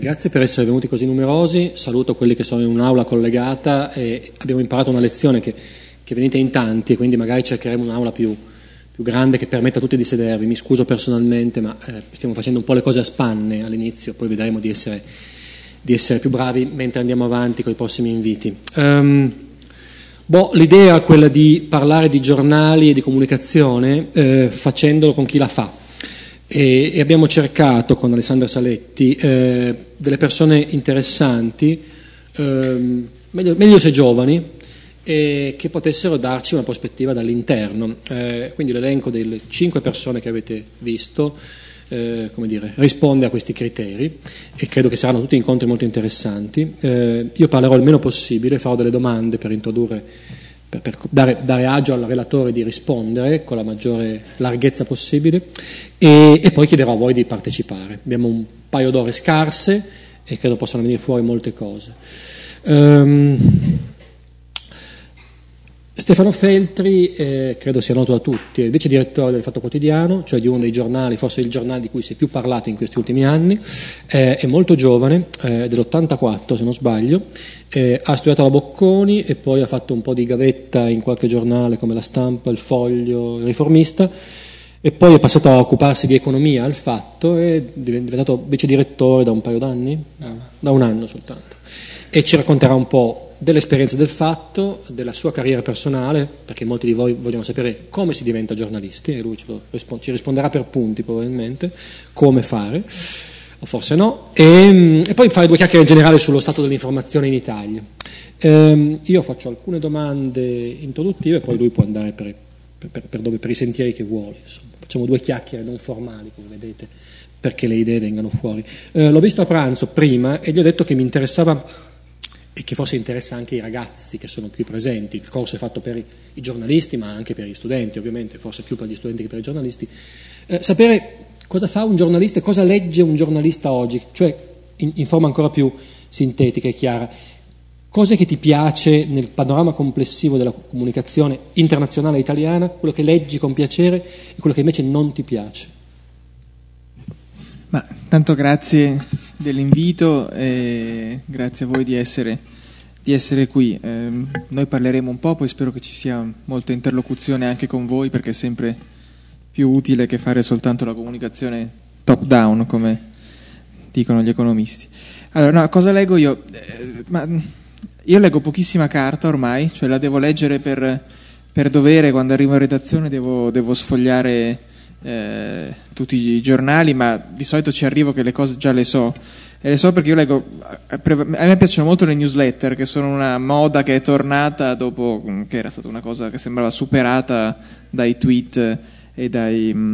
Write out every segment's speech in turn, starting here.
Grazie per essere venuti così numerosi, saluto quelli che sono in un'aula collegata e abbiamo imparato una lezione che venite in tanti e quindi magari cercheremo un'aula più grande che permetta a tutti di sedervi. Mi scuso personalmente, ma stiamo facendo un po' le cose a spanne all'inizio, poi vedremo di essere più bravi mentre andiamo avanti con i prossimi inviti. L'idea è quella di parlare di giornali e di comunicazione facendolo con chi la fa. E abbiamo cercato con Alessandra Saletti delle persone interessanti, meglio se giovani, che potessero darci una prospettiva dall'interno. Quindi l'elenco delle 5 persone che avete visto risponde a questi criteri e credo che saranno tutti incontri molto interessanti. Io parlerò il meno possibile, farò delle domande per introdurre, per dare agio al relatore di rispondere con la maggiore larghezza possibile e poi chiederò a voi di partecipare. Abbiamo un paio d'ore scarse e credo possano venire fuori molte cose. Stefano Feltri, credo sia noto a tutti, è il vice direttore del Fatto Quotidiano, cioè di uno dei giornali, forse il giornale di cui si è più parlato in questi ultimi anni, è molto giovane, dell'84 se non sbaglio, ha studiato alla Bocconi e poi ha fatto un po' di gavetta in qualche giornale come La Stampa, Il Foglio, Il Riformista e poi è passato a occuparsi di economia al Fatto e è diventato vice direttore da un paio d'anni, da un anno soltanto, e ci racconterà un po' dell'esperienza del Fatto, della sua carriera personale, perché molti di voi vogliono sapere come si diventa giornalisti e lui ci risponderà per punti probabilmente, come fare, o forse no, e poi fare 2 chiacchiere in generale sullo stato dell'informazione in Italia. Io faccio alcune domande introduttive, poi lui può andare per i sentieri che vuole, insomma. Facciamo 2 chiacchiere non formali, come vedete, perché le idee vengano fuori. L'ho visto a pranzo prima e gli ho detto che mi interessava e che forse interessa anche i ragazzi che sono qui presenti. Il corso è fatto per i giornalisti ma anche per gli studenti, ovviamente, forse più per gli studenti che per i giornalisti, sapere cosa fa un giornalista e cosa legge un giornalista oggi, cioè in forma ancora più sintetica e chiara. Cos'è che ti piace nel panorama complessivo della comunicazione internazionale italiana, quello che leggi con piacere e quello che invece non ti piace? Ma tanto grazie dell'invito e grazie a voi di essere qui. Noi parleremo un po', poi spero che ci sia molta interlocuzione anche con voi, perché è sempre più utile che fare soltanto la comunicazione top down, come dicono gli economisti. Allora, no, cosa leggo io? Io leggo pochissima carta ormai, cioè la devo leggere per dovere. Quando arrivo in redazione devo sfogliare tutti i giornali, ma di solito ci arrivo che le cose già le so, e le so perché io leggo. A me piacciono molto le newsletter, che sono una moda che è tornata dopo che era stata una cosa che sembrava superata dai tweet e da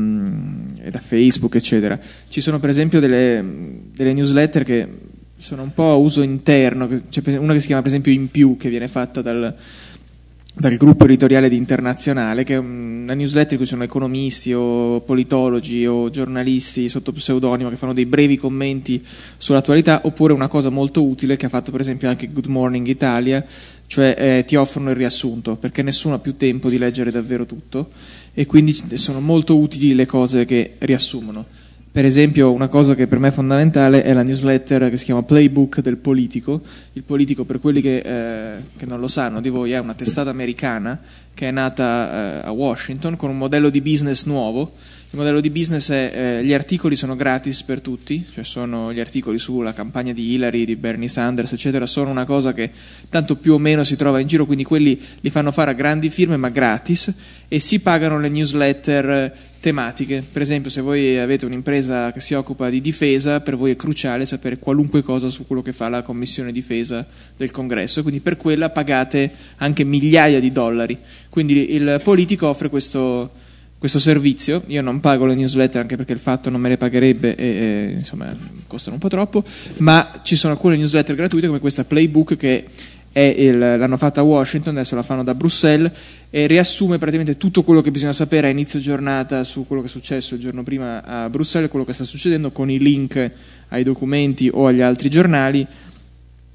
Facebook eccetera. Ci sono per esempio delle newsletter che sono un po' a uso interno, c'è una che si chiama per esempio In Più, che viene fatta dal gruppo editoriale di Internazionale, che è una newsletter in cui sono economisti o politologi o giornalisti sotto pseudonimo che fanno dei brevi commenti sull'attualità, oppure una cosa molto utile che ha fatto per esempio anche Good Morning Italia, cioè ti offrono il riassunto, perché nessuno ha più tempo di leggere davvero tutto e quindi sono molto utili le cose che riassumono. Per esempio, una cosa che per me è fondamentale è la newsletter che si chiama Playbook del Politico. Il Politico, per quelli che non lo sanno di voi, è una testata americana che è nata a Washington con un modello di business nuovo. Il modello di business è gli articoli sono gratis per tutti, cioè sono gli articoli sulla campagna di Hillary, di Bernie Sanders, eccetera, sono una cosa che tanto più o meno si trova in giro, quindi quelli li fanno fare a grandi firme ma gratis, e si pagano le newsletter tematiche. Per esempio, se voi avete un'impresa che si occupa di difesa, per voi è cruciale sapere qualunque cosa su quello che fa la Commissione Difesa del Congresso, quindi per quella pagate anche migliaia di dollari. Quindi il Politico offre questo servizio. Io non pago le newsletter anche perché il Fatto non me le pagherebbe e insomma costano un po' troppo, ma ci sono alcune newsletter gratuite come questa Playbook, che l'hanno fatta a Washington, adesso la fanno da Bruxelles, e riassume praticamente tutto quello che bisogna sapere a inizio giornata su quello che è successo il giorno prima a Bruxelles, quello che sta succedendo, con i link ai documenti o agli altri giornali,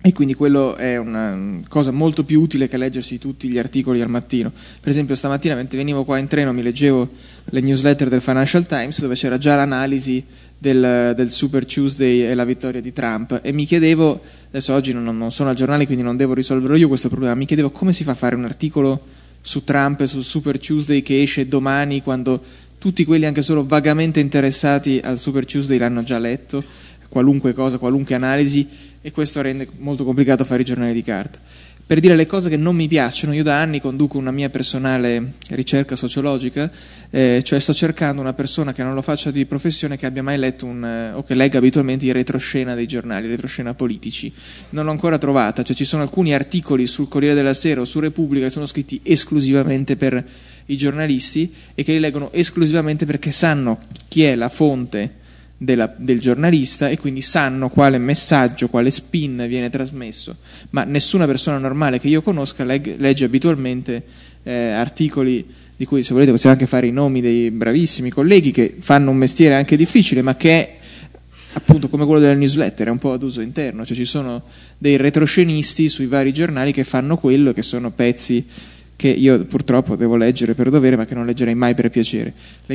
E quindi quello è una cosa molto più utile che leggersi tutti gli articoli al mattino. Per esempio stamattina mentre venivo qua in treno mi leggevo le newsletter del Financial Times, dove c'era già l'analisi del Super Tuesday e la vittoria di Trump, e mi chiedevo, adesso oggi non sono al giornale quindi non devo risolverlo io questo problema, mi chiedevo come si fa a fare un articolo su Trump e sul Super Tuesday che esce domani, quando tutti quelli anche solo vagamente interessati al Super Tuesday l'hanno già letto, qualunque cosa, qualunque analisi, e questo rende molto complicato fare i giornali di carta. Per dire le cose che non mi piacciono, io da anni conduco una mia personale ricerca sociologica, cioè sto cercando una persona che non lo faccia di professione, che abbia mai letto o che legga abitualmente i retroscena dei giornali, i retroscena politici. Non l'ho ancora trovata, cioè ci sono alcuni articoli sul Corriere della Sera o su Repubblica che sono scritti esclusivamente per i giornalisti e che li leggono esclusivamente perché sanno chi è la fonte del giornalista e quindi sanno quale messaggio, quale spin viene trasmesso, ma nessuna persona normale che io conosca legge abitualmente articoli di cui, se volete, possiamo anche fare i nomi dei bravissimi colleghi che fanno un mestiere anche difficile, ma che è appunto come quello della newsletter, è un po' ad uso interno, cioè ci sono dei retroscenisti sui vari giornali che fanno quello, che sono pezzi che io purtroppo devo leggere per dovere, ma che non leggerei mai per piacere.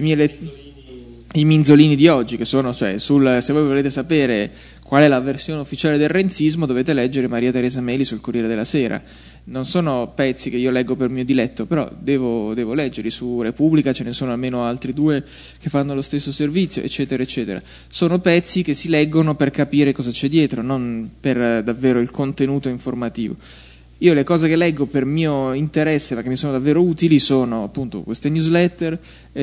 I minzolini di oggi, che sono, cioè, se voi volete sapere qual è la versione ufficiale del renzismo, dovete leggere Maria Teresa Meli sul Corriere della Sera. Non sono pezzi che io leggo per mio diletto, però devo leggerli. Su Repubblica ce ne sono almeno altri 2 che fanno lo stesso servizio, eccetera, eccetera. Sono pezzi che si leggono per capire cosa c'è dietro, non per davvero il contenuto informativo. Io le cose che leggo per mio interesse, ma che mi sono davvero utili, sono appunto queste newsletter,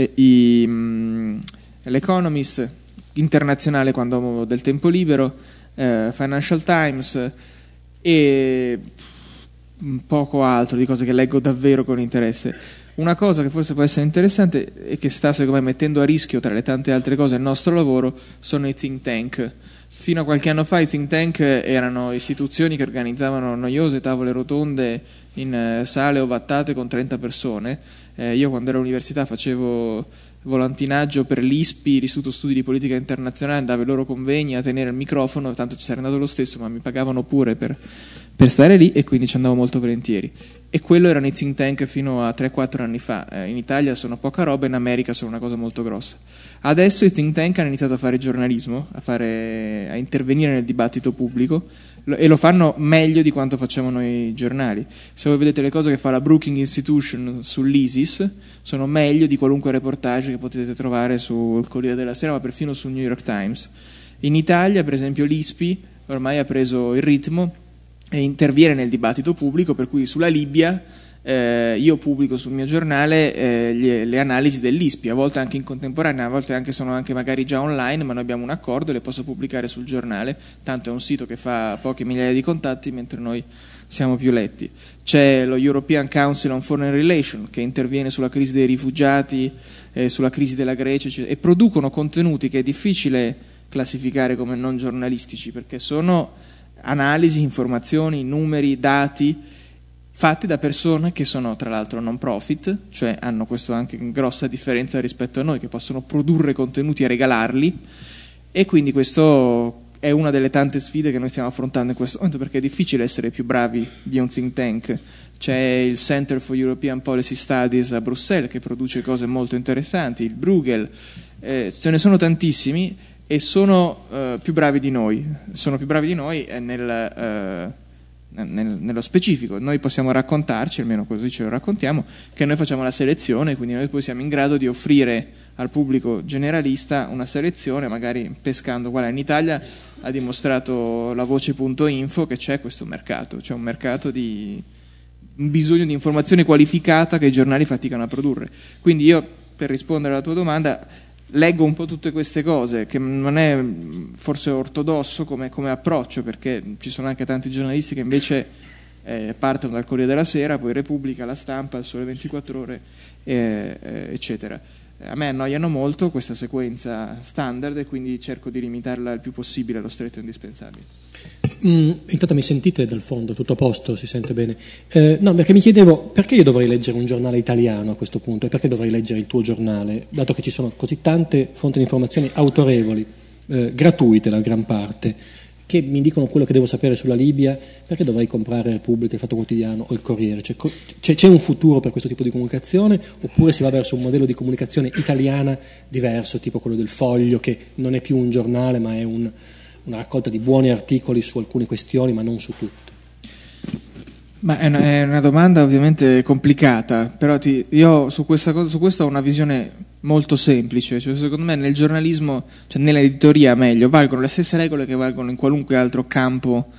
l'Economist, Internazionale quando ho del tempo libero, Financial Times e poco altro di cose che leggo davvero con interesse. Una cosa che forse può essere interessante e che sta secondo me mettendo a rischio tra le tante altre cose il nostro lavoro sono i think tank. Fino a qualche anno fa i think tank erano istituzioni che organizzavano noiose tavole rotonde in sale ovattate con 30 persone. Io quando ero all'università facevo volantinaggio per l'ISPI, l'Istituto Studi di Politica Internazionale, andavo ai loro convegni a tenere il microfono, tanto ci sarei andato lo stesso, ma mi pagavano pure per stare lì e quindi ci andavo molto volentieri. E quello erano i think tank fino a 3-4 anni fa. In Italia sono poca roba, in America sono una cosa molto grossa. Adesso i think tank hanno iniziato a fare giornalismo, a intervenire nel dibattito pubblico, e lo fanno meglio di quanto facciamo noi giornali. Se voi vedete le cose che fa la Brookings Institution sull'ISIS, sono meglio di qualunque reportage che potete trovare sul Corriere della Sera, ma perfino sul New York Times. In Italia, per esempio, l'ISPI ormai ha preso il ritmo e interviene nel dibattito pubblico, per cui sulla Libia io pubblico sul mio giornale le analisi dell'ISPI, a volte anche in contemporanea, a volte sono anche magari già online, ma noi abbiamo un accordo e le posso pubblicare sul giornale, tanto è un sito che fa poche migliaia di contatti mentre noi siamo più letti. C'è lo European Council on Foreign Relations che interviene sulla crisi dei rifugiati, sulla crisi della Grecia, eccetera, e producono contenuti che è difficile classificare come non giornalistici, perché sono analisi, informazioni, numeri, dati fatti da persone che sono tra l'altro non profit, cioè hanno questo anche grossa differenza rispetto a noi, che possono produrre contenuti e regalarli, e quindi questo è una delle tante sfide che noi stiamo affrontando in questo momento, perché è difficile essere più bravi di un think tank. C'è il Center for European Policy Studies a Bruxelles che produce cose molto interessanti, il Bruegel, ce ne sono tantissimi e sono più bravi di noi, nello specifico. Noi possiamo raccontarci, almeno così ce lo raccontiamo, che noi facciamo la selezione, quindi noi poi siamo in grado di offrire al pubblico generalista una selezione, magari pescando. Guarda, in Italia ha dimostrato la voce.info che c'è questo mercato, c'è un mercato di un bisogno di informazione qualificata che i giornali faticano a produrre. Quindi io, per rispondere alla tua domanda, leggo un po' tutte queste cose, che non è forse ortodosso come approccio, perché ci sono anche tanti giornalisti che invece partono dal Corriere della Sera, poi Repubblica, La Stampa, Il Sole 24 Ore, eccetera. A me annoiano molto questa sequenza standard e quindi cerco di limitarla il più possibile allo stretto indispensabile. Intanto mi sentite dal fondo, tutto a posto, si sente bene? No, perché mi chiedevo perché io dovrei leggere un giornale italiano a questo punto, e perché dovrei leggere il tuo giornale, dato che ci sono così tante fonti di informazioni autorevoli, gratuite la gran parte, che mi dicono quello che devo sapere sulla Libia, perché dovrei comprare Repubblica, il Fatto Quotidiano o il Corriere? C'è un futuro per questo tipo di comunicazione, oppure si va verso un modello di comunicazione italiana diverso, tipo quello del Foglio, che non è più un giornale ma è una raccolta di buoni articoli su alcune questioni ma non su tutte? Ma è una domanda ovviamente complicata, però io su questo ho una visione molto semplice, cioè secondo me nel giornalismo, cioè nell'editoria meglio, valgono le stesse regole che valgono in qualunque altro campo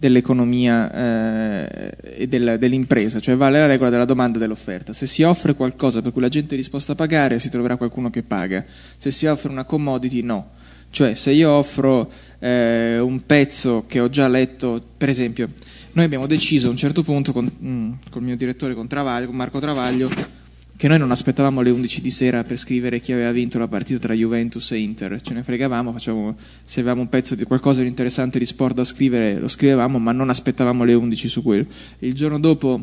dell'economia e dell'impresa, cioè vale la regola della domanda e dell'offerta. Se si offre qualcosa per cui la gente è disposta a pagare, si troverà qualcuno che paga. Se si offre una commodity, no. Cioè se io offro un pezzo che ho già letto, per esempio, noi abbiamo deciso a un certo punto con il mio direttore, con Marco Travaglio, che noi non aspettavamo le 11 di sera per scrivere chi aveva vinto la partita tra Juventus e Inter, ce ne fregavamo, se avevamo un pezzo di qualcosa di interessante di sport da scrivere lo scrivevamo, ma non aspettavamo le 11 su quello. Il giorno dopo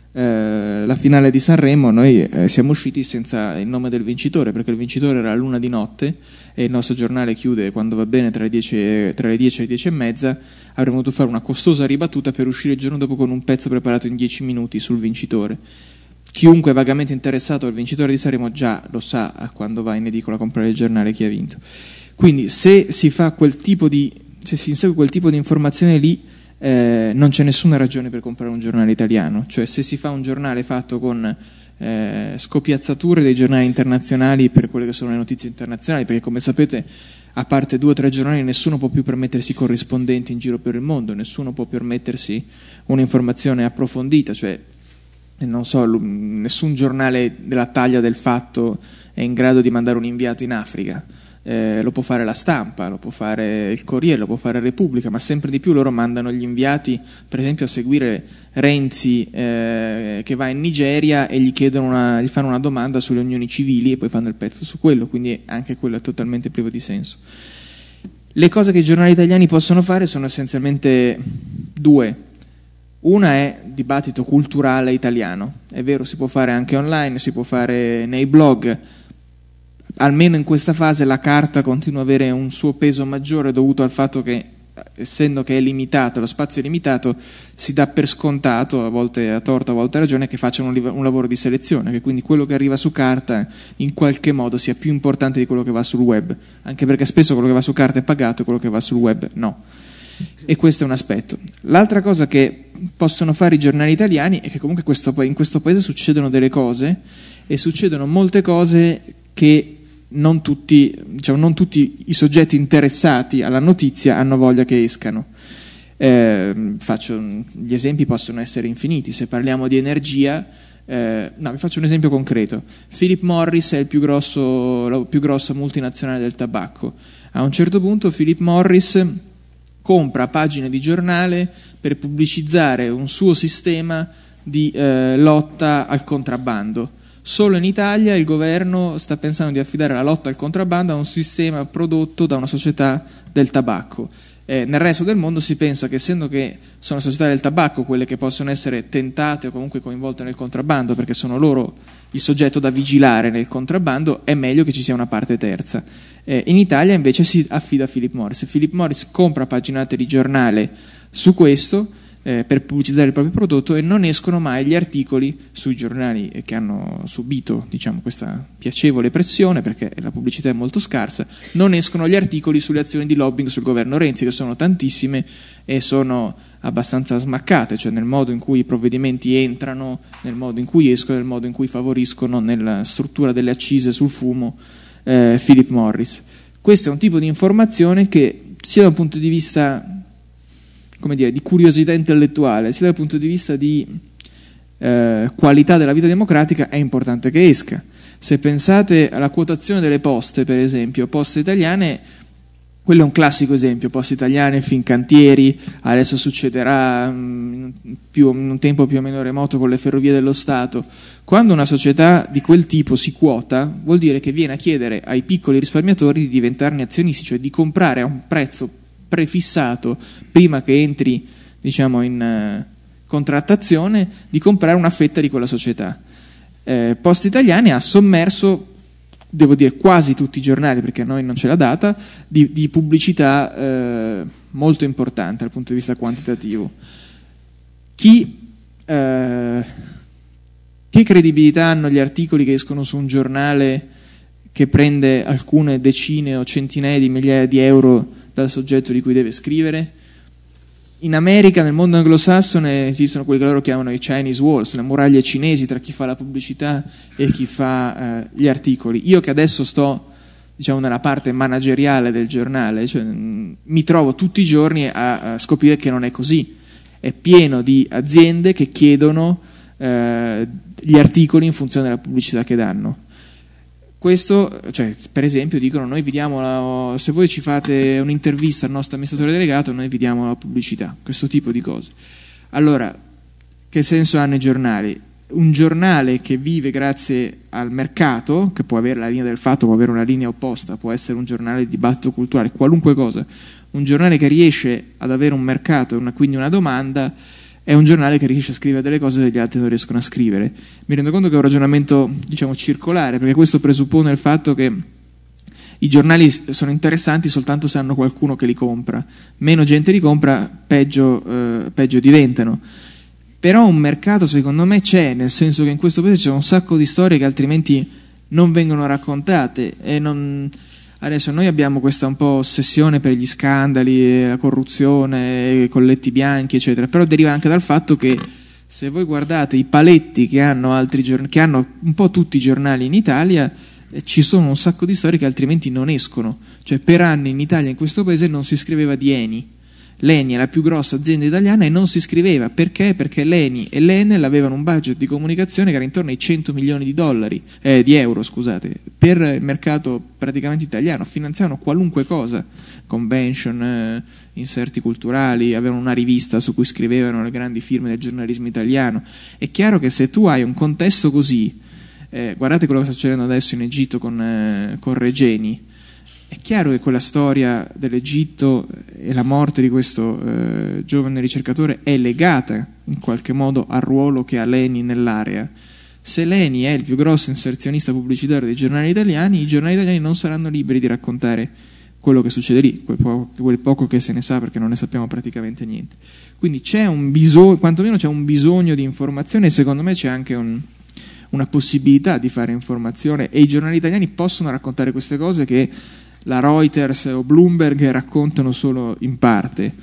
la finale di Sanremo noi siamo usciti senza il nome del vincitore, perché il vincitore era l'1 di notte e il nostro giornale chiude quando va bene tra le 10 e le 10 e mezza. Avremmo dovuto fare una costosa ribattuta per uscire il giorno dopo con un pezzo preparato in 10 minuti sul vincitore. Chiunque è vagamente interessato al vincitore di Sanremo già lo sa quando va in edicola a comprare il giornale chi ha vinto. Quindi se si fa se si insegue quel tipo di informazione lì, non c'è nessuna ragione per comprare un giornale italiano. Cioè se si fa un giornale fatto con scopiazzature dei giornali internazionali per quelle che sono le notizie internazionali, perché come sapete, a parte 2 o 3 giornali, nessuno può più permettersi corrispondenti in giro per il mondo, nessuno può permettersi un'informazione approfondita, cioè non so, nessun giornale della taglia del Fatto è in grado di mandare un inviato in Africa. Lo può fare La Stampa, lo può fare il Corriere, lo può fare Repubblica, ma sempre di più loro mandano gli inviati, per esempio, a seguire Renzi che va in Nigeria e gli fanno una domanda sulle unioni civili e poi fanno il pezzo su quello, quindi anche quello è totalmente privo di senso. Le cose che i giornali italiani possono fare sono essenzialmente 2. Una è dibattito culturale italiano, è vero, si può fare anche online, si può fare nei blog. Almeno in questa fase la carta continua ad avere un suo peso maggiore dovuto al fatto che, essendo che è limitato, lo spazio è limitato, si dà per scontato, a volte a torto, a volte a ragione, che facciano un lavoro di selezione, che quindi quello che arriva su carta in qualche modo sia più importante di quello che va sul web, anche perché spesso quello che va su carta è pagato e quello che va sul web no. E questo è un aspetto. L'altra cosa che possono fare i giornali italiani è che comunque in questo paese succedono delle cose, e succedono molte cose che non tutti i soggetti interessati alla notizia hanno voglia che escano. Gli esempi possono essere infiniti. Se parliamo di energia, vi faccio un esempio concreto. Philip Morris è la più grossa multinazionale del tabacco. A un certo punto Philip Morris compra pagine di giornale per pubblicizzare un suo sistema di lotta al contrabbando. Solo in Italia il governo sta pensando di affidare la lotta al contrabbando a un sistema prodotto da una società del tabacco. Nel resto del mondo si pensa che, essendo che sono società del tabacco quelle che possono essere tentate o comunque coinvolte nel contrabbando, perché sono loro il soggetto da vigilare nel contrabbando, è meglio che ci sia una parte terza. In Italia invece si affida a Philip Morris. Philip Morris compra paginate di giornale su questo per pubblicizzare il proprio prodotto, e non escono mai gli articoli sui giornali che hanno subito, diciamo, questa piacevole pressione, perché la pubblicità è molto scarsa. Non escono gli articoli sulle azioni di lobbying sul governo Renzi, che sono tantissime e sono abbastanza smaccate, cioè nel modo in cui i provvedimenti entrano, nel modo in cui escono, nel modo in cui favoriscono nella struttura delle accise sul fumo Philip Morris. Questo è un tipo di informazione che, sia da un punto di vista, come dire, di curiosità intellettuale, sia dal punto di vista di qualità della vita democratica, è importante che esca. Se pensate alla quotazione delle poste, per esempio, Poste Italiane, quello è un classico esempio. Poste Italiane, Fincantieri, adesso succederà in un tempo più o meno remoto con le Ferrovie dello Stato. Quando una società di quel tipo si quota, vuol dire che viene a chiedere ai piccoli risparmiatori di diventarne azionisti, cioè di comprare a un prezzo prefissato prima che entri, diciamo, in contrattazione, di comprare una fetta di quella società. Poste Italiane ha sommerso devo dire quasi tutti i giornali, perché a noi non c'è la data, di pubblicità molto importante dal punto di vista quantitativo. Che credibilità hanno gli articoli che escono su un giornale che prende alcune decine o centinaia di migliaia di euro dal soggetto di cui deve scrivere? In America, nel mondo anglosassone, esistono quelli che loro chiamano i Chinese Walls, le muraglie cinesi tra chi fa la pubblicità e chi fa gli articoli. Io che adesso sto, diciamo, nella parte manageriale del giornale, cioè, mi trovo tutti i giorni a scoprire che non è così. È pieno di aziende che chiedono gli articoli in funzione della pubblicità che danno. Questo, cioè, per esempio, dicono: noi vi diamo se voi ci fate un'intervista al nostro amministratore delegato, noi vi diamo la pubblicità, questo tipo di cose. Allora, che senso hanno i giornali? Un giornale che vive grazie al mercato, che può avere la linea del fatto, può avere una linea opposta, può essere un giornale di dibattito culturale, qualunque cosa, un giornale che riesce ad avere un mercato e quindi una domanda, è un giornale che riesce a scrivere delle cose che gli altri non riescono a scrivere. Mi rendo conto che è un ragionamento, diciamo, circolare, perché questo presuppone il fatto che i giornali sono interessanti soltanto se hanno qualcuno che li compra. Meno gente li compra, peggio diventano. Però un mercato, secondo me, c'è, nel senso che in questo paese c'è un sacco di storie che altrimenti non vengono raccontate. Adesso noi abbiamo questa un po' ossessione per gli scandali, la corruzione, i colletti bianchi, eccetera, però deriva anche dal fatto che se voi guardate i paletti che hanno che hanno un po' tutti i giornali in Italia, ci sono un sacco di storie che altrimenti non escono. Cioè, per anni in Italia, in questo paese, non si scriveva di Eni. L'Eni è la più grossa azienda italiana e non si scriveva. Perché? Perché l'Eni e l'Enel avevano un budget di comunicazione che era intorno ai 100 milioni di euro, scusate, per il mercato praticamente italiano. Finanziavano qualunque cosa, convention, inserti culturali, avevano una rivista su cui scrivevano le grandi firme del giornalismo italiano. È chiaro che se tu hai un contesto così, guardate quello che sta succedendo adesso in Egitto con Regeni. È chiaro che quella storia dell'Egitto e la morte di questo giovane ricercatore è legata in qualche modo al ruolo che ha l'Eni nell'area. Se l'Eni è il più grosso inserzionista pubblicitario dei giornali italiani, i giornali italiani non saranno liberi di raccontare quello che succede lì, quel poco che se ne sa, perché non ne sappiamo praticamente niente. Quindi c'è un bisogno, quantomeno c'è un bisogno di informazione, e secondo me c'è anche una possibilità di fare informazione, e i giornali italiani possono raccontare queste cose che la Reuters o Bloomberg raccontano solo in parte.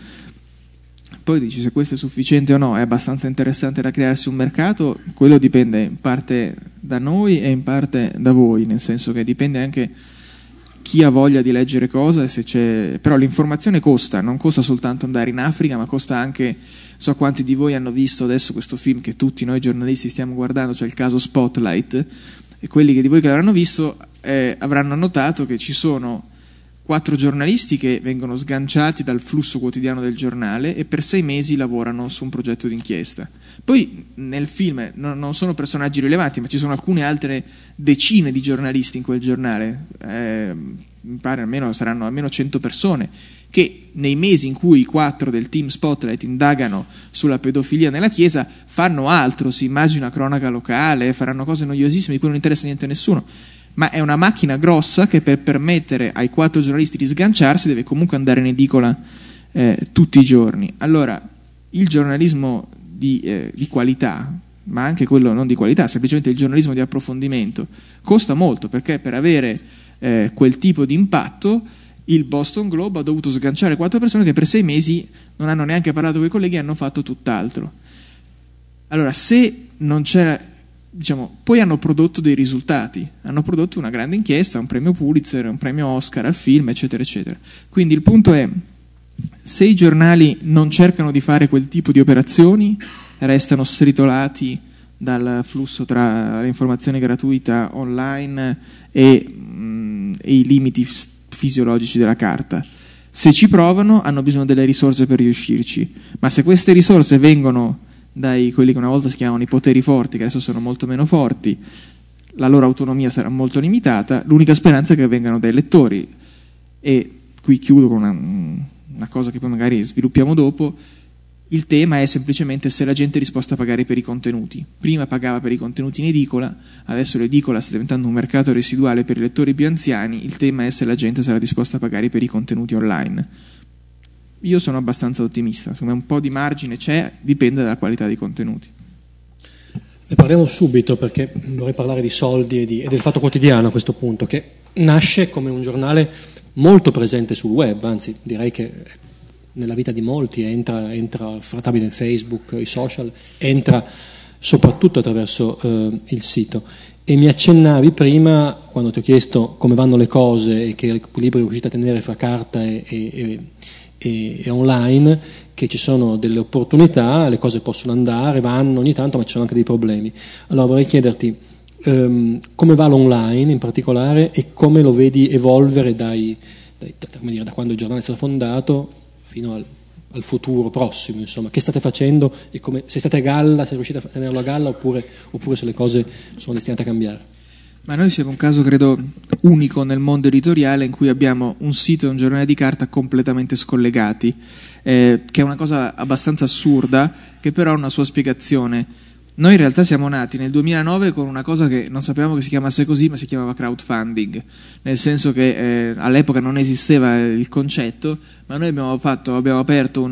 Poi dici se questo è sufficiente o no, è abbastanza interessante da crearsi un mercato, quello dipende in parte da noi e in parte da voi, nel senso che dipende anche chi ha voglia di leggere cosa, e se c'è. Però l'informazione costa, non costa soltanto andare in Africa, ma costa anche, so quanti di voi hanno visto adesso questo film che tutti noi giornalisti stiamo guardando, cioè il caso Spotlight, e quelli di voi che l'avranno visto avranno notato che ci sono 4 giornalisti che vengono sganciati dal flusso quotidiano del giornale e per 6 mesi lavorano su un progetto d'inchiesta. Poi nel film non sono personaggi rilevanti, ma ci sono alcune altre decine di giornalisti in quel giornale, mi pare saranno almeno 100 persone, che nei mesi in cui i 4 del team Spotlight indagano sulla pedofilia nella Chiesa fanno altro, si immagina cronaca locale, faranno cose noiosissime di cui non interessa niente a nessuno. Ma è una macchina grossa che per permettere ai 4 giornalisti di sganciarsi deve comunque andare in edicola tutti i giorni. Allora, il giornalismo di qualità, ma anche quello non di qualità, semplicemente il giornalismo di approfondimento, costa molto, perché per avere quel tipo di impatto il Boston Globe ha dovuto sganciare 4 persone che per 6 mesi non hanno neanche parlato con i colleghi e hanno fatto tutt'altro. Allora, se non c'è, poi hanno prodotto dei risultati, hanno prodotto una grande inchiesta, un premio Pulitzer, un premio Oscar al film, eccetera eccetera. Quindi il punto è, se i giornali non cercano di fare quel tipo di operazioni, restano stritolati dal flusso tra l'informazione gratuita online e i limiti fisiologici della carta. Se ci provano, hanno bisogno delle risorse per riuscirci, ma se queste risorse vengono dai quelli che una volta si chiamavano i poteri forti, che adesso sono molto meno forti, la loro autonomia sarà molto limitata, l'unica speranza è che vengano dai lettori. E qui chiudo con una cosa che poi magari sviluppiamo dopo. Il tema è semplicemente se la gente è disposta a pagare per i contenuti. Prima pagava per i contenuti in edicola, adesso l'edicola sta diventando un mercato residuale per i lettori più anziani, il tema è se la gente sarà disposta a pagare per i contenuti online. Io sono abbastanza ottimista, secondo me un po' di margine c'è, dipende dalla qualità dei contenuti. Ne parliamo subito perché vorrei parlare di soldi e del Fatto Quotidiano a questo punto, che nasce come un giornale molto presente sul web, anzi direi che nella vita di molti entra tramite Facebook, i social, entra soprattutto attraverso il sito. E mi accennavi prima, quando ti ho chiesto come vanno le cose e che equilibrio riuscite a tenere fra carta e online, che ci sono delle opportunità, le cose possono andare, vanno ogni tanto, ma ci sono anche dei problemi. Allora vorrei chiederti come va l'online in particolare e come lo vedi evolvere da quando il giornale è stato fondato fino al futuro prossimo, insomma, che state facendo e se state a galla, se riuscite a tenerlo a galla oppure se le cose sono destinate a cambiare. Ma noi siamo un caso, credo, unico nel mondo editoriale in cui abbiamo un sito e un giornale di carta completamente scollegati, che è una cosa abbastanza assurda, che però ha una sua spiegazione. Noi in realtà siamo nati nel 2009 con una cosa che non sapevamo che si chiamasse così, ma si chiamava crowdfunding, nel senso che all'epoca non esisteva il concetto, ma noi abbiamo aperto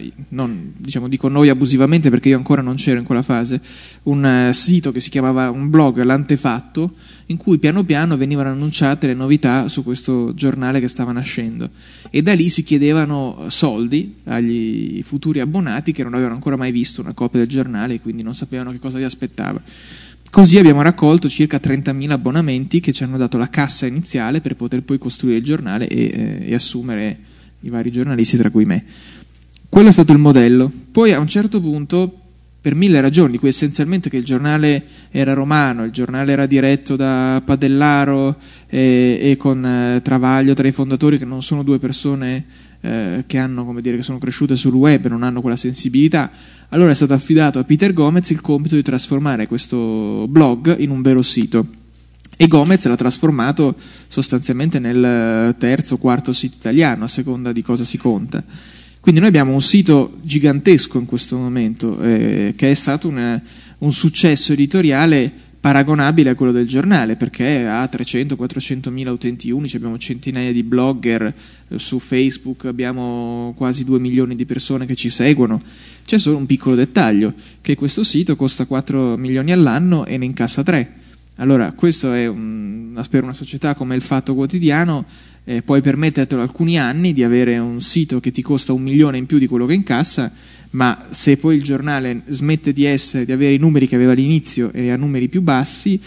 dico noi abusivamente perché io ancora non c'ero in quella fase, un sito che si chiamava, un blog, l'Antefatto, in cui piano piano venivano annunciate le novità su questo giornale che stava nascendo, e da lì si chiedevano soldi agli futuri abbonati che non avevano ancora mai visto una copia del giornale e quindi non sapevano che cosa li aspettava. Così abbiamo raccolto circa 30.000 abbonamenti che ci hanno dato la cassa iniziale per poter poi costruire il giornale e assumere i vari giornalisti, tra cui me. Quello è stato il modello. Poi a un certo punto, per 1000 ragioni, di cui essenzialmente che il giornale era romano, il giornale era diretto da Padellaro e con Travaglio tra i fondatori, che non sono due persone che sono cresciute sul web e non hanno quella sensibilità, allora è stato affidato a Peter Gomez il compito di trasformare questo blog in un vero sito. E Gomez l'ha trasformato sostanziamente nel terzo o quarto sito italiano, a seconda di cosa si conta. Quindi noi abbiamo un sito gigantesco in questo momento, che è stato un successo editoriale paragonabile a quello del giornale, perché ha 300-400 mila utenti unici, abbiamo centinaia di blogger su Facebook, abbiamo quasi 2 milioni di persone che ci seguono. C'è solo un piccolo dettaglio, che questo sito costa 4 milioni all'anno e ne incassa 3. Allora, questo è per una società come il Fatto Quotidiano, puoi permettertelo alcuni anni di avere un sito che ti costa 1 milione in più di quello che incassa, ma se poi il giornale smette di avere i numeri che aveva all'inizio e ha numeri più bassi,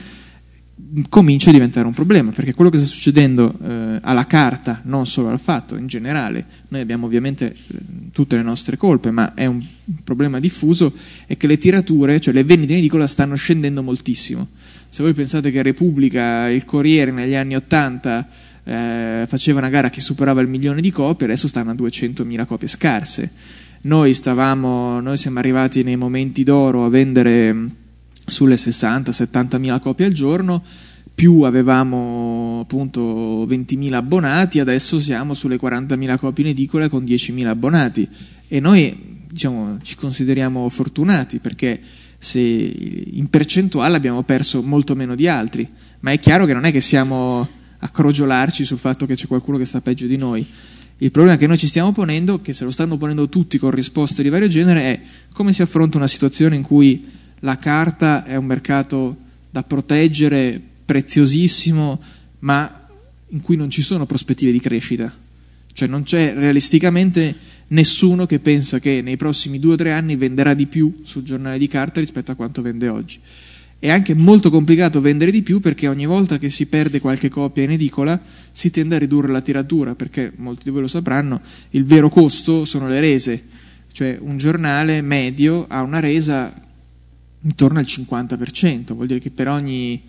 comincia a diventare un problema, perché quello che sta succedendo alla carta, non solo al Fatto, in generale, noi abbiamo ovviamente tutte le nostre colpe, ma è un problema diffuso, è che le tirature, cioè le vendite in edicola, stanno scendendo moltissimo. Se voi pensate che Repubblica e il Corriere negli anni 80 faceva una gara che superava il 1 milione di copie, adesso stanno a 200.000 copie scarse. Noi siamo arrivati nei momenti d'oro a vendere sulle 60-70.000 copie al giorno, più avevamo appunto 20.000 abbonati, adesso siamo sulle 40.000 copie in edicola con 10.000 abbonati, e noi ci consideriamo fortunati perché se in percentuale abbiamo perso molto meno di altri, ma è chiaro che non è che siamo a crogiolarci sul fatto che c'è qualcuno che sta peggio di noi. Il problema che noi ci stiamo ponendo, che se lo stanno ponendo tutti con risposte di vario genere, è come si affronta una situazione in cui la carta è un mercato da proteggere, preziosissimo, ma in cui non ci sono prospettive di crescita. Cioè non c'è realisticamente nessuno che pensa che nei prossimi 2 o 3 anni venderà di più sul giornale di carta rispetto a quanto vende oggi. È anche molto complicato vendere di più perché ogni volta che si perde qualche copia in edicola si tende a ridurre la tiratura, perché molti di voi lo sapranno, il vero costo sono le rese, cioè un giornale medio ha una resa intorno al 50%, vuol dire che per ogni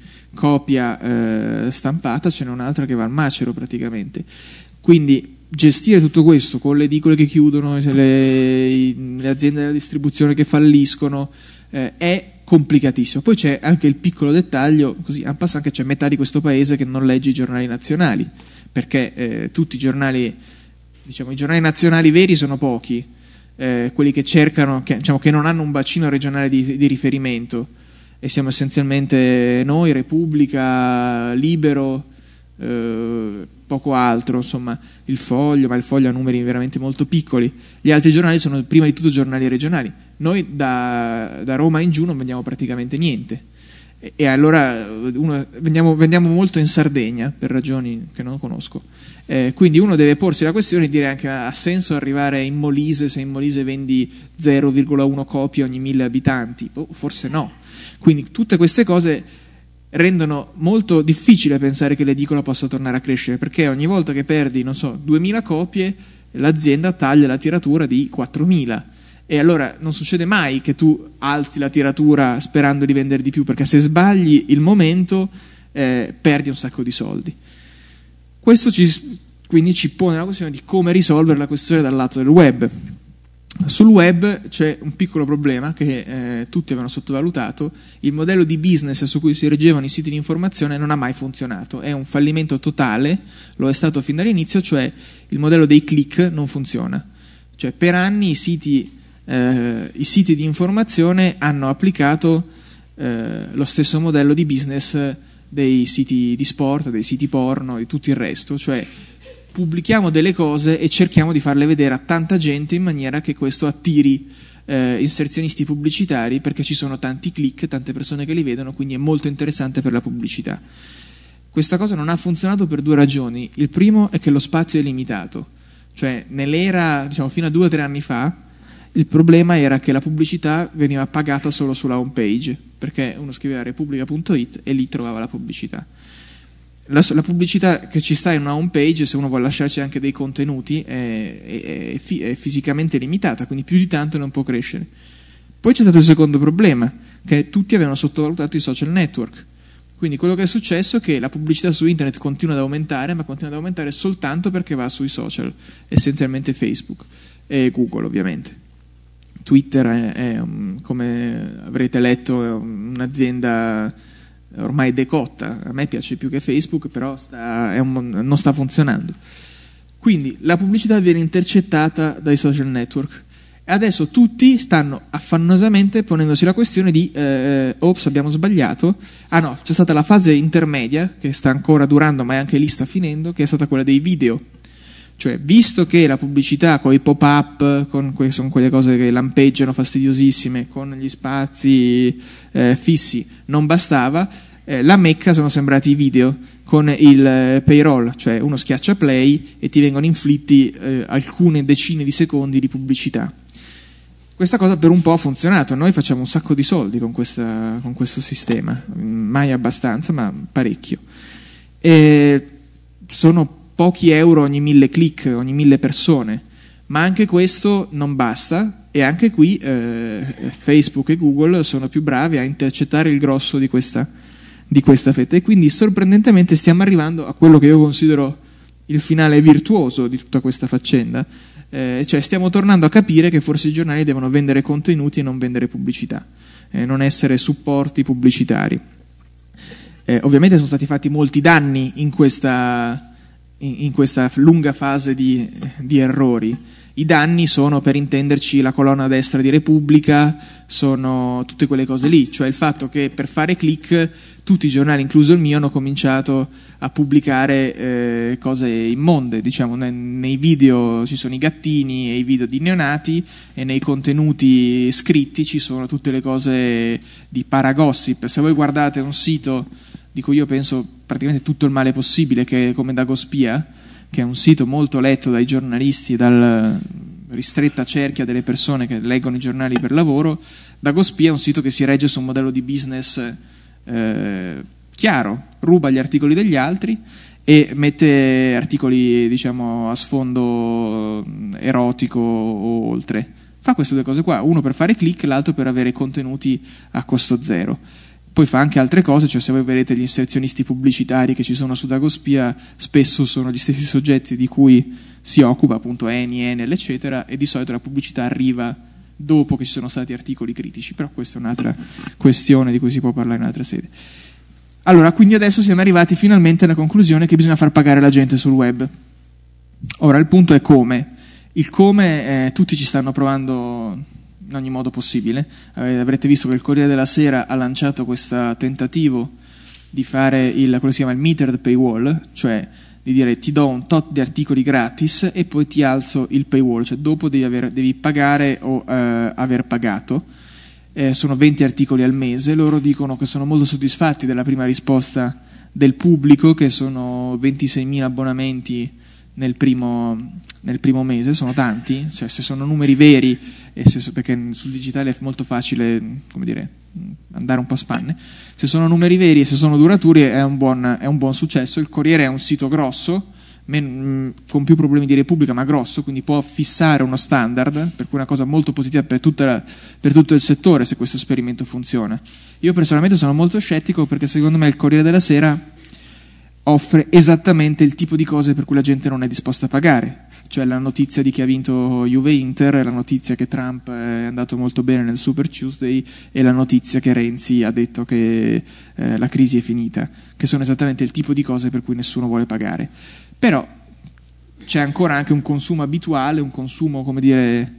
copia stampata ce n'è un'altra che va al macero praticamente. Quindi gestire tutto questo con le edicole che chiudono, le aziende della distribuzione che falliscono, è complicatissimo. Poi c'è anche il piccolo dettaglio, così en passant, che c'è metà di questo paese che non legge i giornali nazionali, perché tutti i giornali, diciamo, i giornali nazionali veri sono pochi, quelli che cercano, diciamo, che non hanno un bacino regionale di riferimento, e siamo essenzialmente noi, Repubblica, Libero, poco altro, insomma, il Foglio, ma il Foglio ha numeri veramente molto piccoli. Gli altri giornali sono prima di tutto giornali regionali. Noi da Roma in giù non vendiamo praticamente niente, e allora vendiamo molto in Sardegna per ragioni che non conosco. Quindi uno deve porsi la questione e dire anche: ha senso arrivare in Molise se in Molise vendi 0,1 copie ogni 1000 abitanti? Forse no. Quindi tutte queste cose rendono molto difficile pensare che l'edicola possa tornare a crescere, perché ogni volta che perdi, non so, 2000 copie, l'azienda taglia la tiratura di 4000, e allora non succede mai che tu alzi la tiratura sperando di vendere di più, perché se sbagli il momento perdi un sacco di soldi. Questo quindi ci pone la questione di come risolvere la questione dal lato del web. Sul web c'è un piccolo problema che tutti avevano sottovalutato: il modello di business su cui si reggevano i siti di informazione non ha mai funzionato, è un fallimento totale, lo è stato fin dall'inizio, cioè il modello dei click non funziona. Cioè per anni i siti di informazione hanno applicato lo stesso modello di business dei siti di sport, dei siti porno, di tutto il resto, cioè pubblichiamo delle cose e cerchiamo di farle vedere a tanta gente in maniera che questo attiri inserzionisti pubblicitari, perché ci sono tanti click, tante persone che li vedono, quindi è molto interessante per la pubblicità. Questa cosa non ha funzionato per due ragioni. Il primo è che lo spazio è limitato, cioè nell'era, diciamo, fino a 2 o 3 anni fa, il problema era che la pubblicità veniva pagata solo sulla home page, perché uno scriveva repubblica.it e lì trovava la pubblicità. La pubblicità che ci sta in una home page, se uno vuole lasciarci anche dei contenuti, è fisicamente limitata, quindi più di tanto non può crescere. Poi c'è stato il secondo problema, che tutti avevano sottovalutato i social network. Quindi quello che è successo è che la pubblicità su internet continua ad aumentare, ma continua ad aumentare soltanto perché va sui social, essenzialmente Facebook e Google, ovviamente. Twitter è come avrete letto, è un'azienda ormai decotta. A me piace più che Facebook, però non sta funzionando. Quindi la pubblicità viene intercettata dai social network, e adesso tutti stanno affannosamente ponendosi la questione di ops, abbiamo sbagliato. Ah no, c'è stata la fase intermedia che sta ancora durando, ma anche lì sta finendo, che è stata quella dei video. Cioè, visto che la pubblicità con i pop-up, sono quelle cose che lampeggiano fastidiosissime, con gli spazi fissi, non bastava, la mecca sono sembrati i video con il payroll, cioè uno schiaccia play e ti vengono inflitti alcune decine di secondi di pubblicità. Questa cosa per un po' ha funzionato, noi facciamo un sacco di soldi con questo sistema, mai abbastanza, ma parecchio. E sono pochi euro ogni 1000 click, ogni 1000 persone, ma anche questo non basta, e anche qui Facebook e Google sono più bravi a intercettare il grosso di questa fetta, e quindi sorprendentemente stiamo arrivando a quello che io considero il finale virtuoso di tutta questa faccenda, cioè stiamo tornando a capire che forse i giornali devono vendere contenuti e non vendere pubblicità, non essere supporti pubblicitari. Ovviamente sono stati fatti molti danni in questa lunga fase di errori. I danni sono, per intenderci, la colonna destra di Repubblica, sono tutte quelle cose lì, cioè il fatto che per fare click tutti i giornali, incluso il mio, hanno cominciato a pubblicare cose immonde, diciamo. Nei video ci sono i gattini e i video di neonati, e nei contenuti scritti ci sono tutte le cose di paragossip. Se voi guardate un sito di cui io penso praticamente tutto il male possibile, che è come Dagospia, che è un sito molto letto dai giornalisti, dalla ristretta cerchia delle persone che leggono i giornali per lavoro, Dagospia è un sito che si regge su un modello di business chiaro, ruba gli articoli degli altri e mette articoli, diciamo, a sfondo erotico o oltre. Fa queste due cose qua, uno per fare click, l'altro per avere contenuti a costo zero. Poi fa anche altre cose, cioè se voi vedete gli inserzionisti pubblicitari che ci sono su Dagospia, spesso sono gli stessi soggetti di cui si occupa, appunto Eni, Enel, eccetera, e di solito la pubblicità arriva dopo che ci sono stati articoli critici, però questa è un'altra questione di cui si può parlare in altra sede. Allora, quindi adesso siamo arrivati finalmente alla conclusione che bisogna far pagare la gente sul web. Ora, il punto è come. Il come tutti ci stanno provando in ogni modo possibile. Avrete visto che il Corriere della Sera ha lanciato questo tentativo di fare quello che si chiama il metered paywall, cioè di dire ti do un tot di articoli gratis e poi ti alzo il paywall, cioè dopo devi pagare o aver pagato. Sono 20 articoli al mese. Loro dicono che sono molto soddisfatti della prima risposta del pubblico, che sono 26.000 abbonamenti nel primo mese. Sono tanti, cioè se sono numeri veri, perché sul digitale è molto facile, come dire, andare un po' a spanne. Se sono numeri veri e se sono duraturi è un buon successo. Il Corriere è un sito grosso, con più problemi di Repubblica, ma grosso, quindi può fissare uno standard, per cui è una cosa molto positiva per tutto il settore se questo esperimento funziona. Io personalmente sono molto scettico, perché secondo me il Corriere della Sera offre esattamente il tipo di cose per cui la gente non è disposta a pagare, cioè la notizia di chi ha vinto Juve-Inter, la notizia che Trump è andato molto bene nel Super Tuesday e la notizia che Renzi ha detto che la crisi è finita, che sono esattamente il tipo di cose per cui nessuno vuole pagare. Però c'è ancora anche un consumo abituale, un consumo, come dire,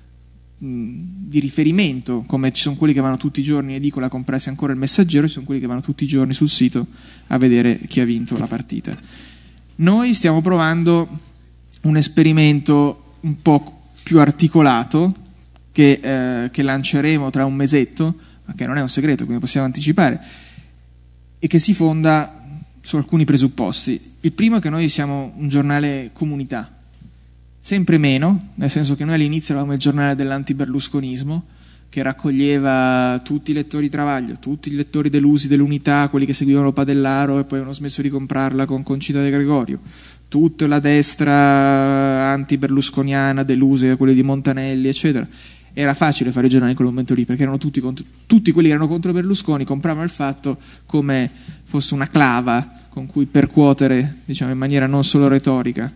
di riferimento, come ci sono quelli che vanno tutti i giorni in edicola a comprarsi ancora il Messaggero, ci sono quelli che vanno tutti i giorni sul sito a vedere chi ha vinto la partita. Noi stiamo provando un esperimento un po' più articolato che lanceremo tra un mesetto, ma che non è un segreto, quindi possiamo anticipare, e che si fonda su alcuni presupposti. Il primo è che noi siamo un giornale comunità, sempre meno, nel senso che noi all'inizio eravamo il giornale dell'antiberlusconismo, che raccoglieva tutti i lettori Travaglio, tutti i lettori dell'Usi, dell'Unità, quelli che seguivano Padellaro e poi hanno smesso di comprarla con Concita De Gregorio, tutta la destra antiberlusconiana dell'Usi, quelli di Montanelli, eccetera. Era facile fare i giornali in quel momento lì, perché erano tutti quelli che erano contro Berlusconi compravano il Fatto come fosse una clava con cui percuotere, diciamo, in maniera non solo retorica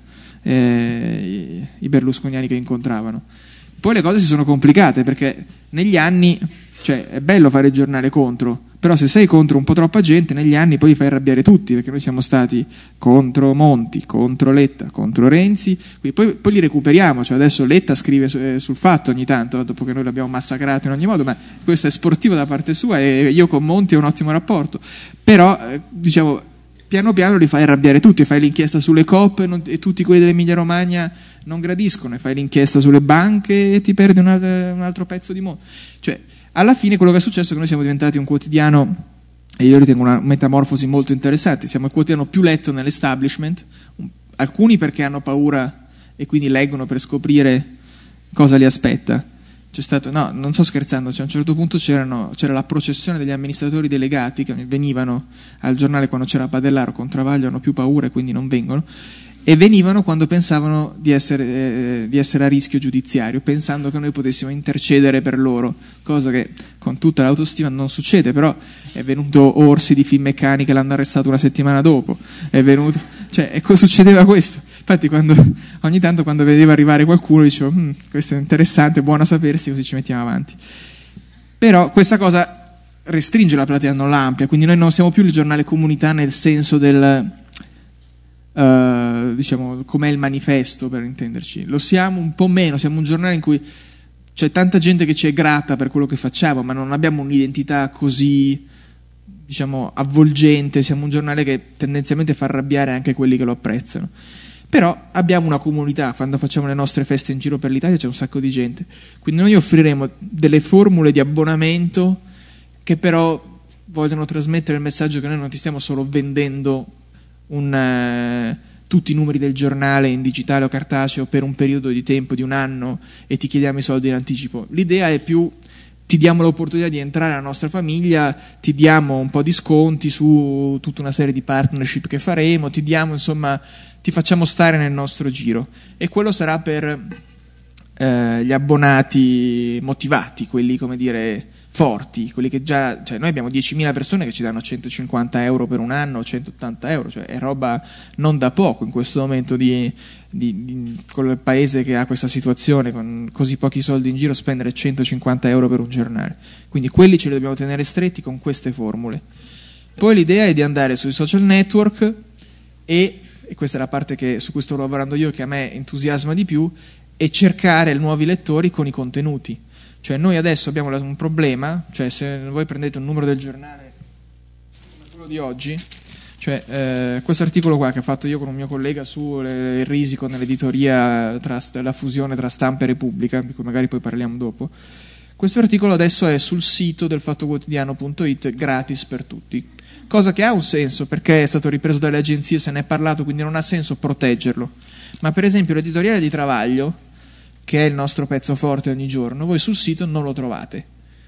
i berlusconiani che incontravano. Poi le cose si sono complicate, perché negli anni, cioè è bello fare il giornale contro, però se sei contro un po' troppa gente negli anni poi fai arrabbiare tutti, perché noi siamo stati contro Monti, contro Letta, contro Renzi, poi li recuperiamo, cioè adesso Letta scrive sul Fatto ogni tanto, dopo che noi l'abbiamo massacrato in ogni modo, ma questo è sportivo da parte sua e io con Monti ho un ottimo rapporto, però diciamo piano piano li fai arrabbiare tutti, fai l'inchiesta sulle COP e tutti quelli dell'Emilia Romagna non gradiscono, e fai l'inchiesta sulle banche e ti perdi un altro pezzo di mondo. Cioè, alla fine quello che è successo è che noi siamo diventati un quotidiano, e io ritengo una metamorfosi molto interessante, siamo il quotidiano più letto nell'establishment, alcuni perché hanno paura e quindi leggono per scoprire cosa li aspetta. C'è stato, no, non sto scherzando, cioè a un certo punto c'era la processione degli amministratori delegati che venivano al giornale quando c'era Padellaro con Travaglio, hanno più paura e quindi non vengono, e venivano quando pensavano di essere a rischio giudiziario, pensando che noi potessimo intercedere per loro, cosa che con tutta l'autostima non succede. Però è venuto Orsi di Finmeccani che l'hanno arrestato una settimana dopo, succedeva questo. Infatti ogni tanto quando vedevo arrivare qualcuno dicevo questo è interessante, buono a sapersi, così ci mettiamo avanti. Però questa cosa restringe la platea, non la amplia, quindi noi non siamo più il giornale comunità nel senso del diciamo com'è il manifesto, per intenderci. Lo siamo un po' meno, siamo un giornale in cui c'è tanta gente che ci è grata per quello che facciamo, ma non abbiamo un'identità così, diciamo, avvolgente. Siamo un giornale che tendenzialmente fa arrabbiare anche quelli che lo apprezzano. Però abbiamo una comunità, quando facciamo le nostre feste in giro per l'Italia c'è un sacco di gente, quindi noi offriremo delle formule di abbonamento che però vogliono trasmettere il messaggio che noi non ti stiamo solo vendendo tutti i numeri del giornale in digitale o cartaceo per un periodo di tempo di un anno e ti chiediamo i soldi in anticipo. L'idea è più: ti diamo l'opportunità di entrare nella nostra famiglia, ti diamo un po' di sconti su tutta una serie di partnership che faremo, ti diamo, insomma, ti facciamo stare nel nostro giro. E quello sarà per gli abbonati motivati, quelli, come dire, forti, quelli che già, cioè noi abbiamo 10.000 persone che ci danno 150 euro per un anno, 180 euro, cioè è roba non da poco in questo momento con il paese che ha questa situazione, con così pochi soldi in giro, spendere 150 euro per un giornale. Quindi quelli ce li dobbiamo tenere stretti con queste formule. Poi l'idea è di andare sui social network e questa è la parte su cui sto lavorando io, che a me entusiasma di più, e cercare nuovi lettori con i contenuti. Cioè noi adesso abbiamo un problema, cioè se voi prendete un numero del giornale come quello di oggi, cioè questo articolo qua che ho fatto io con un mio collega su il risico nell'editoria, la fusione tra Stampa e Repubblica, di cui magari poi parliamo dopo, questo articolo adesso è sul sito del fattoquotidiano.it gratis per tutti, cosa che ha un senso perché è stato ripreso dalle agenzie, se ne è parlato, quindi non ha senso proteggerlo. Ma per esempio l'editoriale di Travaglio, che è il nostro pezzo forte ogni giorno, voi sul sito non lo trovate.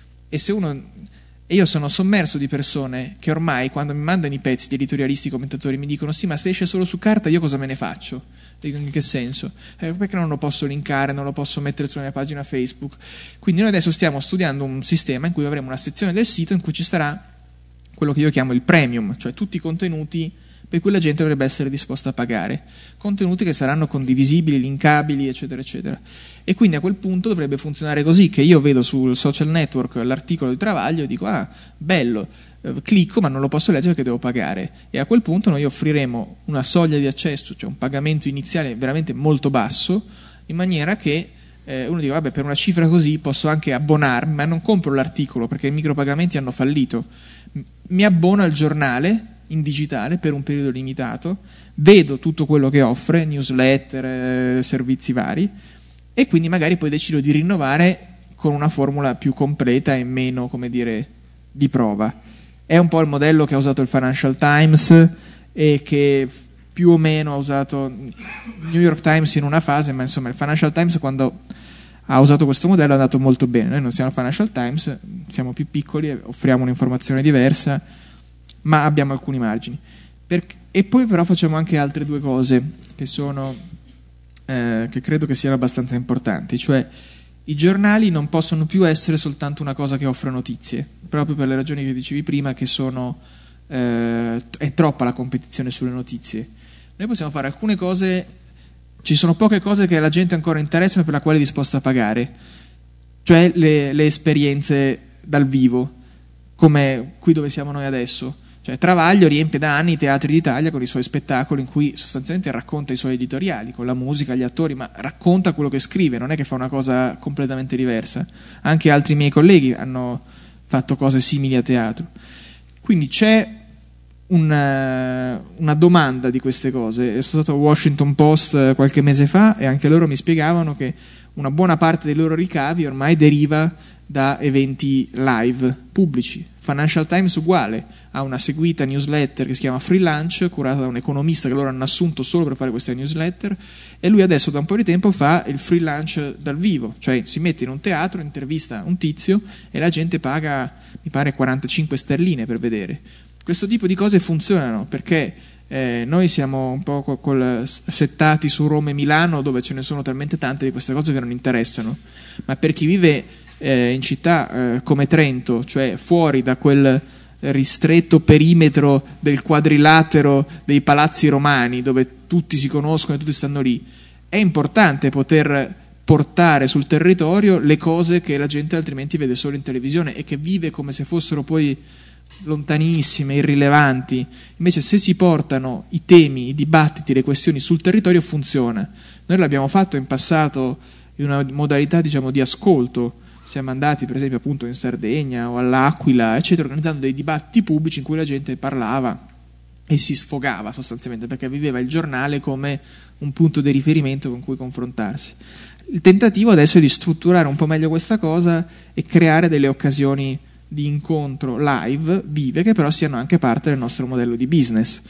E io sono sommerso di persone che ormai quando mi mandano i pezzi di editorialisti, commentatori, mi dicono sì, ma se esce solo su carta io cosa me ne faccio? Dico, in che senso? Perché non lo posso linkare, non lo posso mettere sulla mia pagina Facebook? Quindi noi adesso stiamo studiando un sistema in cui avremo una sezione del sito in cui ci sarà quello che io chiamo il premium, cioè tutti i contenuti per cui la gente dovrebbe essere disposta a pagare, contenuti che saranno condivisibili, linkabili, eccetera, eccetera. E quindi a quel punto dovrebbe funzionare così, che io vedo sul social network l'articolo di Travaglio e dico, ah, bello, clicco ma non lo posso leggere perché devo pagare. E a quel punto noi offriremo una soglia di accesso, cioè un pagamento iniziale veramente molto basso, in maniera che uno dice, vabbè, per una cifra così posso anche abbonarmi, ma non compro l'articolo perché i micropagamenti hanno fallito. Mi abbono al giornale in digitale per un periodo limitato, vedo tutto quello che offre, newsletter, servizi vari, e quindi magari poi decido di rinnovare con una formula più completa e meno, come dire, di prova. È un po' il modello che ha usato il Financial Times e che più o meno ha usato New York Times in una fase, ma insomma il Financial Times quando ha usato questo modello è andato molto bene. Noi non siamo il Financial Times, siamo più piccoli, offriamo un'informazione diversa, ma abbiamo alcuni margini. E poi però facciamo anche altre due cose che sono che credo che siano abbastanza importanti, cioè i giornali non possono più essere soltanto una cosa che offre notizie, proprio per le ragioni che dicevi prima, che sono è troppa la competizione sulle notizie. Noi possiamo fare alcune cose, ci sono poche cose che la gente ancora interessa ma per la quale è disposta a pagare, cioè le esperienze dal vivo, come qui dove siamo noi adesso. Cioè Travaglio riempie da anni i teatri d'Italia con i suoi spettacoli in cui sostanzialmente racconta i suoi editoriali, con la musica, gli attori, ma racconta quello che scrive, non è che fa una cosa completamente diversa. Anche altri miei colleghi hanno fatto cose simili a teatro. Quindi c'è una domanda di queste cose. Sono stato al Washington Post qualche mese fa e anche loro mi spiegavano che una buona parte dei loro ricavi ormai deriva da eventi live pubblici. Financial Times uguale, ha una seguita newsletter che si chiama Free Lunch, curata da un economista che loro hanno assunto solo per fare queste newsletter, e lui adesso da un po' di tempo fa il Free Lunch dal vivo, cioè si mette in un teatro, intervista un tizio e la gente paga, mi pare, 45 sterline per vedere. Questo tipo di cose funzionano perché noi siamo un po' settati su Roma e Milano, dove ce ne sono talmente tante di queste cose che non interessano, ma per chi vive in città come Trento, cioè fuori da quel ristretto perimetro del quadrilatero dei palazzi romani dove tutti si conoscono e tutti stanno lì, è importante poter portare sul territorio le cose che la gente altrimenti vede solo in televisione e che vive come se fossero poi lontanissime, irrilevanti. Invece se si portano i temi, i dibattiti, le questioni sul territorio funziona. Noi l'abbiamo fatto in passato in una modalità, diciamo, di ascolto. Siamo andati per esempio appunto in Sardegna o all'Aquila, eccetera, organizzando dei dibattiti pubblici in cui la gente parlava e si sfogava sostanzialmente perché viveva il giornale come un punto di riferimento con cui confrontarsi. Il tentativo adesso è di strutturare un po' meglio questa cosa e creare delle occasioni di incontro live, vive, che però siano anche parte del nostro modello di business.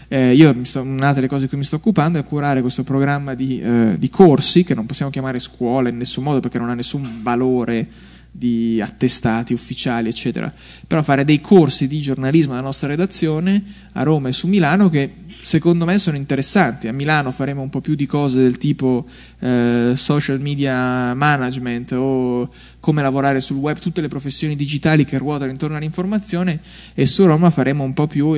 Una delle cose di cui mi sto occupando è curare questo programma di corsi, che non possiamo chiamare scuola in nessun modo perché non ha nessun valore di attestati ufficiali, eccetera, però fare dei corsi di giornalismo alla nostra redazione a Roma e su Milano che secondo me sono interessanti. A Milano faremo un po' più di cose del tipo social media management o come lavorare sul web, tutte le professioni digitali che ruotano intorno all'informazione, e su Roma faremo un po' più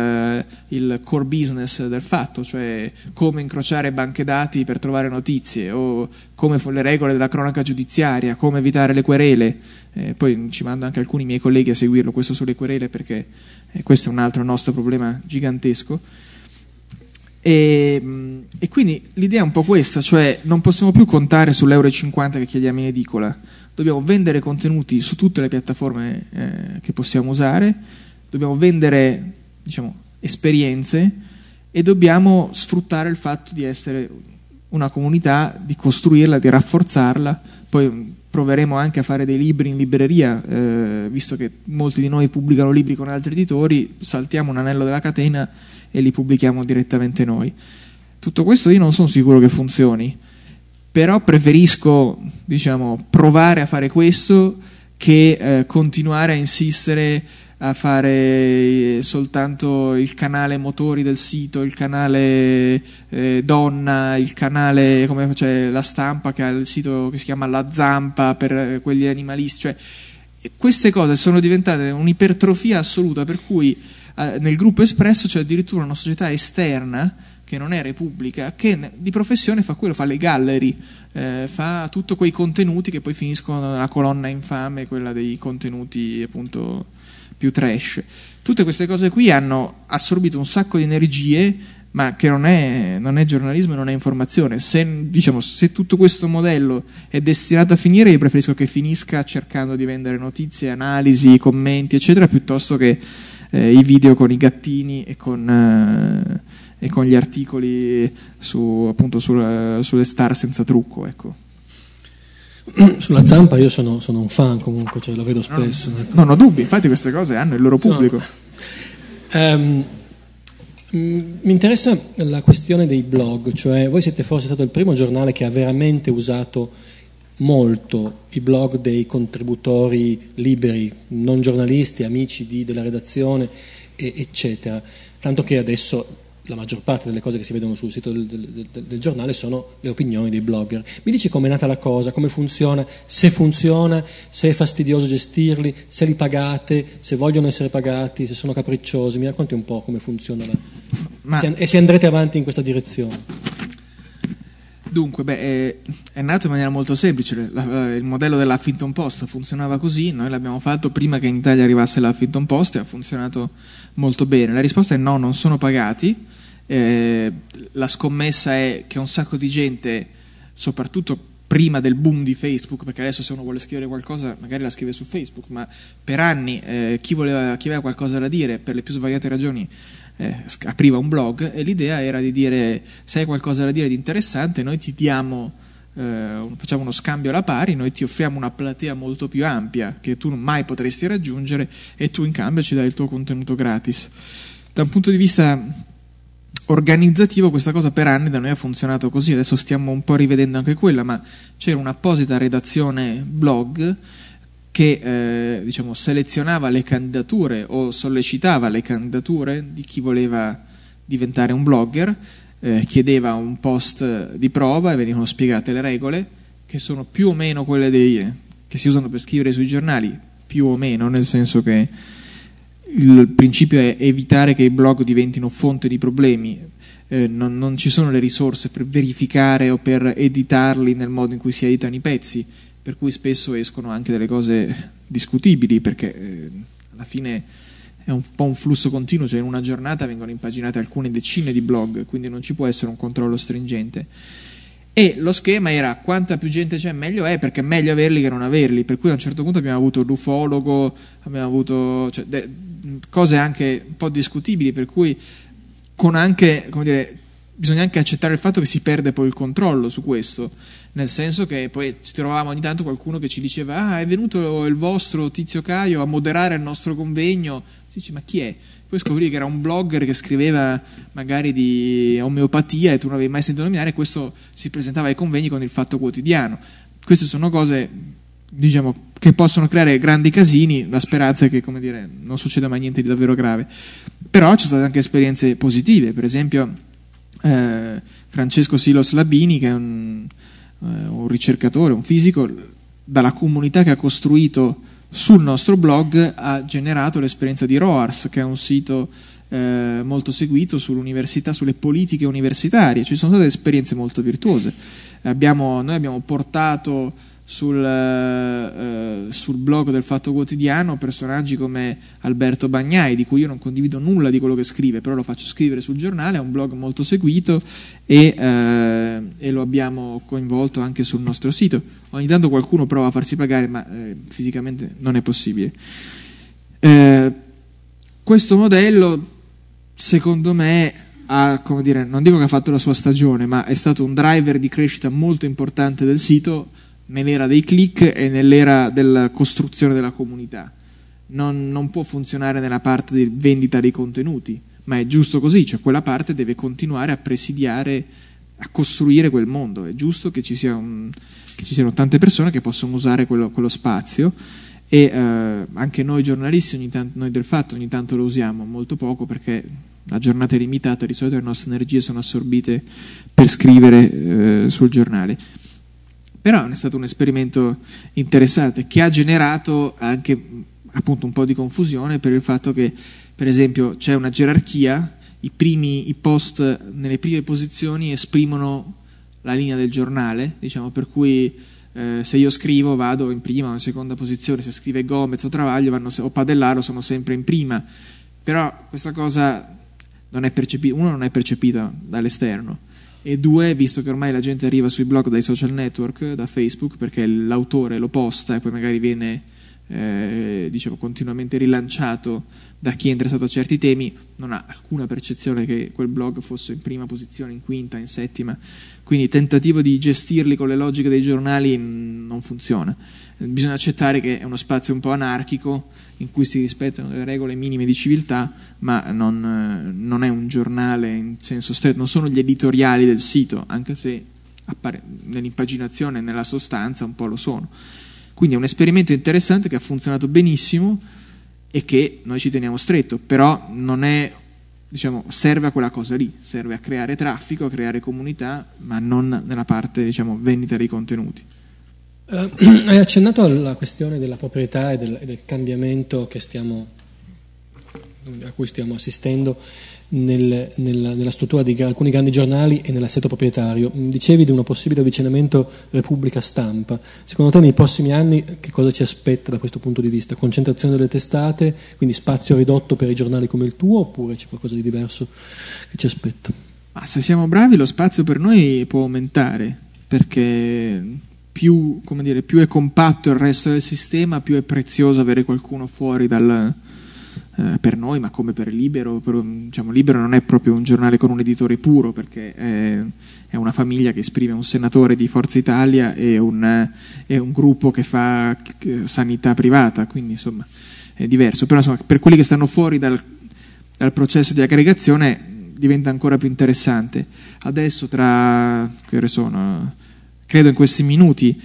il core business del fatto, cioè come incrociare banche dati per trovare notizie o come le regole della cronaca giudiziaria, come evitare le querele. Poi ci mando anche alcuni miei colleghi a seguirlo, questo sulle querele, perché questo è un altro nostro problema gigantesco. E quindi l'idea è un po' questa, cioè non possiamo più contare sull'1,50 € che chiediamo in edicola, dobbiamo vendere contenuti su tutte le piattaforme che possiamo usare, dobbiamo vendere, diciamo, esperienze, e dobbiamo sfruttare il fatto di essere una comunità, di costruirla, di rafforzarla. Poi proveremo anche a fare dei libri in libreria, visto che molti di noi pubblicano libri con altri editori, saltiamo un anello della catena e li pubblichiamo direttamente noi. Tutto questo io non sono sicuro che funzioni, però preferisco, diciamo, provare a fare questo che continuare a insistere a fare soltanto il canale motori del sito, il canale donna, il canale, come cioè, La Stampa, che ha il sito che si chiama La Zampa per quegli animalisti. Cioè, queste cose sono diventate un'ipertrofia assoluta, per cui nel gruppo Espresso c'è addirittura una società esterna che non è Repubblica, che di professione fa quello, fa le gallery, fa tutti quei contenuti che poi finiscono nella colonna infame, quella dei contenuti appunto più trash. Tutte queste cose qui hanno assorbito un sacco di energie, ma che non è giornalismo e non è informazione. Se tutto questo modello è destinato a finire, io preferisco che finisca cercando di vendere notizie, analisi, commenti, eccetera, piuttosto che i video con i gattini e con gli articoli sulle star senza trucco, ecco. Sulla Zampa io sono un fan, comunque, cioè, lo vedo spesso. Ecco. Non ho dubbi, infatti queste cose hanno il loro pubblico. Mi interessa la questione dei blog, cioè voi siete forse stato il primo giornale che ha veramente usato molto i blog dei contributori liberi, non giornalisti, amici della redazione, eccetera, tanto che adesso la maggior parte delle cose che si vedono sul sito del giornale sono le opinioni dei blogger. Mi dici com'è nata la cosa, come funziona, se è fastidioso gestirli, se li pagate, se vogliono essere pagati, se sono capricciosi. Mi racconti un po' come funziona e se andrete avanti in questa direzione. Dunque, è nato in maniera molto semplice. Il modello dell'Huffington Post funzionava così, noi l'abbiamo fatto prima che in Italia arrivasse l'Huffington Post e ha funzionato molto bene. La risposta è no, non sono pagati. La scommessa è che un sacco di gente, soprattutto prima del boom di Facebook, perché adesso se uno vuole scrivere qualcosa magari la scrive su Facebook, ma per anni chi aveva qualcosa da dire, per le più svariate ragioni, apriva un blog, e l'idea era di dire: se hai qualcosa da dire di interessante, noi ti diamo, facciamo uno scambio alla pari, noi ti offriamo una platea molto più ampia che tu mai potresti raggiungere, e tu in cambio ci dai il tuo contenuto gratis. Da un punto di vista organizzativo questa cosa per anni da noi ha funzionato così. Adesso stiamo un po' rivedendo anche quella, ma c'era un'apposita redazione blog che selezionava le candidature o sollecitava le candidature di chi voleva diventare un blogger, chiedeva un post di prova e venivano spiegate le regole, che sono più o meno quelle che si usano per scrivere sui giornali, più o meno, nel senso che il principio è evitare che i blog diventino fonte di problemi. Non ci sono le risorse per verificare o per editarli nel modo in cui si editano i pezzi, per cui spesso escono anche delle cose discutibili, perché alla fine è un po' un flusso continuo, cioè in una giornata vengono impaginate alcune decine di blog, quindi non ci può essere un controllo stringente. E lo schema era: quanta più gente c'è meglio è, perché è meglio averli che non averli, per cui a un certo punto abbiamo avuto l'ufologo, abbiamo avuto cose anche un po' discutibili, per cui bisogna anche accettare il fatto che si perde poi il controllo su questo, nel senso che poi ci trovavamo ogni tanto qualcuno che ci diceva: è venuto il vostro Tizio Caio a moderare il nostro convegno. Si dice: ma chi è? Poi scoprì che era un blogger che scriveva magari di omeopatia e tu non avevi mai sentito nominare, e questo si presentava ai convegni con il Fatto Quotidiano. Queste sono cose, che possono creare grandi casini. La speranza è che, non succeda mai niente di davvero grave. Però ci sono state anche esperienze positive. Per esempio Francesco Silos Labini, che è un ricercatore, un fisico, dalla comunità che ha costruito sul nostro blog ha generato l'esperienza di Roars, che è un sito molto seguito sull'università, sulle politiche universitarie. Ci sono state esperienze molto virtuose. Noi abbiamo portato sul sul blog del Fatto Quotidiano personaggi come Alberto Bagnai, di cui io non condivido nulla di quello che scrive, però lo faccio scrivere sul giornale, è un blog molto seguito e lo abbiamo coinvolto anche sul nostro sito. Ogni tanto qualcuno prova a farsi pagare, ma fisicamente non è possibile. Questo modello, secondo me, come dire, non dico che ha fatto la sua stagione, ma è stato un driver di crescita molto importante del sito nell'era dei click e nell'era della costruzione della comunità. Non può funzionare nella parte di vendita dei contenuti, ma è giusto così, cioè quella parte deve continuare a presidiare, a costruire quel mondo. È giusto che ci siano tante persone che possono usare quello spazio, e anche noi giornalisti, noi del Fatto, ogni tanto lo usiamo, molto poco, perché la giornata è limitata, di solito le nostre energie sono assorbite per scrivere sul giornale. Però è stato un esperimento interessante che ha generato anche appunto un po' di confusione per il fatto che, per esempio, c'è una gerarchia, i post nelle prime posizioni esprimono la linea del giornale, diciamo, per cui se io scrivo vado in prima o in seconda posizione, se scrive Gomez o Travaglio o Padellaro sono sempre in prima. Però questa cosa non è percepita dall'esterno, e due, visto che ormai la gente arriva sui blog dai social network, da Facebook, perché l'autore lo posta e poi magari viene diciamo continuamente rilanciato da chi è interessato a certi temi, non ha alcuna percezione che quel blog fosse in prima posizione, in quinta, in settima. Quindi il tentativo di gestirli con le logiche dei giornali non funziona. Bisogna accettare che è uno spazio un po' anarchico in cui si rispettano le regole minime di civiltà, ma non è un giornale in senso stretto, non sono gli editoriali del sito, anche se nell'impaginazione e nella sostanza un po' lo sono. Quindi è un esperimento interessante che ha funzionato benissimo e che noi ci teniamo stretto, però non è, diciamo, serve a quella cosa lì, serve a creare traffico, a creare comunità, ma non nella parte, diciamo, vendita dei contenuti. Hai accennato alla questione della proprietà e del cambiamento a cui stiamo assistendo nella struttura di alcuni grandi giornali e nell'assetto proprietario. Dicevi di un possibile avvicinamento Repubblica-Stampa. Secondo te nei prossimi anni che cosa ci aspetta da questo punto di vista? Concentrazione delle testate, quindi spazio ridotto per i giornali come il tuo, oppure c'è qualcosa di diverso che ci aspetta? Ma se siamo bravi lo spazio per noi può aumentare, perché più è compatto il resto del sistema, più è prezioso avere qualcuno fuori per noi, ma come per Libero. Diciamo, Libero non è proprio un giornale con un editore puro, perché è una famiglia che esprime un senatore di Forza Italia e un gruppo che fa sanità privata, quindi insomma è diverso. Però insomma, per quelli che stanno fuori dal processo di aggregazione diventa ancora più interessante. Adesso credo in questi minuti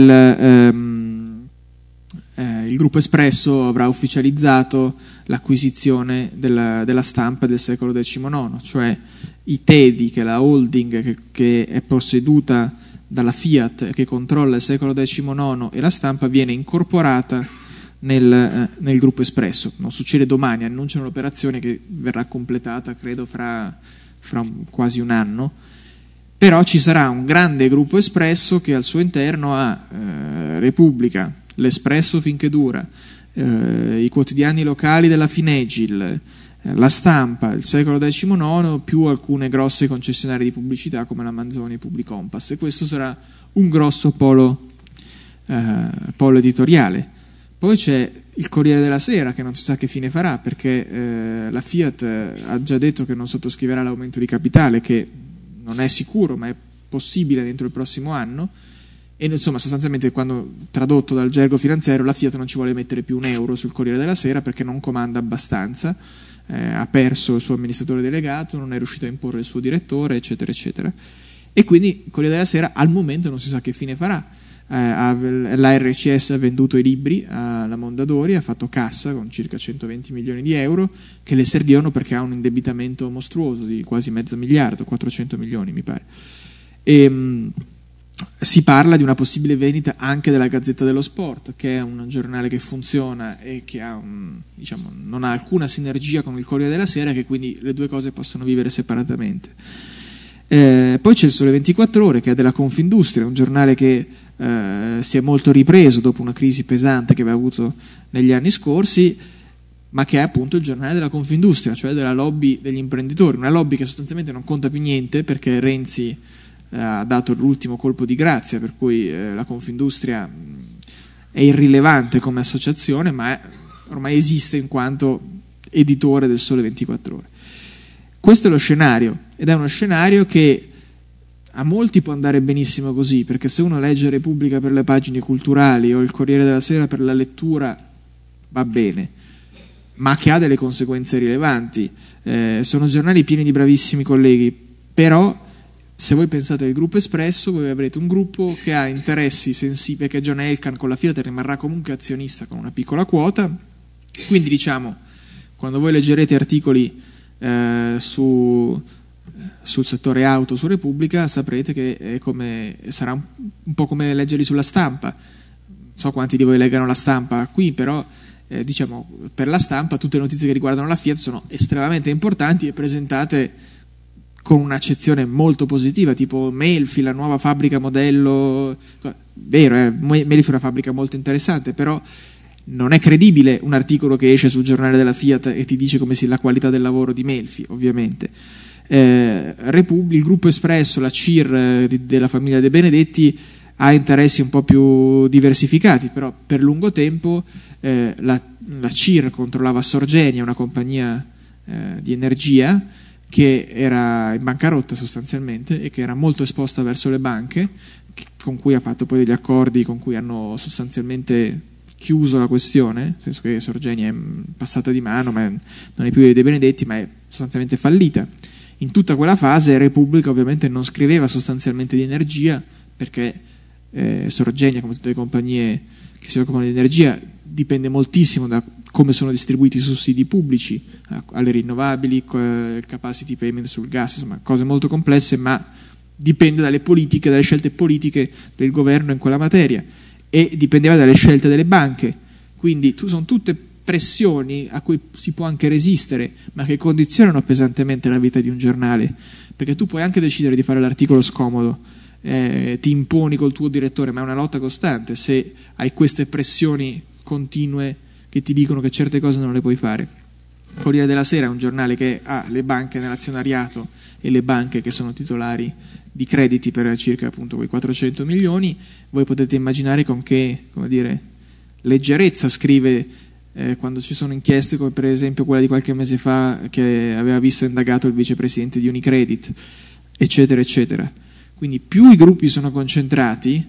il gruppo Espresso avrà ufficializzato l'acquisizione della Stampa del secolo XIX, cioè i Tedi, che è la holding che è posseduta dalla Fiat, che controlla il secolo XIX, e la Stampa viene incorporata nel gruppo Espresso. Non succede domani, annunciano l'operazione che verrà completata credo fra quasi un anno. Però ci sarà un grande gruppo Espresso che al suo interno ha Repubblica, l'Espresso finché dura, i quotidiani locali della Finegil, la Stampa, il secolo XIX, più alcune grosse concessionarie di pubblicità come la Manzoni e Publicompass, e questo sarà un grosso polo editoriale. Poi c'è il Corriere della Sera, che non si sa che fine farà, perché la Fiat ha già detto che non sottoscriverà l'aumento di capitale, che non è sicuro, ma è possibile dentro il prossimo anno. E insomma, sostanzialmente, quando tradotto dal gergo finanziario, la Fiat non ci vuole mettere più un euro sul Corriere della Sera perché non comanda abbastanza, ha perso il suo amministratore delegato, non è riuscito a imporre il suo direttore, eccetera eccetera. E quindi il Corriere della Sera al momento non si sa che fine farà. La RCS ha venduto i libri alla Mondadori, ha fatto cassa con circa 120 milioni di euro che le servivano perché ha un indebitamento mostruoso di quasi mezzo miliardo, 400 milioni mi pare. E si parla di una possibile vendita anche della Gazzetta dello Sport, che è un giornale che funziona e che non ha alcuna sinergia con il Corriere della Sera, che quindi le due cose possono vivere separatamente. Poi c'è il Sole 24 Ore, che è della Confindustria, un giornale che si è molto ripreso dopo una crisi pesante che aveva avuto negli anni scorsi, ma che è appunto il giornale della Confindustria, cioè della lobby degli imprenditori, una lobby che sostanzialmente non conta più niente perché Renzi ha dato l'ultimo colpo di grazia, per cui la Confindustria è irrilevante come associazione, ma ormai esiste in quanto editore del Sole 24 Ore. Questo è lo scenario, ed è uno scenario che a molti può andare benissimo così, perché se uno legge Repubblica per le pagine culturali o il Corriere della Sera per la lettura va bene, ma che ha delle conseguenze rilevanti. Sono giornali pieni di bravissimi colleghi, però se voi pensate al gruppo Espresso, voi avrete un gruppo che ha interessi sensibili, perché John Elkann con la Fiat rimarrà comunque azionista con una piccola quota, quindi diciamo, quando voi leggerete articoli sul settore auto su Repubblica, saprete che sarà un po' come leggerli sulla Stampa. Non so quanti di voi leggano la Stampa qui, però diciamo, per la Stampa tutte le notizie che riguardano la Fiat sono estremamente importanti e presentate con un'accezione molto positiva, tipo Melfi, la nuova fabbrica modello. Vero, Melfi è una fabbrica molto interessante, però non è credibile un articolo che esce sul giornale della Fiat e ti dice come sia la qualità del lavoro di Melfi, ovviamente. Il gruppo Espresso, la CIR della famiglia De Benedetti ha interessi un po' più diversificati, però per lungo tempo la CIR controllava Sorgenia, una compagnia di energia che era in bancarotta sostanzialmente e che era molto esposta verso le banche, con cui ha fatto poi degli accordi con cui hanno sostanzialmente chiuso la questione, nel senso che Sorgenia è passata di mano, ma non è più dei De Benedetti, ma è sostanzialmente fallita. In tutta quella fase Repubblica ovviamente non scriveva sostanzialmente di energia, perché Sorgenia, come tutte le compagnie che si occupano di energia, dipende moltissimo da come sono distribuiti i sussidi pubblici alle rinnovabili, il capacity payment sul gas, insomma cose molto complesse, ma dipende dalle politiche, dalle scelte politiche del governo in quella materia, e dipendeva dalle scelte delle banche. Quindi sono tutte pressioni a cui si può anche resistere, ma che condizionano pesantemente la vita di un giornale, perché tu puoi anche decidere di fare l'articolo scomodo, ti imponi col tuo direttore, ma è una lotta costante se hai queste pressioni continue che ti dicono che certe cose non le puoi fare. Corriere della Sera è un giornale che ha le banche nell'azionariato e le banche che sono titolari di crediti per circa appunto quei 400 milioni. Voi potete immaginare con che, come dire, leggerezza scrive quando ci sono inchieste come per esempio quella di qualche mese fa che aveva visto indagato il vicepresidente di Unicredit, eccetera eccetera. Quindi più i gruppi sono concentrati,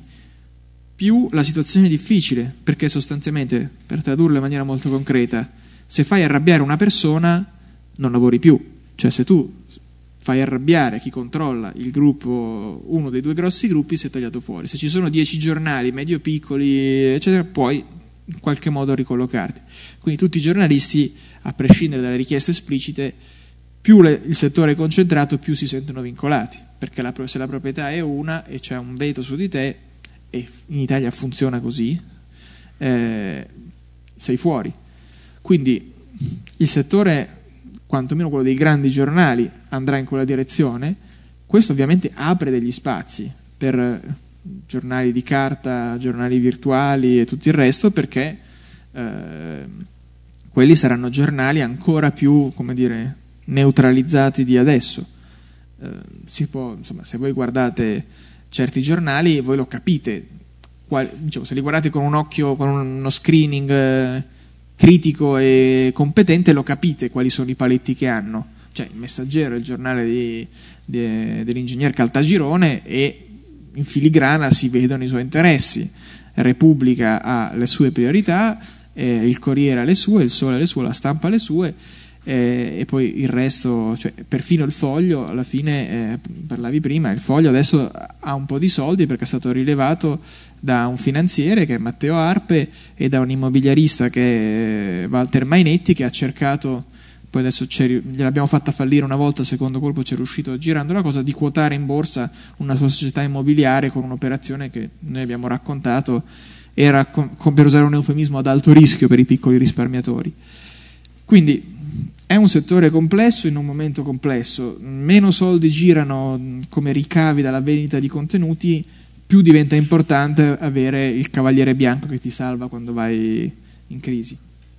più la situazione è difficile, perché sostanzialmente, per tradurlo in maniera molto concreta, se fai arrabbiare una persona non lavori più. Cioè se tu fai arrabbiare chi controlla il gruppo, uno dei due grossi gruppi, sei tagliato fuori. Se ci sono 10 giornali medio-piccoli, eccetera, puoi in qualche modo ricollocarti. Quindi tutti i giornalisti, a prescindere dalle richieste esplicite, più il settore è concentrato, più si sentono vincolati, perché se la proprietà è una e c'è un veto su di te, e in Italia funziona così, sei fuori. Quindi il settore, quantomeno quello dei grandi giornali, andrà in quella direzione. Questo ovviamente apre degli spazi per giornali di carta, giornali virtuali e tutto il resto, perché quelli saranno giornali ancora più, come dire, neutralizzati di adesso. Insomma, se voi guardate certi giornali, voi lo capite, se li guardate con un occhio, con uno screening critico e competente, lo capite quali sono i paletti che hanno. Cioè il Messaggero è il giornale dell'ingegner Caltagirone e in filigrana si vedono i suoi interessi. Repubblica ha le sue priorità, il Corriere ha le sue, il Sole ha le sue, la Stampa ha le sue, e poi il resto, cioè perfino il Foglio alla fine, parlavi prima, il Foglio adesso ha un po' di soldi perché è stato rilevato da un finanziere che è Matteo Arpe e da un immobiliarista che è Walter Mainetti, che ha cercato, poi adesso gliel'abbiamo fatta fallire una volta, al secondo colpo c'è riuscito girando la cosa, di quotare in borsa una sua società immobiliare con un'operazione che noi abbiamo raccontato era, per usare un eufemismo, ad alto rischio per i piccoli risparmiatori. Quindi è un settore complesso in un momento complesso, meno soldi girano come ricavi dalla vendita di contenuti, più diventa importante avere il cavaliere bianco che ti salva quando vai in crisi.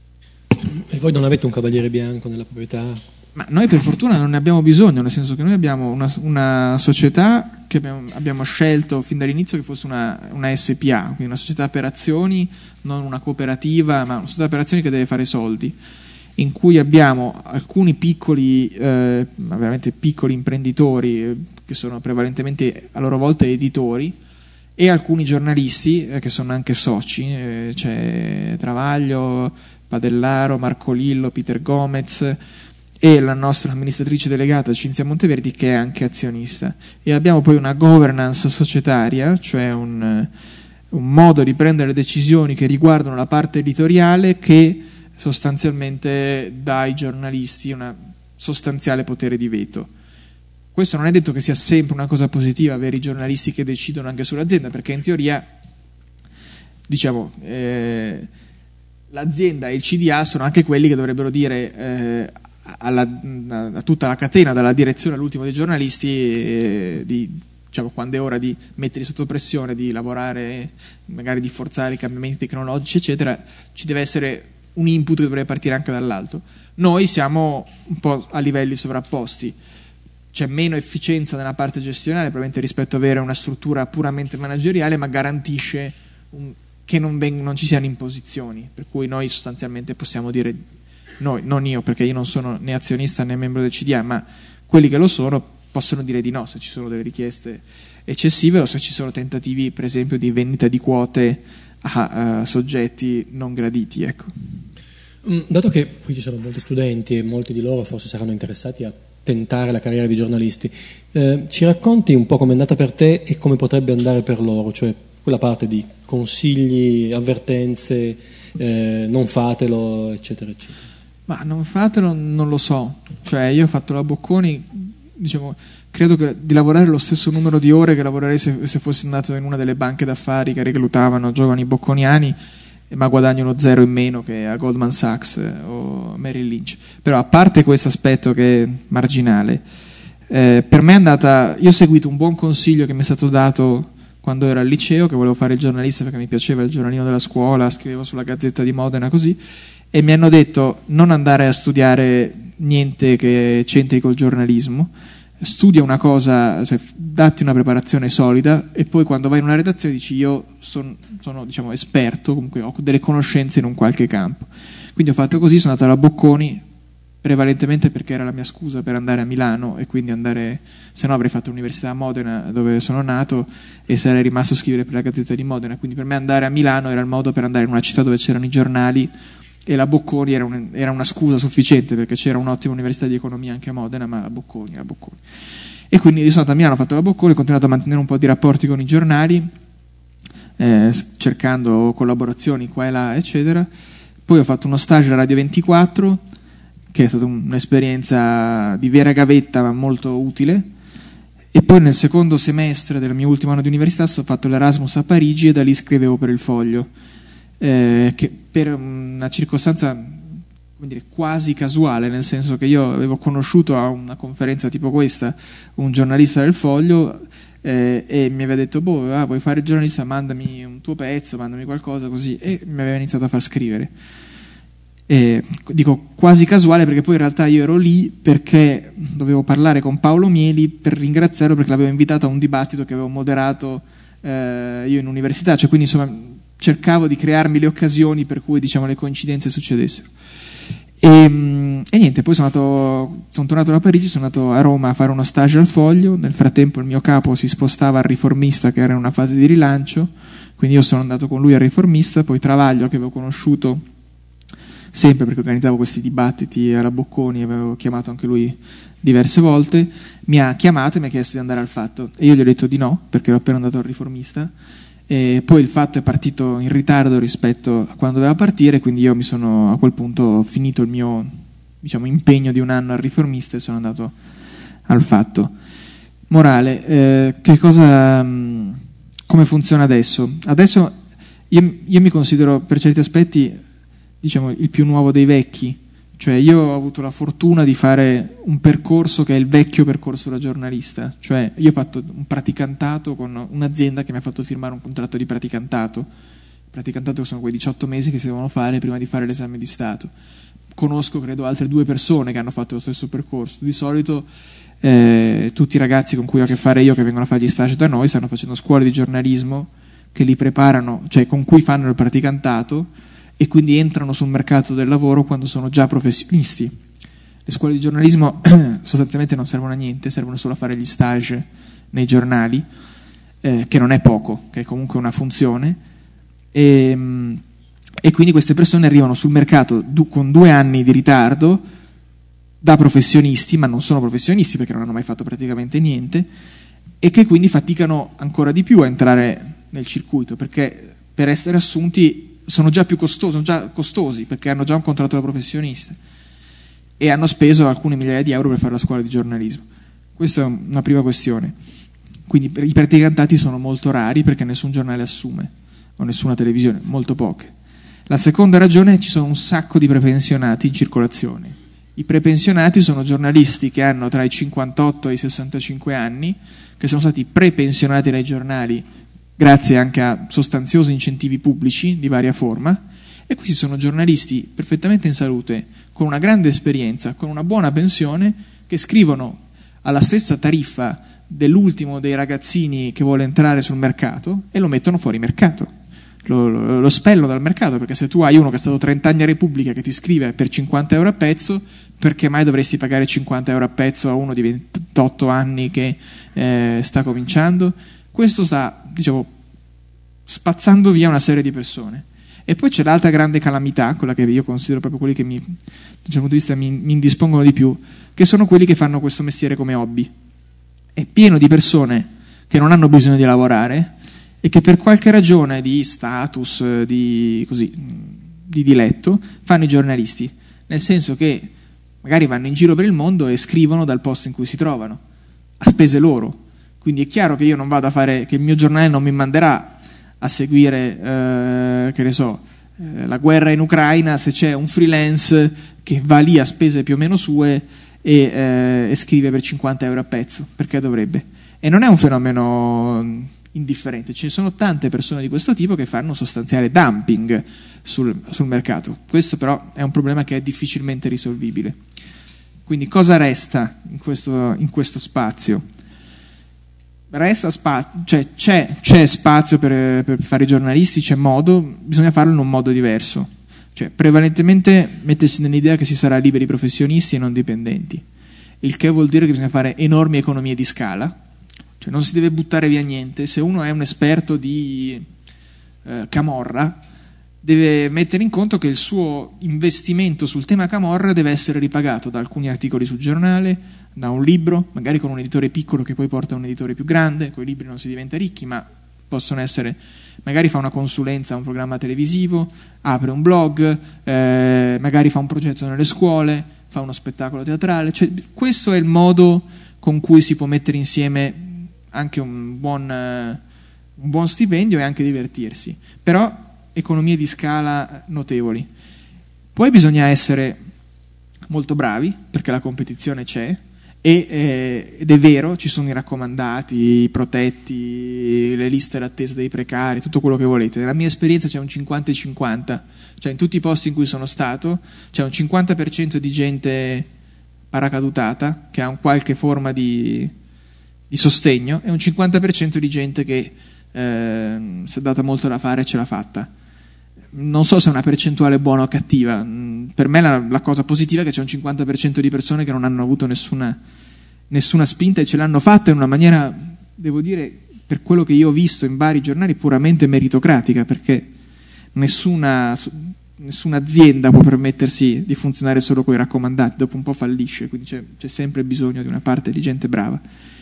E voi non avete un cavaliere bianco nella proprietà? Ma noi per fortuna non ne abbiamo bisogno, nel senso che noi abbiamo una società che abbiamo scelto fin dall'inizio che fosse una SPA, quindi una società per azioni, non una cooperativa, ma una società per azioni che deve fare soldi, in cui abbiamo alcuni piccoli, ma veramente piccoli imprenditori che sono prevalentemente a loro volta editori, e alcuni giornalisti che sono anche soci, c'è Travaglio, Padellaro, Marco Lillo, Peter Gomez e la nostra amministratrice delegata Cinzia Monteverdi, che è anche azionista, e abbiamo poi una governance societaria, cioè un modo di prendere decisioni che riguardano la parte editoriale, che sostanzialmente dà ai giornalisti un sostanziale potere di veto. Questo non è detto che sia sempre una cosa positiva, avere i giornalisti che decidono anche sull'azienda, perché in teoria, diciamo, l'azienda e il CDA sono anche quelli che dovrebbero dire a tutta la catena, dalla direzione all'ultimo dei giornalisti, diciamo, quando è ora di metterli sotto pressione, di lavorare, magari di forzare i cambiamenti tecnologici, eccetera, ci deve essere un input che dovrebbe partire anche dall'alto. Noi siamo un po' a livelli sovrapposti, c'è meno efficienza nella parte gestionale probabilmente rispetto ad avere una struttura puramente manageriale, ma garantisce che non ci siano imposizioni, per cui noi sostanzialmente possiamo dire, noi, non io perché io non sono né azionista né membro del CDA, ma quelli che lo sono possono dire di no se ci sono delle richieste eccessive o se ci sono tentativi per esempio di vendita di quote a soggetti non graditi, ecco. Dato che qui ci sono molti studenti e molti di loro forse saranno interessati a tentare la carriera di giornalisti, ci racconti un po' com'è andata per te e come potrebbe andare per loro, cioè quella parte di consigli, avvertenze, non fatelo, eccetera, eccetera. Ma non fatelo, non lo so, cioè io ho fatto la Bocconi, diciamo, credo che di lavorare lo stesso numero di ore che lavorerei se fossi andato in una delle banche d'affari che reclutavano giovani bocconiani, ma guadagno uno zero in meno che a Goldman Sachs o Merrill Lynch. Però a parte questo aspetto che è marginale, per me è andata, io ho seguito un buon consiglio che mi è stato dato quando ero al liceo, che volevo fare il giornalista perché mi piaceva il giornalino della scuola, scrivevo sulla Gazzetta di Modena così, e mi hanno detto non andare a studiare niente che c'entri col giornalismo, studia una cosa, cioè datti una preparazione solida e poi quando vai in una redazione dici io sono diciamo esperto, comunque ho delle conoscenze in un qualche campo. Quindi ho fatto così, sono andato alla Bocconi prevalentemente perché era la mia scusa per andare a Milano e quindi andare, se no avrei fatto l'università a Modena dove sono nato e sarei rimasto a scrivere per la Gazzetta di Modena, quindi per me andare a Milano era il modo per andare in una città dove c'erano i giornali e la Bocconi era una scusa sufficiente perché c'era un'ottima università di economia anche a Modena, ma la Bocconi. E quindi sono andato a Milano, ho fatto la Bocconi, ho continuato a mantenere un po' di rapporti con i giornali, cercando collaborazioni qua e là, eccetera. Poi ho fatto uno stage a Radio 24, che è stata un'esperienza di vera gavetta ma molto utile, e poi nel secondo semestre del mio ultimo anno di università ho fatto l'Erasmus a Parigi e da lì scrivevo per il Foglio. Che per una circostanza, come dire, quasi casuale, nel senso che io avevo conosciuto a una conferenza tipo questa un giornalista del Foglio e mi aveva detto vuoi fare il giornalista, mandami un tuo pezzo, mandami qualcosa così, e mi aveva iniziato a far scrivere. Dico quasi casuale perché poi in realtà io ero lì perché dovevo parlare con Paolo Mieli per ringraziarlo perché l'avevo invitato a un dibattito che avevo moderato io in università, cioè quindi insomma cercavo di crearmi le occasioni per cui diciamo le coincidenze succedessero e niente, poi sono tornato da Parigi, sono andato a Roma a fare uno stage al Foglio. Nel frattempo il mio capo si spostava al Riformista che era in una fase di rilancio, quindi io sono andato con lui al Riformista. Poi Travaglio, che avevo conosciuto sempre perché organizzavo questi dibattiti alla Bocconi, avevo chiamato anche lui diverse volte, mi ha chiamato e mi ha chiesto di andare al Fatto e io gli ho detto di no perché ero appena andato al Riformista. E poi il Fatto è partito in ritardo rispetto a quando doveva partire, quindi io mi sono a quel punto finito il mio diciamo impegno di un anno al Riformista e sono andato al Fatto. Morale, che cosa, come funziona adesso? Adesso io mi considero per certi aspetti diciamo il più nuovo dei vecchi, Cioè io ho avuto la fortuna di fare un percorso che è il vecchio percorso da giornalista, cioè io ho fatto un praticantato con un'azienda che mi ha fatto firmare un contratto di praticantato sono quei 18 mesi che si devono fare prima di fare l'esame di Stato. Conosco credo altre 2 persone che hanno fatto lo stesso percorso. Di solito tutti i ragazzi con cui ho a che fare io che vengono a fare gli stage da noi stanno facendo scuole di giornalismo che li preparano, cioè con cui fanno il praticantato e quindi entrano sul mercato del lavoro quando sono già professionisti. Le scuole di giornalismo sostanzialmente non servono a niente, servono solo a fare gli stage nei giornali, che non è poco, che è comunque una funzione, e quindi queste persone arrivano sul mercato con 2 anni di ritardo da professionisti, ma non sono professionisti perché non hanno mai fatto praticamente niente, e che quindi faticano ancora di più a entrare nel circuito, perché per essere assunti sono già costosi perché hanno già un contratto da professionista e hanno speso alcune migliaia di euro per fare la scuola di giornalismo. Questa è una prima questione. Quindi i praticantati sono molto rari perché nessun giornale assume, o nessuna televisione, molto poche. La seconda ragione è che ci sono un sacco di prepensionati in circolazione. I prepensionati sono giornalisti che hanno tra i 58 e i 65 anni, che sono stati prepensionati dai giornali grazie anche a sostanziosi incentivi pubblici di varia forma, e questi sono giornalisti perfettamente in salute, con una grande esperienza, con una buona pensione, che scrivono alla stessa tariffa dell'ultimo dei ragazzini che vuole entrare sul mercato e lo mettono fuori mercato, lo spello dal mercato, perché se tu hai uno che è stato 30 anni a Repubblica che ti scrive per 50 euro a pezzo, perché mai dovresti pagare 50 euro a pezzo a uno di 28 anni che sta cominciando? Questo sta, diciamo, spazzando via una serie di persone. E poi c'è l'altra grande calamità, quella che io considero proprio quelli che dal punto di vista mi indispongono di più, che sono quelli che fanno questo mestiere come hobby. È pieno di persone che non hanno bisogno di lavorare e che per qualche ragione di status, di diletto, fanno i giornalisti, nel senso che magari vanno in giro per il mondo e scrivono dal posto in cui si trovano, a spese loro. Quindi è chiaro che io non vado a fare, che il mio giornale non mi manderà a seguire, che ne so, la guerra in Ucraina se c'è un freelance che va lì a spese più o meno sue e scrive per 50 euro a pezzo, perché dovrebbe. E non è un fenomeno indifferente, ci sono tante persone di questo tipo che fanno sostanziale dumping sul mercato. Questo però è un problema che è difficilmente risolvibile. Quindi cosa resta in questo spazio? Resta cioè c'è spazio per fare i giornalisti, c'è modo, bisogna farlo in un modo diverso, cioè prevalentemente mettersi nell'idea che si sarà liberi professionisti e non dipendenti, il che vuol dire che bisogna fare enormi economie di scala, cioè non si deve buttare via niente. Se uno è un esperto di camorra, deve mettere in conto che il suo investimento sul tema camorra deve essere ripagato da alcuni articoli sul giornale, da un libro, magari con un editore piccolo che poi porta un editore più grande. Con i libri non si diventa ricchi, ma possono essere, magari fa una consulenza a un programma televisivo, apre un blog, magari fa un progetto nelle scuole, fa uno spettacolo teatrale. Cioè, questo è il modo con cui si può mettere insieme anche un buon stipendio e anche divertirsi, però economie di scala notevoli. Poi bisogna essere molto bravi, perché la competizione c'è, ed è vero, ci sono i raccomandati, i protetti, le liste d'attesa dei precari, tutto quello che volete. Nella mia esperienza c'è un 50-50, cioè in tutti i posti in cui sono stato c'è un 50% di gente paracadutata che ha un qualche forma di sostegno e un 50% di gente che si è data molto da fare e ce l'ha fatta. Non so se è una percentuale buona o cattiva. Per me la cosa positiva è che c'è un 50% di persone che non hanno avuto nessuna spinta e ce l'hanno fatta in una maniera, devo dire, per quello che io ho visto in vari giornali, puramente meritocratica, perché nessuna azienda può permettersi di funzionare solo con i raccomandati, dopo un po' fallisce, quindi c'è sempre bisogno di una parte di gente brava.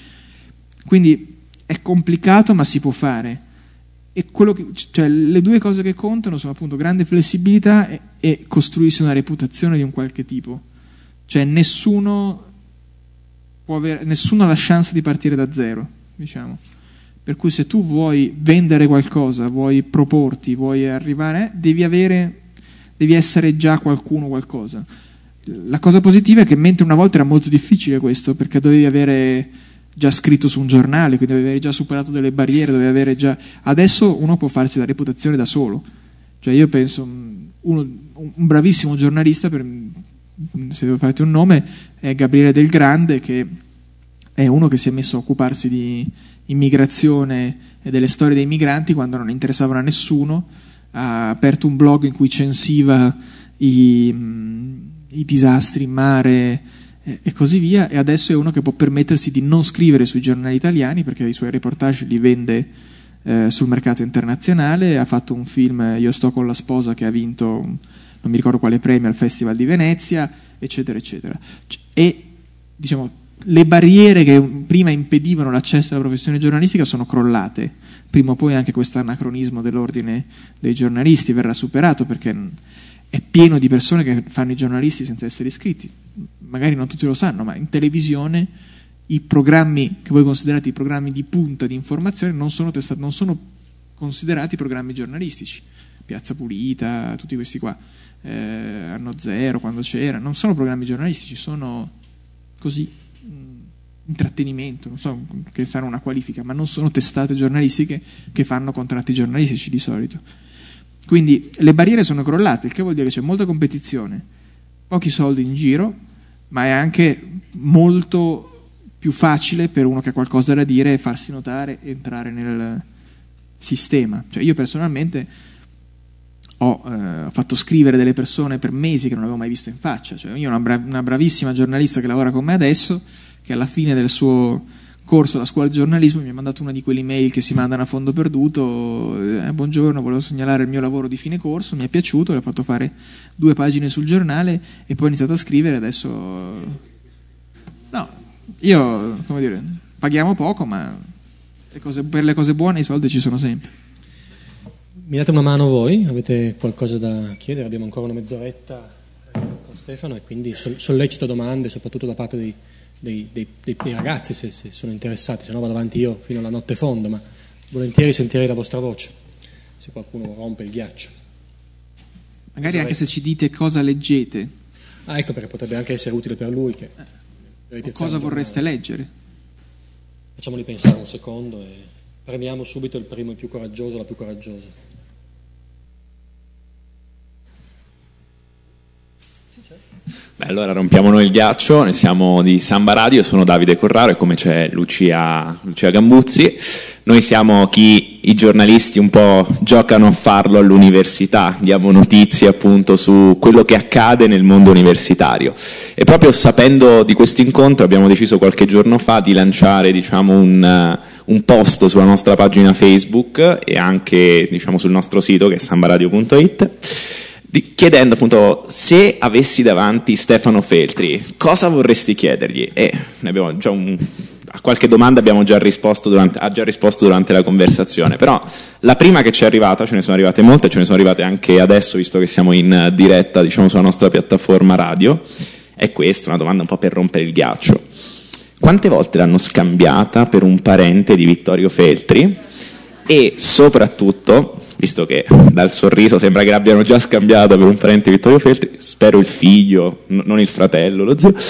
Quindi è complicato, ma si può fare. E cioè, le due cose che contano sono appunto grande flessibilità e costruirsi una reputazione di un qualche tipo. Cioè nessuno ha la chance di partire da zero, diciamo. Per cui se tu vuoi vendere qualcosa, vuoi proporti, vuoi arrivare, devi essere già qualcuno, qualcosa. La cosa positiva è che mentre una volta era molto difficile questo, perché dovevi avere già scritto su un giornale, quindi dovevi aver già superato delle barriere, dovevi avere già... Adesso uno può farsi la reputazione da solo. Cioè io penso, un bravissimo giornalista, se devo farti un nome, è Gabriele Del Grande, che è uno che si è messo a occuparsi di immigrazione e delle storie dei migranti quando non interessavano a nessuno, ha aperto un blog in cui censiva i disastri in mare e così via, e adesso è uno che può permettersi di non scrivere sui giornali italiani perché i suoi reportage li vende sul mercato internazionale. Ha fatto un film, Io sto con la sposa, che ha vinto non mi ricordo quale premio al Festival di Venezia, eccetera eccetera. E diciamo le barriere che prima impedivano l'accesso alla professione giornalistica sono crollate. Prima o poi anche questo anacronismo dell'ordine dei giornalisti verrà superato, perché è pieno di persone che fanno i giornalisti senza essere iscritti. Magari non tutti lo sanno, ma in televisione i programmi che voi considerate i programmi di punta di informazione non sono considerati programmi giornalistici. Piazza Pulita, tutti questi qua, Anno Zero, quando c'era, non sono programmi giornalistici, sono così, intrattenimento, non so che sarà una qualifica, ma non sono testate giornalistiche che fanno contratti giornalistici di solito. Quindi le barriere sono crollate, il che vuol dire che c'è molta competizione, pochi soldi in giro, ma è anche molto più facile per uno che ha qualcosa da dire farsi notare e entrare nel sistema. Cioè io personalmente ho fatto scrivere delle persone per mesi che non avevo mai visto in faccia. Cioè io ho una bravissima giornalista che lavora con me adesso, che alla fine del suo corso alla scuola di giornalismo mi ha mandato una di quelle email che si mandano a fondo perduto: buongiorno, volevo segnalare il mio lavoro di fine corso, mi è piaciuto, le ho fatto fare 2 pagine sul giornale e poi ho iniziato a scrivere. Adesso no, io, come dire, paghiamo poco, ma per le cose buone i soldi ci sono sempre. Mi date una mano voi? Avete qualcosa da chiedere? Abbiamo ancora una mezz'oretta con Stefano e quindi sollecito domande, soprattutto da parte dei ragazzi, se sono interessati, se no vado avanti io fino alla notte fonda, ma volentieri sentirei la vostra voce, se qualcuno rompe il ghiaccio. Magari anche se ci dite cosa leggete. Ah, ecco, perché potrebbe anche essere utile per lui. Cosa vorreste leggere? Facciamoli pensare un secondo e premiamo subito il primo, il più coraggioso, la più coraggiosa. Beh, allora rompiamo noi il ghiaccio, noi siamo di Samba Radio, sono Davide Corraro e come c'è Lucia Gambuzzi. Noi siamo i giornalisti un po' giocano a farlo all'università, diamo notizie appunto su quello che accade nel mondo universitario. E proprio sapendo di questo incontro abbiamo deciso qualche giorno fa di lanciare, diciamo, un post sulla nostra pagina Facebook e anche, diciamo, sul nostro sito che è sambaradio.it, chiedendo appunto: se avessi davanti Stefano Feltri, cosa vorresti chiedergli? E ne abbiamo già a qualche domanda abbiamo già risposto durante la conversazione, però la prima che ci è arrivata, ce ne sono arrivate molte, ce ne sono arrivate anche adesso visto che siamo in diretta, diciamo, sulla nostra piattaforma radio, è questa, una domanda un po' per rompere il ghiaccio. Quante volte l'hanno scambiata per un parente di Vittorio Feltri? E soprattutto, visto che dal sorriso sembra che l'abbiano già scambiata per un parente di Vittorio Feltri, spero il figlio, non il fratello, lo zio,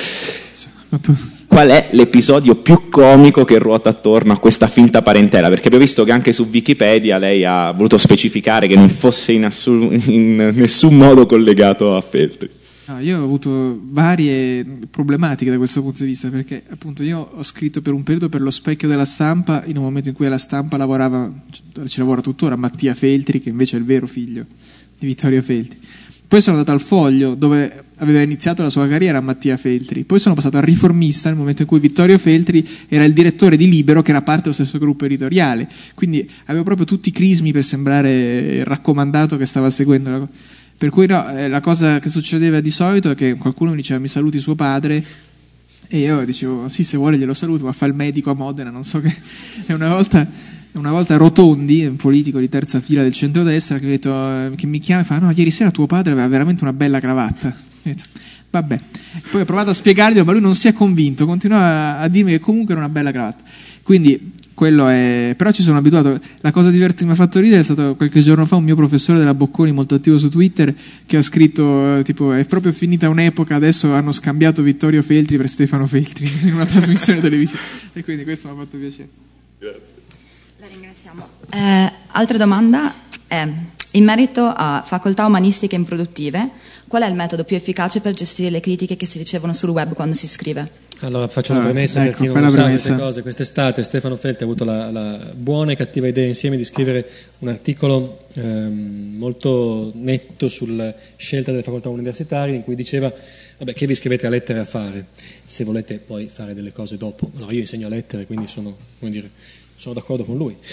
qual è l'episodio più comico che ruota attorno a questa finta parentela? Perché abbiamo visto che anche su Wikipedia lei ha voluto specificare che non fosse in nessun modo collegato a Feltri. Io ho avuto varie problematiche da questo punto di vista, perché appunto io ho scritto per un periodo per Lo Specchio della Stampa, in un momento in cui alla Stampa ci lavora tuttora Mattia Feltri, che invece è il vero figlio di Vittorio Feltri. Poi sono andato al Foglio, dove aveva iniziato la sua carriera Mattia Feltri. Poi sono passato al Riformista, nel momento in cui Vittorio Feltri era il direttore di Libero, che era parte dello stesso gruppo editoriale. Quindi avevo proprio tutti i crismi per sembrare il raccomandato che stava seguendo la cosa. Per cui no, la cosa che succedeva di solito è che qualcuno mi diceva: mi saluti suo padre, e io dicevo: sì, se vuole glielo saluto, ma fa il medico a Modena, non so che. E una volta Rotondi, un politico di terza fila del centrodestra, che mi chiama e fa: no, ieri sera tuo padre aveva veramente una bella cravatta. Vabbè, poi ho provato a spiegarglielo, ma lui non si è convinto, continuava a dirmi che comunque era una bella cravatta. Quindi quello è, però ci sono abituato. La cosa divertente che mi ha fatto ridere è stato qualche giorno fa un mio professore della Bocconi, molto attivo su Twitter, che ha scritto tipo: è proprio finita un'epoca, adesso hanno scambiato Vittorio Feltri per Stefano Feltri in una trasmissione televisiva, e quindi questo mi ha fatto piacere. Grazie. La ringraziamo. Altra domanda è: in merito a facoltà umanistiche improduttive, qual è il metodo più efficace per gestire le critiche che si ricevono sul web quando si scrive? Allora faccio una premessa, ecco, per chi non sa queste cose. Quest'estate Stefano Feltri ha avuto la buona e cattiva idea insieme di scrivere un articolo molto netto sulla scelta delle facoltà universitarie, in cui diceva: vabbè, che vi scrivete a lettere a fare, se volete poi fare delle cose dopo. Allora io insegno a lettere, quindi sono d'accordo con lui.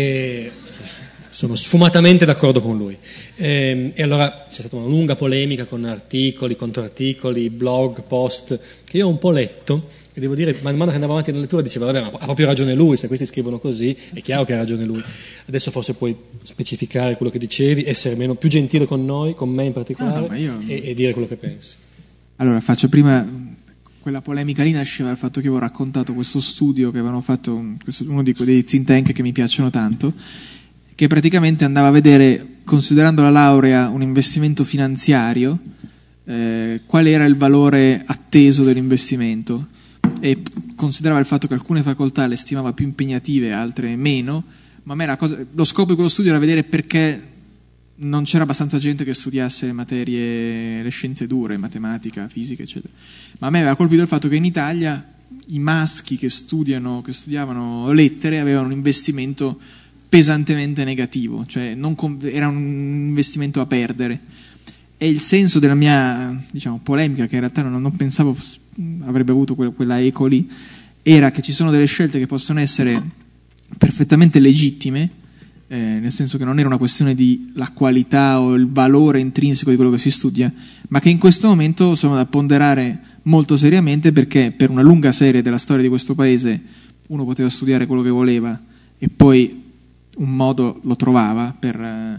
Sono sfumatamente d'accordo con lui. E allora c'è stata una lunga polemica con articoli, controarticoli, blog, post, che io ho un po' letto, e devo dire, man mano che andavo avanti nella lettura dicevo: vabbè, ma ha proprio ragione lui, se questi scrivono così è chiaro che ha ragione lui. Adesso forse puoi specificare quello che dicevi, essere più gentile con noi, con me in particolare, e dire quello che pensi. Allora, faccio prima, quella polemica lì nasceva dal fatto che avevo raccontato questo studio che avevano fatto, uno dei think tank che mi piacciono tanto, che praticamente andava a vedere, considerando la laurea un investimento finanziario, qual era il valore atteso dell'investimento, e considerava il fatto che alcune facoltà le stimava più impegnative, altre meno, ma a me lo scopo di quello studio era vedere perché non c'era abbastanza gente che studiasse le materie, le scienze dure, matematica, fisica, eccetera. Ma a me aveva colpito il fatto che in Italia i maschi che studiavano lettere avevano un investimento pesantemente negativo, cioè era un investimento a perdere. E il senso della mia, polemica, che in realtà non pensavo avrebbe avuto quella eco lì, era che ci sono delle scelte che possono essere perfettamente legittime, nel senso che non era una questione di la qualità o il valore intrinseco di quello che si studia, ma che in questo momento sono da ponderare molto seriamente, perché per una lunga serie della storia di questo paese uno poteva studiare quello che voleva e poi un modo lo trovava per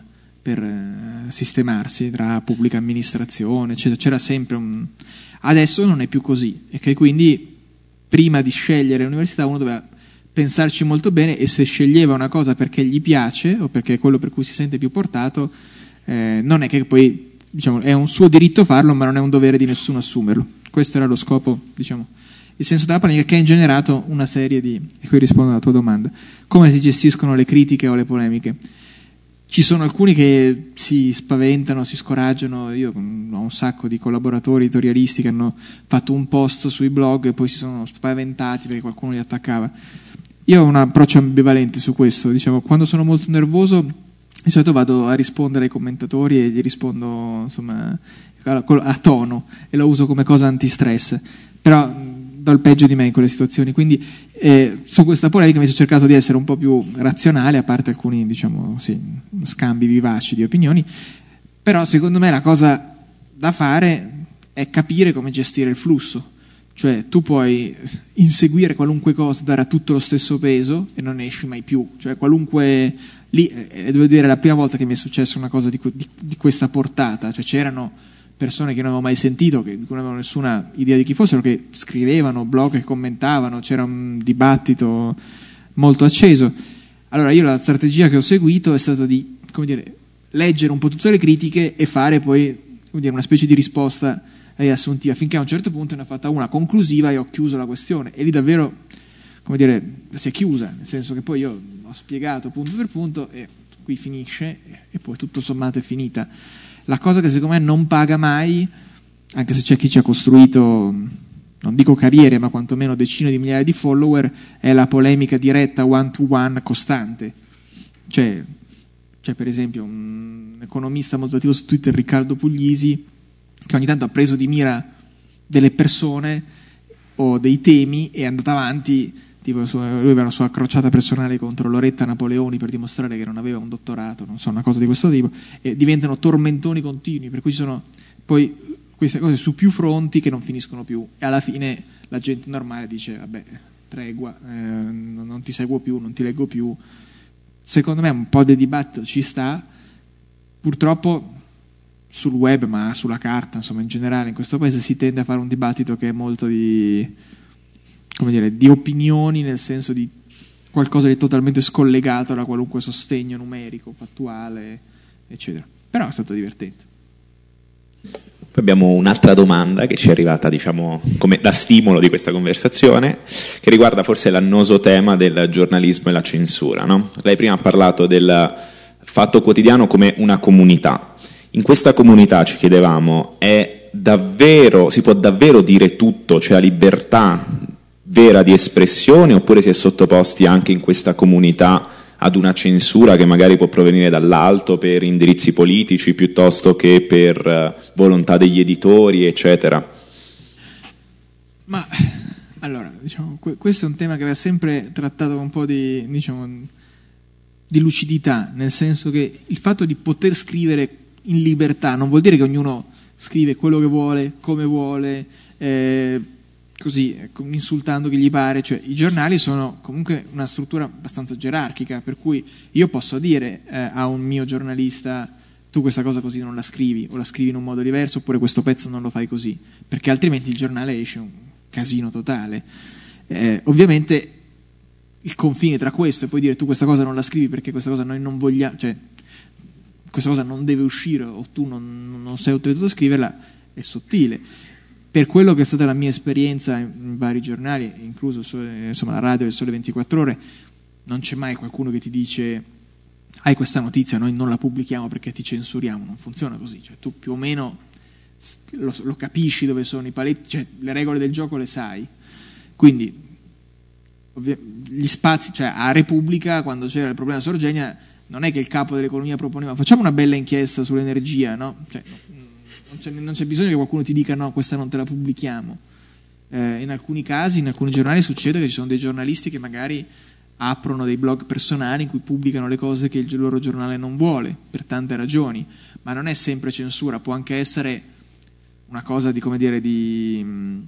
sistemarsi tra pubblica amministrazione, eccetera. C'era sempre adesso non è più così, e che quindi prima di scegliere l'università uno doveva pensarci molto bene, e se sceglieva una cosa perché gli piace o perché è quello per cui si sente più portato, non è che poi è un suo diritto farlo, ma non è un dovere di nessuno assumerlo. Questo era lo scopo, il senso della polemica, che ha ingenerato una serie di, e qui rispondo alla tua domanda: come si gestiscono le critiche o le polemiche? Ci sono alcuni che si spaventano, si scoraggiano. Io ho un sacco di collaboratori editorialisti che hanno fatto un post sui blog e poi si sono spaventati perché qualcuno li attaccava. Io ho un approccio ambivalente su questo. Quando sono molto nervoso, di solito vado a rispondere ai commentatori e gli rispondo a tono, e lo uso come cosa antistress, però do il peggio di me in quelle situazioni. Quindi su questa polemica mi sono cercato di essere un po' più razionale, a parte alcuni scambi vivaci di opinioni. Però secondo me la cosa da fare è capire come gestire il flusso. Cioè tu puoi inseguire qualunque cosa, dare a tutto lo stesso peso e non ne esci mai più. Cioè qualunque lì, devo dire, la prima volta che mi è successa una cosa di questa portata, cioè c'erano persone che non avevo mai sentito, che non avevano nessuna idea di chi fossero, che scrivevano, blog che commentavano, c'era un dibattito molto acceso. Allora io la strategia che ho seguito è stata di, leggere un po' tutte le critiche e fare poi una specie di risposta assuntiva, finché a un certo punto ne ho fatta una conclusiva e ho chiuso la questione, e lì davvero si è chiusa, nel senso che poi io ho spiegato punto per punto e qui finisce, e poi tutto sommato è finita. La cosa che secondo me non paga mai, anche se c'è chi ci ha costruito, non dico carriere, ma quantomeno decine di migliaia di follower, è la polemica diretta one to one costante. Cioè per esempio un economista molto attivo su Twitter, Riccardo Puglisi, che ogni tanto ha preso di mira delle persone o dei temi e è andato avanti, lui aveva una sua crociata personale contro Loretta Napoleoni per dimostrare che non aveva un dottorato, non so, una cosa di questo tipo, e diventano tormentoni continui, per cui ci sono poi queste cose su più fronti che non finiscono più, e alla fine la gente normale dice: vabbè, tregua, non ti seguo più, non ti leggo più. Secondo me un po' di dibattito ci sta, purtroppo sul web, ma sulla carta, in generale in questo paese si tende a fare un dibattito che è molto di opinioni, nel senso di qualcosa di totalmente scollegato da qualunque sostegno numerico, fattuale, eccetera. Però è stato divertente. Poi abbiamo un'altra domanda che ci è arrivata, diciamo, come da stimolo di questa conversazione, che riguarda forse l'annoso tema del giornalismo e la censura, no? Lei prima ha parlato del Fatto Quotidiano come una comunità. In questa comunità, ci chiedevamo, si può davvero dire tutto, cioè la libertà vera di espressione, oppure si è sottoposti anche in questa comunità ad una censura che magari può provenire dall'alto per indirizzi politici piuttosto che per volontà degli editori, eccetera? Ma allora, diciamo, questo è un tema che aveva sempre trattato con un po' di lucidità, nel senso che il fatto di poter scrivere in libertà non vuol dire che ognuno scrive quello che vuole, come vuole, così, insultando chi gli pare. Cioè, i giornali sono comunque una struttura abbastanza gerarchica, per cui io posso dire a un mio giornalista: tu questa cosa così non la scrivi, o la scrivi in un modo diverso, oppure questo pezzo non lo fai così, perché altrimenti il giornale esce un casino totale. Ovviamente il confine tra questo e poi dire tu questa cosa non la scrivi perché questa cosa noi non vogliamo, cioè questa cosa non deve uscire o tu non sei autorizzato a scriverla, è sottile. Per quello che è stata la mia esperienza in vari giornali, incluso insomma la radio del Sole 24 Ore, non c'è mai qualcuno che ti dice: hai questa notizia, noi non la pubblichiamo perché ti censuriamo. Non funziona così, cioè tu più o meno lo capisci dove sono i paletti, cioè le regole del gioco le sai. Quindi gli spazi, cioè a Repubblica, quando c'era il problema Sorgenia, non è che il capo dell'economia proponeva facciamo una bella inchiesta sull'energia, no? Cioè, non c'è bisogno che qualcuno ti dica no, questa non te la pubblichiamo. In alcuni casi, in alcuni giornali succede che ci sono dei giornalisti che magari aprono dei blog personali in cui pubblicano le cose che il loro giornale non vuole, per tante ragioni, ma non è sempre censura, può anche essere una cosa di, come dire, di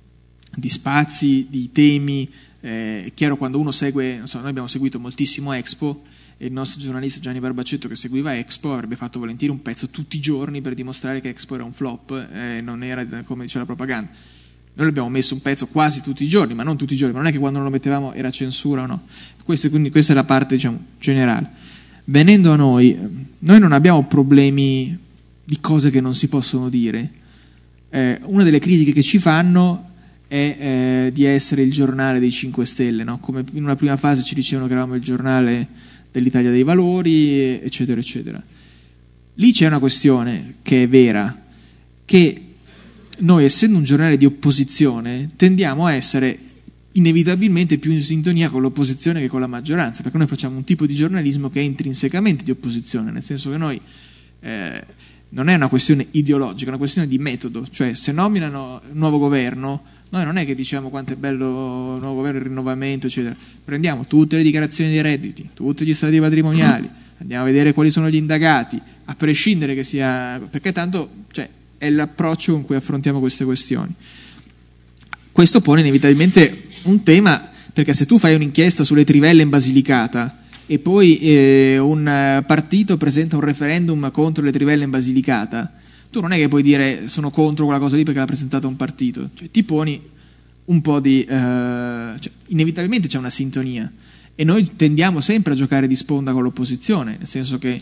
spazi, di temi. È chiaro, quando uno segue, non so, noi abbiamo seguito moltissimo Expo, e il nostro giornalista Gianni Barbacetto, che seguiva Expo, avrebbe fatto volentieri un pezzo tutti i giorni per dimostrare che Expo era un flop, non era come dice la propaganda. Noi l'abbiamo messo un pezzo quasi tutti i giorni, ma non tutti i giorni, ma non è che quando non lo mettevamo era censura o no. Quindi questa è la parte, diciamo, generale. Venendo a noi non abbiamo problemi di cose che non si possono dire. Una delle critiche che ci fanno è di essere il giornale dei 5 Stelle, no? Come in una prima fase ci dicevano che eravamo il giornale dell'Italia dei valori, eccetera, eccetera. Lì c'è una questione che è vera, che noi, essendo un giornale di opposizione, tendiamo a essere inevitabilmente più in sintonia con l'opposizione che con la maggioranza, perché noi facciamo un tipo di giornalismo che è intrinsecamente di opposizione, nel senso che noi non è una questione ideologica, è una questione di metodo. Cioè, se nominano un nuovo governo, noi non è che diciamo quanto è bello il nuovo governo, il rinnovamento, eccetera. Prendiamo tutte le dichiarazioni dei redditi, tutti gli stati patrimoniali, andiamo a vedere quali sono gli indagati, a prescindere che sia, perché tanto, cioè, è l'approccio con cui affrontiamo queste questioni. Questo pone inevitabilmente un tema, perché se tu fai un'inchiesta sulle trivelle in Basilicata e poi un partito presenta un referendum contro le trivelle in Basilicata, tu non è che puoi dire sono contro quella cosa lì perché l'ha presentata un partito, cioè, ti poni un po' di cioè, inevitabilmente c'è una sintonia, e noi tendiamo sempre a giocare di sponda con l'opposizione, nel senso che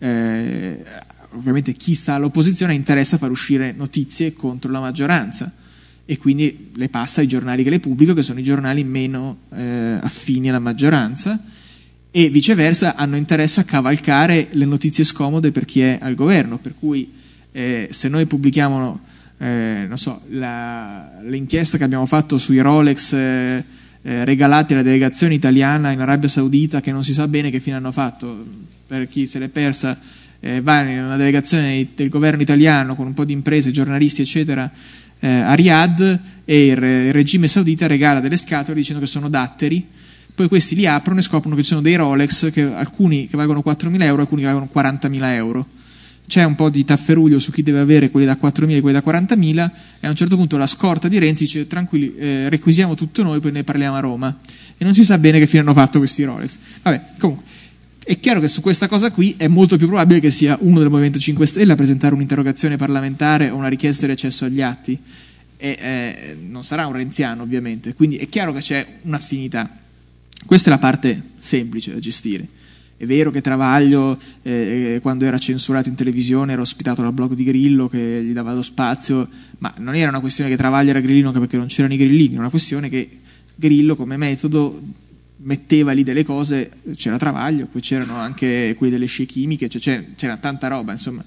ovviamente chi sta all'opposizione interessa far uscire notizie contro la maggioranza, e quindi le passa ai giornali che le pubblicano, che sono i giornali meno affini alla maggioranza, e viceversa hanno interesse a cavalcare le notizie scomode per chi è al governo, per cui se noi pubblichiamo non so, l'inchiesta che abbiamo fatto sui Rolex regalati alla delegazione italiana in Arabia Saudita, che non si sa bene che fine hanno fatto, per chi se l'è persa, va in una delegazione del governo italiano con un po' di imprese, giornalisti eccetera, a Riyadh, e il regime saudita regala delle scatole dicendo che sono datteri, poi questi li aprono e scoprono che ci sono dei Rolex, alcuni che valgono 4.000 euro, alcuni che valgono 40.000 euro. C'è un po' di tafferuglio su chi deve avere quelli da 4.000 e quelli da 40.000, e a un certo punto la scorta di Renzi dice tranquilli, requisiamo tutto noi, poi ne parliamo a Roma, e non si sa bene che fine hanno fatto questi Rolex. Vabbè, comunque è chiaro che su questa cosa qui è molto più probabile che sia uno del Movimento 5 Stelle a presentare un'interrogazione parlamentare o una richiesta di accesso agli atti, e non sarà un renziano ovviamente, quindi è chiaro che c'è un'affinità. Questa è la parte semplice da gestire. È vero che Travaglio, quando era censurato in televisione, era ospitato dal blog di Grillo che gli dava lo spazio, ma non era una questione che Travaglio era grillino perché non c'erano i grillini, era una questione che Grillo come metodo metteva lì delle cose, c'era Travaglio, poi c'erano anche quelli delle scie chimiche, cioè c'era tanta roba, insomma.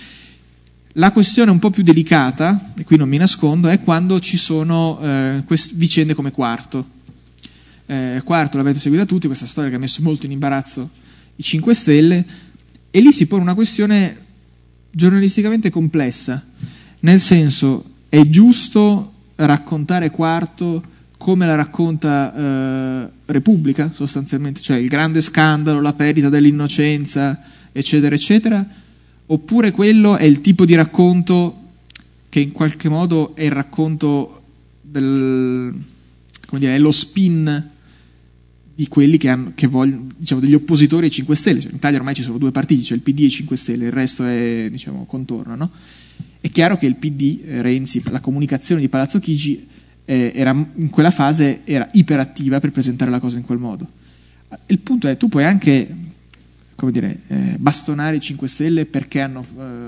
La questione un po' più delicata, e qui non mi nascondo, è quando ci sono vicende come Quarto. Quarto l'avete seguita tutti, questa storia che ha messo molto in imbarazzo i 5 Stelle, e lì si pone una questione giornalisticamente complessa, nel senso, è giusto raccontare Quarto come la racconta Repubblica, sostanzialmente, cioè il grande scandalo, la perdita dell'innocenza, eccetera, eccetera, oppure quello è il tipo di racconto che in qualche modo è il racconto del, come dire, è lo spin di quelli che vogliono, diciamo, degli oppositori ai 5 Stelle. Cioè, in Italia ormai ci sono 2 partiti, cioè il PD e i 5 Stelle, il resto è, diciamo, contorno, no? È chiaro che il PD, Renzi, la comunicazione di Palazzo Chigi era, in quella fase era iperattiva per presentare la cosa in quel modo. Il punto è, tu puoi anche, come dire, bastonare i 5 Stelle perché hanno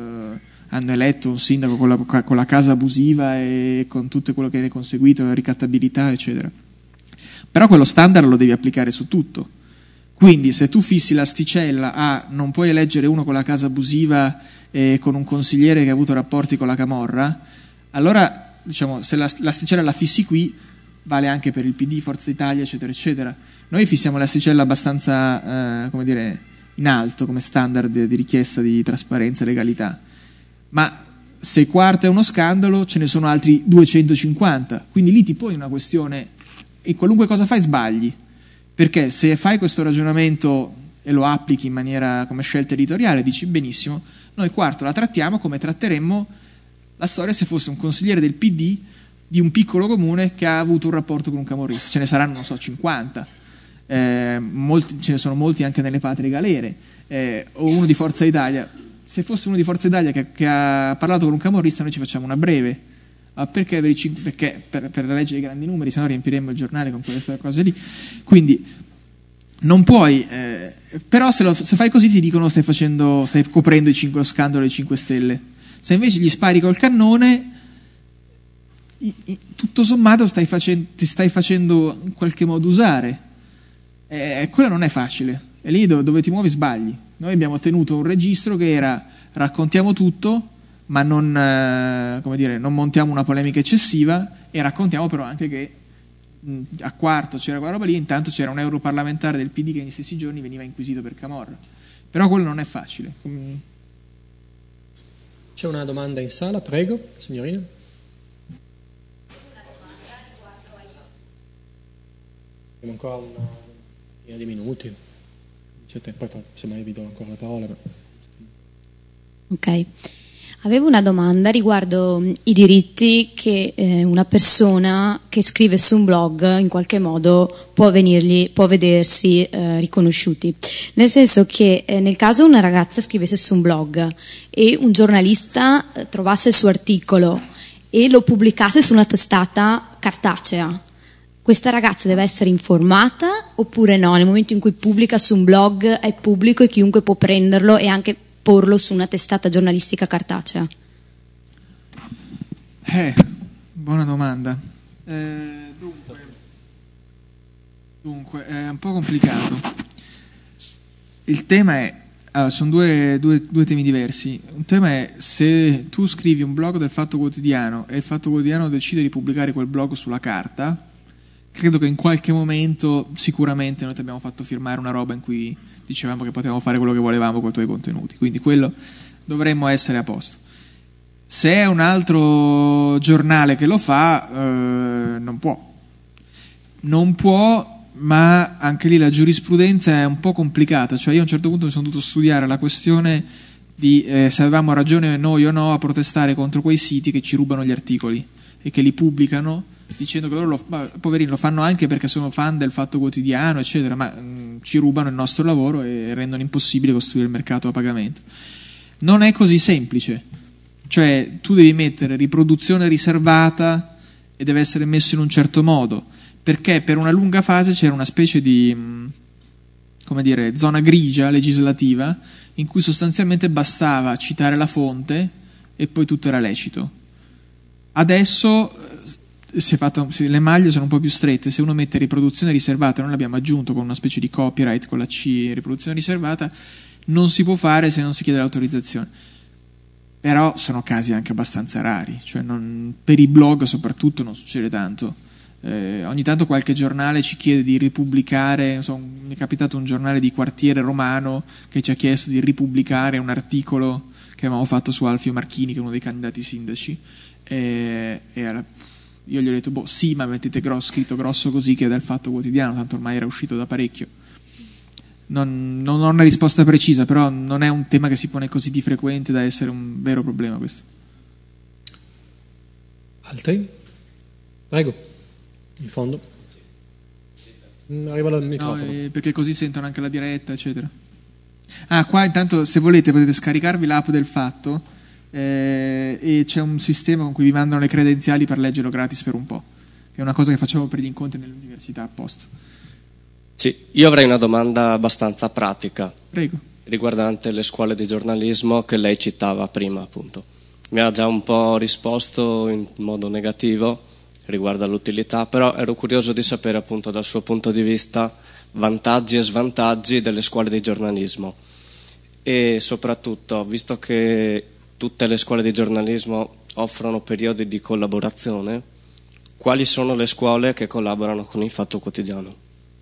eletto un sindaco con la casa abusiva e con tutto quello che ne è conseguito, la ricattabilità, eccetera. Però quello standard lo devi applicare su tutto. Quindi se tu fissi l'asticella a non puoi eleggere uno con la casa abusiva e con un consigliere che ha avuto rapporti con la camorra, allora, diciamo, se l'asticella la fissi qui, vale anche per il PD, Forza Italia, eccetera, eccetera. Noi fissiamo l'asticella abbastanza, come dire, in alto come standard di richiesta di trasparenza e legalità. Ma se Quarto è uno scandalo, ce ne sono altri 250. Quindi lì ti poni una questione e qualunque cosa fai sbagli, perché se fai questo ragionamento e lo applichi in maniera come scelta editoriale, dici benissimo, noi Quarto la trattiamo come tratteremmo la storia se fosse un consigliere del PD di un piccolo comune che ha avuto un rapporto con un camorrista. Ce ne saranno, non so, 50, ce ne sono molti anche nelle patrie galere, o uno di Forza Italia. Se fosse uno di Forza Italia che ha parlato con un camorrista, noi ci facciamo una breve. Perché per la legge dei grandi numeri, se no riempiremmo il giornale con queste cose lì. Quindi non puoi, però se fai così ti dicono stai coprendo lo scandalo dei 5 Stelle. Se invece gli spari col cannone, tutto sommato ti stai facendo in qualche modo usare. Quello non è facile, e lì dove ti muovi sbagli. Noi abbiamo tenuto un registro che era raccontiamo tutto, ma non, come dire, non montiamo una polemica eccessiva, e raccontiamo però anche che a Quarto c'era quella roba lì, intanto c'era un europarlamentare del PD che negli stessi giorni veniva inquisito per camorra. Però quello non è facile. C'è una domanda in sala, prego, signorina. Abbiamo ancora una di minuti. Poi semmai vi do ancora la parola. Ok. Avevo una domanda riguardo i diritti che una persona che scrive su un blog in qualche modo può vedersi riconosciuti. Nel senso che nel caso una ragazza scrivesse su un blog e un giornalista trovasse il suo articolo e lo pubblicasse su una testata cartacea, questa ragazza deve essere informata oppure no? Nel momento in cui pubblica su un blog è pubblico e chiunque può prenderlo e anche porlo su una testata giornalistica cartacea? Buona domanda. Dunque, è un po' complicato. Il tema è, allora, sono due temi diversi. Un tema è se tu scrivi un blog del Fatto Quotidiano e il Fatto Quotidiano decide di pubblicare quel blog sulla carta, credo che in qualche momento sicuramente noi ti abbiamo fatto firmare una roba in cui dicevamo che potevamo fare quello che volevamo con i tuoi contenuti, quindi quello dovremmo essere a posto. Se è un altro giornale che lo fa, non può, ma anche lì la giurisprudenza è un po' complicata. Cioè io a un certo punto mi sono dovuto studiare la questione di se avevamo ragione noi o no a protestare contro quei siti che ci rubano gli articoli e che li pubblicano dicendo che loro poverini lo fanno anche perché sono fan del Fatto Quotidiano eccetera, ma ci rubano il nostro lavoro e rendono impossibile costruire il mercato a pagamento. Non è così semplice, cioè tu devi mettere riproduzione riservata e deve essere messo in un certo modo, perché per una lunga fase c'era una specie di, come dire, zona grigia legislativa in cui sostanzialmente bastava citare la fonte e poi tutto era lecito. Adesso le maglie sono un po' più strette, se uno mette riproduzione riservata, noi l'abbiamo aggiunto con una specie di copyright con la C, riproduzione riservata, non si può fare se non si chiede l'autorizzazione. Però sono casi anche abbastanza rari, cioè per i blog soprattutto non succede tanto. Ogni tanto qualche giornale ci chiede di ripubblicare, mi è capitato un giornale di quartiere romano che ci ha chiesto di ripubblicare un articolo che avevamo fatto su Alfio Marchini, che è uno dei candidati sindaci, io gli ho detto sì, ma mettete scritto grosso così che è dal Fatto Quotidiano, tanto ormai era uscito da parecchio. Non ho una risposta precisa, però non è un tema che si pone così di frequente da essere un vero problema questo. Altri? Prego, in fondo. Arriva il microfono. No, perché così sentono anche la diretta, eccetera. Qua intanto, se volete, potete scaricarvi l'app del Fatto, e c'è un sistema con cui vi mandano le credenziali per leggerlo gratis per un po', che è una cosa che facevo per gli incontri nell'università apposta. Sì, io avrei una domanda abbastanza pratica. Prego. Riguardante le scuole di giornalismo che lei citava prima, appunto. Mi ha già un po' risposto in modo negativo riguardo all'utilità, però ero curioso di sapere appunto dal suo punto di vista vantaggi e svantaggi delle scuole di giornalismo, e soprattutto, visto che tutte le scuole di giornalismo offrono periodi di collaborazione, quali sono le scuole che collaborano con il Fatto Quotidiano?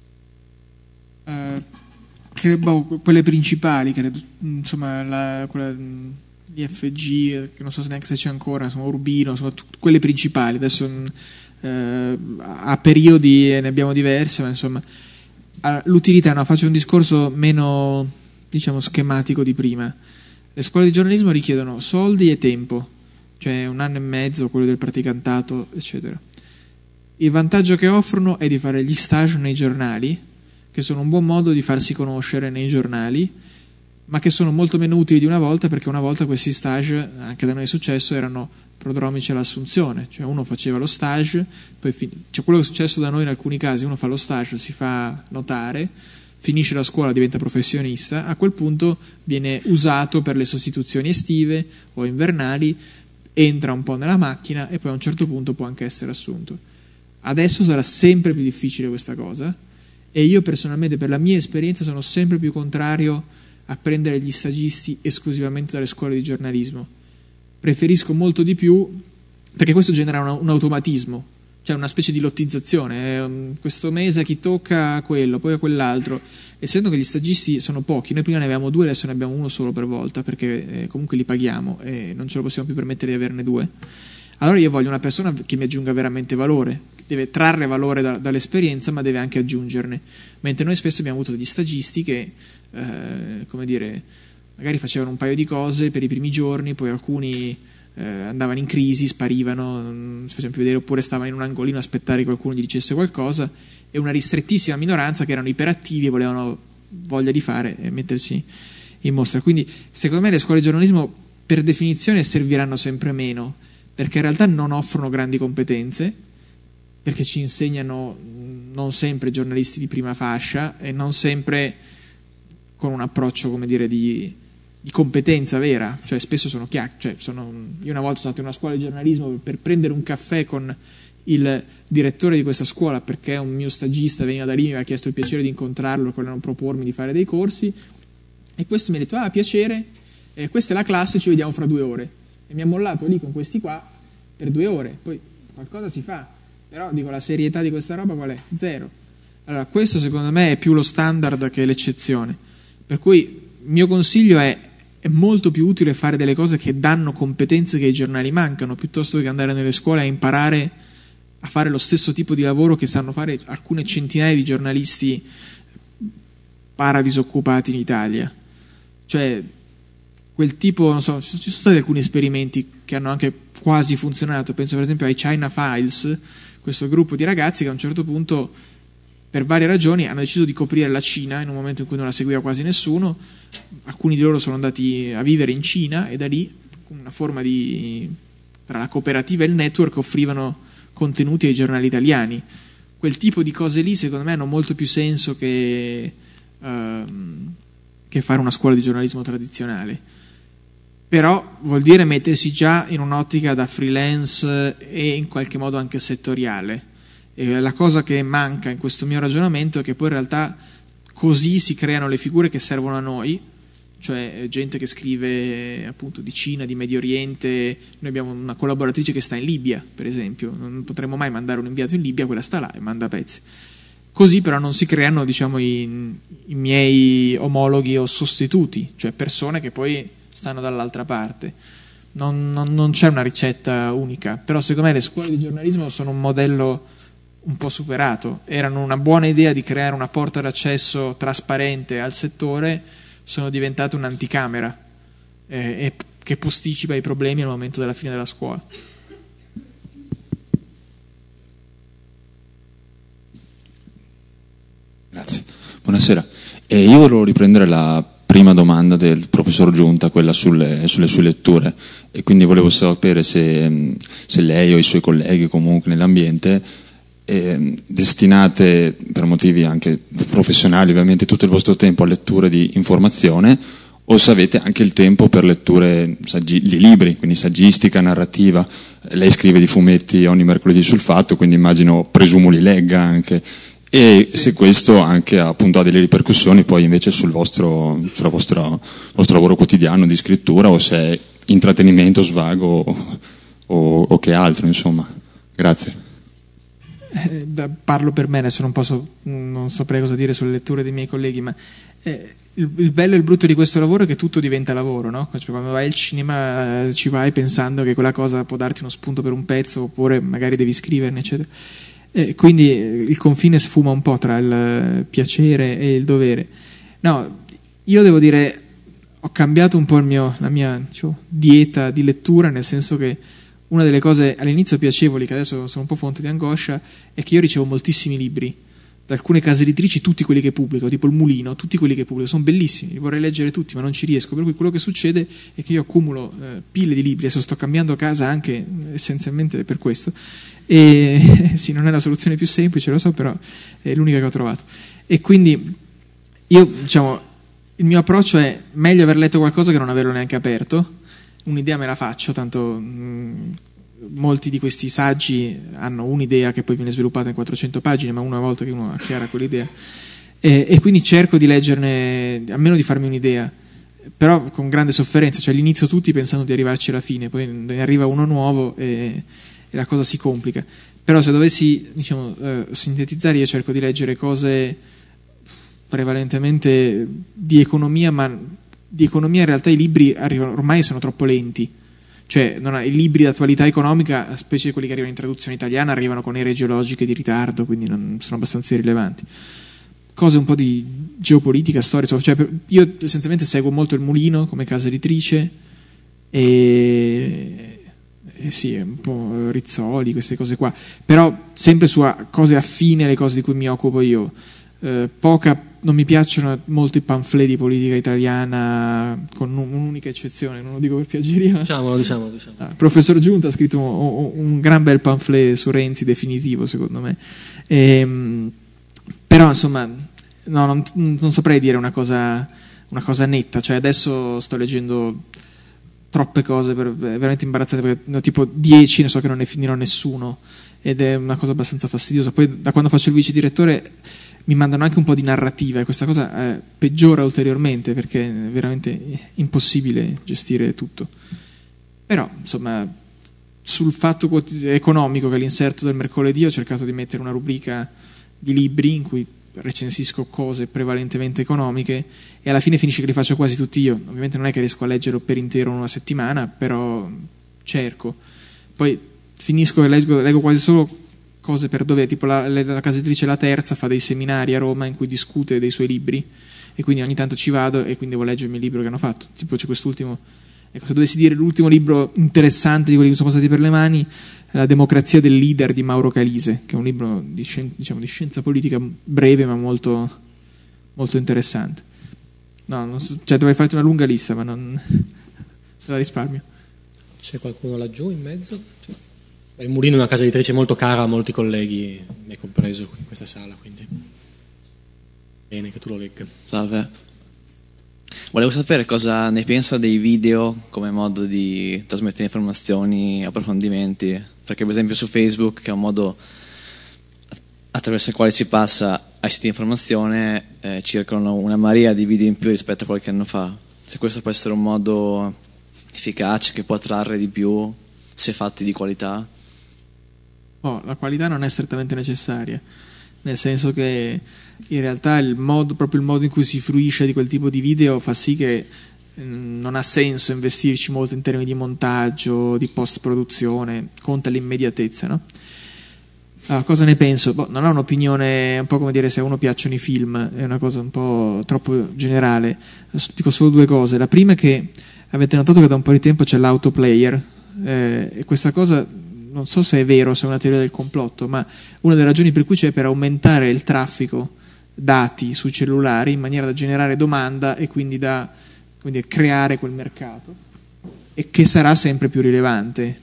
Quelle principali, credo, insomma, quella l'IFG, che non so neanche se c'è ancora, insomma, Urbino, insomma, quelle principali. Adesso a periodi ne abbiamo diverse, ma insomma l'utilità, faccio un discorso meno, diciamo, schematico di prima. Le scuole di giornalismo richiedono soldi e tempo, cioè 1 anno e mezzo, quello del praticantato, eccetera. Il vantaggio che offrono è di fare gli stage nei giornali, che sono un buon modo di farsi conoscere nei giornali, ma che sono molto meno utili di una volta, perché una volta questi stage, anche da noi è successo, erano prodromici all'assunzione, cioè uno faceva lo stage, poi cioè quello che è successo da noi in alcuni casi: uno fa lo stage, si fa notare, finisce la scuola, diventa professionista, a quel punto viene usato per le sostituzioni estive o invernali, entra un po' nella macchina e poi a un certo punto può anche essere assunto. Adesso sarà sempre più difficile questa cosa, e io personalmente, per la mia esperienza, sono sempre più contrario a prendere gli stagisti esclusivamente dalle scuole di giornalismo. Preferisco molto di più, perché questo genera un automatismo, cioè una specie di lottizzazione. Questo mese a chi tocca quello, poi a quell'altro. Essendo che gli stagisti sono pochi, noi prima ne avevamo 2, adesso ne abbiamo 1 solo per volta, perché comunque li paghiamo e non ce lo possiamo più permettere di averne 2. Allora io voglio una persona che mi aggiunga veramente valore, che deve trarre valore dall'esperienza, ma deve anche aggiungerne. Mentre noi spesso abbiamo avuto degli stagisti che, come dire, magari facevano un paio di cose per i primi giorni, poi alcuni andavano in crisi, sparivano, non si facevano più vedere, oppure stavano in un angolino a aspettare che qualcuno gli dicesse qualcosa, e una ristrettissima minoranza che erano iperattivi e volevano voglia di fare e mettersi in mostra. Quindi secondo me le scuole di giornalismo per definizione serviranno sempre meno, perché in realtà non offrono grandi competenze, perché ci insegnano non sempre giornalisti di prima fascia e non sempre con un approccio, come dire, di competenza vera, cioè spesso sono chiacchiere. Io una volta sono stato in una scuola di giornalismo per prendere un caffè con il direttore di questa scuola, perché un mio stagista veniva da lì, mi aveva chiesto il piacere di incontrarlo, volevano propormi di fare dei corsi, e questo mi ha detto: piacere, questa è la classe, ci vediamo fra 2 ore, e mi ha mollato lì con questi qua per 2 ore. Poi qualcosa si fa, però dico, la serietà di questa roba qual è? Zero. Allora questo secondo me è più lo standard che l'eccezione, per cui il mio consiglio è molto più utile fare delle cose che danno competenze che ai giornali mancano, piuttosto che andare nelle scuole a imparare a fare lo stesso tipo di lavoro che sanno fare alcune centinaia di giornalisti paradisoccupati in Italia. Cioè quel tipo, non so, ci sono stati alcuni esperimenti che hanno anche quasi funzionato, penso per esempio ai China Files, questo gruppo di ragazzi che a un certo punto, per varie ragioni, hanno deciso di coprire la Cina in un momento in cui non la seguiva quasi nessuno. Alcuni di loro sono andati a vivere in Cina e da lì, con una forma tra la cooperativa e il network, offrivano contenuti ai giornali italiani. quel tipo di cose lì secondo me hanno molto più senso che fare una scuola di giornalismo tradizionale. Però vuol dire mettersi già in un'ottica da freelance e in qualche modo anche settoriale. E la cosa che manca in questo mio ragionamento è che poi in realtà così si creano le figure che servono a noi, cioè gente che scrive appunto di Cina, di Medio Oriente. Noi abbiamo una collaboratrice che sta in Libia, per esempio, non potremmo mai mandare un inviato in Libia, quella sta là e manda pezzi. Così però non si creano, diciamo, i miei omologhi o sostituti, cioè persone che poi stanno dall'altra parte. Non c'è una ricetta unica, però secondo me le scuole di giornalismo sono un modello un po' superato. Erano una buona idea di creare una porta d'accesso trasparente al settore, sono diventate un'anticamera e che posticipa i problemi al momento della fine della scuola. Grazie. Buonasera. Io volevo riprendere la prima domanda del professor Giunta, quella sulle sue letture, e quindi volevo sapere se lei o i suoi colleghi comunque nell'ambiente destinate per motivi anche professionali ovviamente tutto il vostro tempo a letture di informazione, o se avete anche il tempo per letture di libri, quindi saggistica, narrativa. Lei scrive di fumetti ogni mercoledì sul Fatto, quindi presumo li legga anche. E se questo anche appunto ha delle ripercussioni poi invece sul vostro lavoro quotidiano di scrittura, o se è intrattenimento, svago o che altro, insomma. Grazie. Parlo per me, adesso non saprei cosa dire sulle letture dei miei colleghi, ma il bello e il brutto di questo lavoro è che tutto diventa lavoro, no? Cioè, quando vai al cinema ci vai pensando che quella cosa può darti uno spunto per un pezzo, oppure magari devi scriverne, eccetera. Quindi il confine sfuma un po' tra il piacere e il dovere. No, io devo dire, ho cambiato un po' la mia dieta di lettura, nel senso che una delle cose all'inizio piacevoli, che adesso sono un po' fonte di angoscia, è che io ricevo moltissimi libri da alcune case editrici, tutti quelli che pubblico, tipo il Mulino, tutti quelli che pubblico, sono bellissimi, li vorrei leggere tutti ma non ci riesco, per cui quello che succede è che io accumulo pile di libri. Adesso sto cambiando casa anche essenzialmente per questo, e sì, non è la soluzione più semplice, lo so, però è l'unica che ho trovato. E quindi io, diciamo, il mio approccio è: meglio aver letto qualcosa che non averlo neanche aperto. Un'idea me la faccio, tanto molti di questi saggi hanno un'idea che poi viene sviluppata in 400 pagine, ma una volta che uno ha chiara quell'idea, e quindi cerco di leggerne, almeno di farmi un'idea, però con grande sofferenza, cioè l'inizio tutti pensando di arrivarci alla fine, poi ne arriva uno nuovo e la cosa si complica. Però se dovessi, diciamo, sintetizzare, io cerco di leggere cose prevalentemente di economia, ma di economia in realtà i libri arrivano, ormai sono troppo lenti. Cioè, i libri d'attualità economica, specie quelli che arrivano in traduzione italiana, arrivano con ere geologiche di ritardo, quindi non sono abbastanza irrilevanti. Cose un po' di geopolitica, storia, cioè, io essenzialmente seguo molto il Mulino come casa editrice, e sì, un po' Rizzoli, queste cose qua, però sempre su cose affine alle cose di cui mi occupo io. Non mi piacciono molto i pamphlet di politica italiana, con un'unica eccezione, non lo dico per piaggeria. Diciamolo. Il professor Giunta ha scritto un gran bel pamphlet su Renzi definitivo, secondo me. Però insomma, no, non saprei dire una cosa netta. Cioè, adesso sto leggendo troppe cose veramente imbarazzanti, perché tipo 10 ne so che non ne finirò nessuno, ed è una cosa abbastanza fastidiosa. Poi da quando faccio il vice direttore mi mandano anche un po' di narrativa, e questa cosa peggiora ulteriormente, perché è veramente impossibile gestire tutto. Però insomma, sul fatto economico, che è l'inserto del mercoledì, ho cercato di mettere una rubrica di libri in cui recensisco cose prevalentemente economiche, e alla fine finisce che li faccio quasi tutti io. Ovviamente non è che riesco a leggerlo per intero in una settimana, però cerco. Poi finisco e leggo quasi solo cose per dove, tipo la casa editrice La Terza fa dei seminari a Roma in cui discute dei suoi libri, e quindi ogni tanto ci vado e quindi devo leggermi il libro che hanno fatto. Tipo c'è quest'ultimo, ecco, se dovessi dire l'ultimo libro interessante di quelli che sono passati per le mani, La democrazia del leader di Mauro Calise, che è un libro di scienza politica breve ma molto, molto interessante. No, non so, cioè dovrei farti una lunga lista, ma non la risparmio. C'è qualcuno laggiù in mezzo? Sì. Il Mulino è una casa editrice molto cara a molti colleghi, me compreso in questa sala, quindi bene che tu lo legga. Salve. Volevo sapere cosa ne pensa dei video come modo di trasmettere informazioni, approfondimenti, perché per esempio su Facebook, che è un modo attraverso il quale si passa ai siti di informazione, circolano una marea di video in più rispetto a qualche anno fa. Se questo può essere un modo efficace che può attrarre di più se fatti di qualità. La qualità non è strettamente necessaria, nel senso che in realtà proprio il modo in cui si fruisce di quel tipo di video fa sì che non ha senso investirci molto in termini di montaggio, di post-produzione, conta l'immediatezza, no? Allora, cosa ne penso? Non ho un'opinione, un po' come dire se a uno piacciono i film, è una cosa un po' troppo generale. Dico solo due cose. La prima è che avete notato che da un po' di tempo c'è l'autoplayer, e questa cosa non so se è vero, se è una teoria del complotto, ma una delle ragioni per cui c'è per aumentare il traffico dati sui cellulari in maniera da generare domanda e quindi da creare quel mercato, e che sarà sempre più rilevante.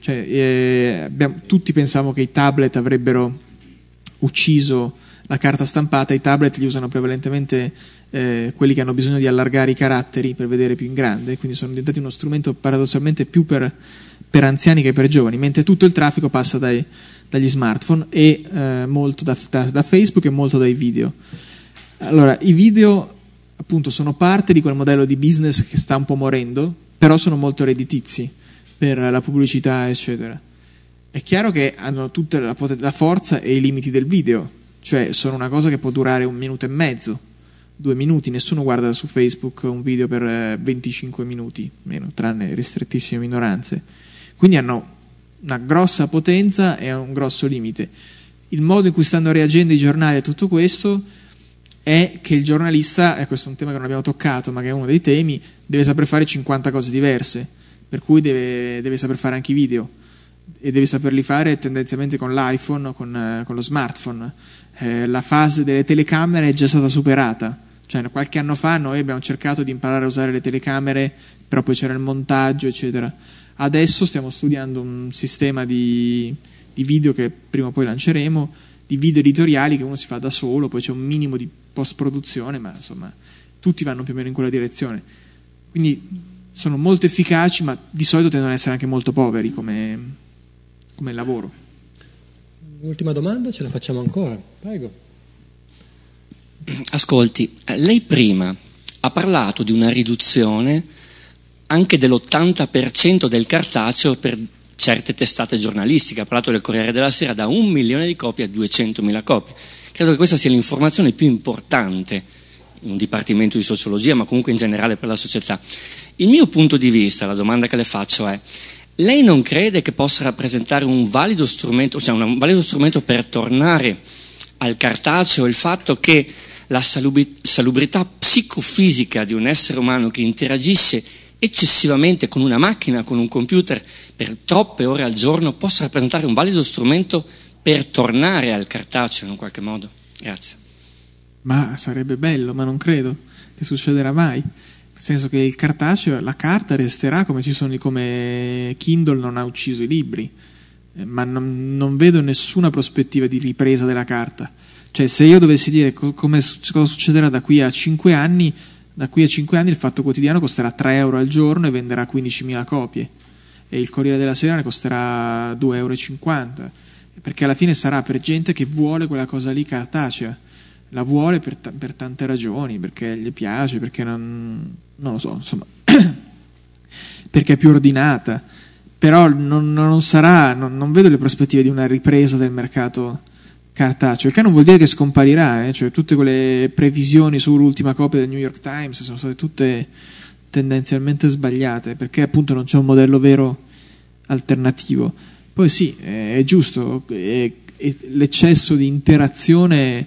Tutti pensavamo che i tablet avrebbero ucciso la carta stampata. I tablet li usano prevalentemente quelli che hanno bisogno di allargare i caratteri per vedere più in grande, quindi sono diventati uno strumento paradossalmente più per anziani che per giovani, mentre tutto il traffico passa dagli smartphone e molto da Facebook e molto dai video. Allora, i video appunto sono parte di quel modello di business che sta un po' morendo, però sono molto redditizi per la pubblicità, eccetera. È chiaro che hanno tutta la forza e i limiti del video, cioè sono una cosa che può durare 1 minuto e mezzo, 2 minuti, nessuno guarda su Facebook un video per 25 minuti, meno, tranne ristrettissime minoranze. Quindi hanno una grossa potenza e un grosso limite. Il modo in cui stanno reagendo i giornali a tutto questo è che il giornalista, e questo è un tema che non abbiamo toccato ma che è uno dei temi, deve saper fare 50 cose diverse, per cui deve saper fare anche i video e deve saperli fare tendenzialmente con l'iPhone o con lo smartphone. La fase delle telecamere è già stata superata, cioè qualche anno fa noi abbiamo cercato di imparare a usare le telecamere, però poi c'era il montaggio, eccetera. Adesso stiamo studiando un sistema di video che prima o poi lanceremo, di video editoriali che uno si fa da solo, poi c'è un minimo di post-produzione, ma insomma tutti vanno più o meno in quella direzione. Quindi sono molto efficaci, ma di solito tendono ad essere anche molto poveri come lavoro. Ultima domanda, ce la facciamo ancora? Prego. Ascolti, lei prima ha parlato di una riduzione anche dell'80% del cartaceo per certe testate giornalistiche. Ha parlato del Corriere della Sera, da 1 milione di copie a 200.000 copie. Credo che questa sia l'informazione più importante in un dipartimento di sociologia, ma comunque in generale per la società. Il mio punto di vista, la domanda che le faccio è: lei non crede che possa rappresentare un valido strumento, cioè un valido strumento per tornare al cartaceo il fatto che la salubrità psicofisica di un essere umano che interagisce eccessivamente con una macchina, con un computer per troppe ore al giorno, possa rappresentare un valido strumento per tornare al cartaceo in un qualche modo? Grazie. Ma sarebbe bello, ma non credo che succederà mai. Nel senso che il cartaceo, la carta resterà come Kindle non ha ucciso i libri, ma non vedo nessuna prospettiva di ripresa della carta. Cioè, se io dovessi dire cosa succederà da qui a 5 anni, il Fatto Quotidiano costerà 3 euro al giorno e venderà 15.000 copie, e il Corriere della Sera ne costerà 2,50 euro, perché alla fine sarà per gente che vuole quella cosa lì cartacea, la vuole per tante ragioni, perché gli piace, perché non lo so, insomma, perché è più ordinata, però non vedo le prospettive di una ripresa del mercato cartaceo, il che non vuol dire che scomparirà, cioè tutte quelle previsioni sull'ultima copia del New York Times sono state tutte tendenzialmente sbagliate, perché appunto non c'è un modello vero alternativo. Poi sì, è giusto, l'eccesso di interazione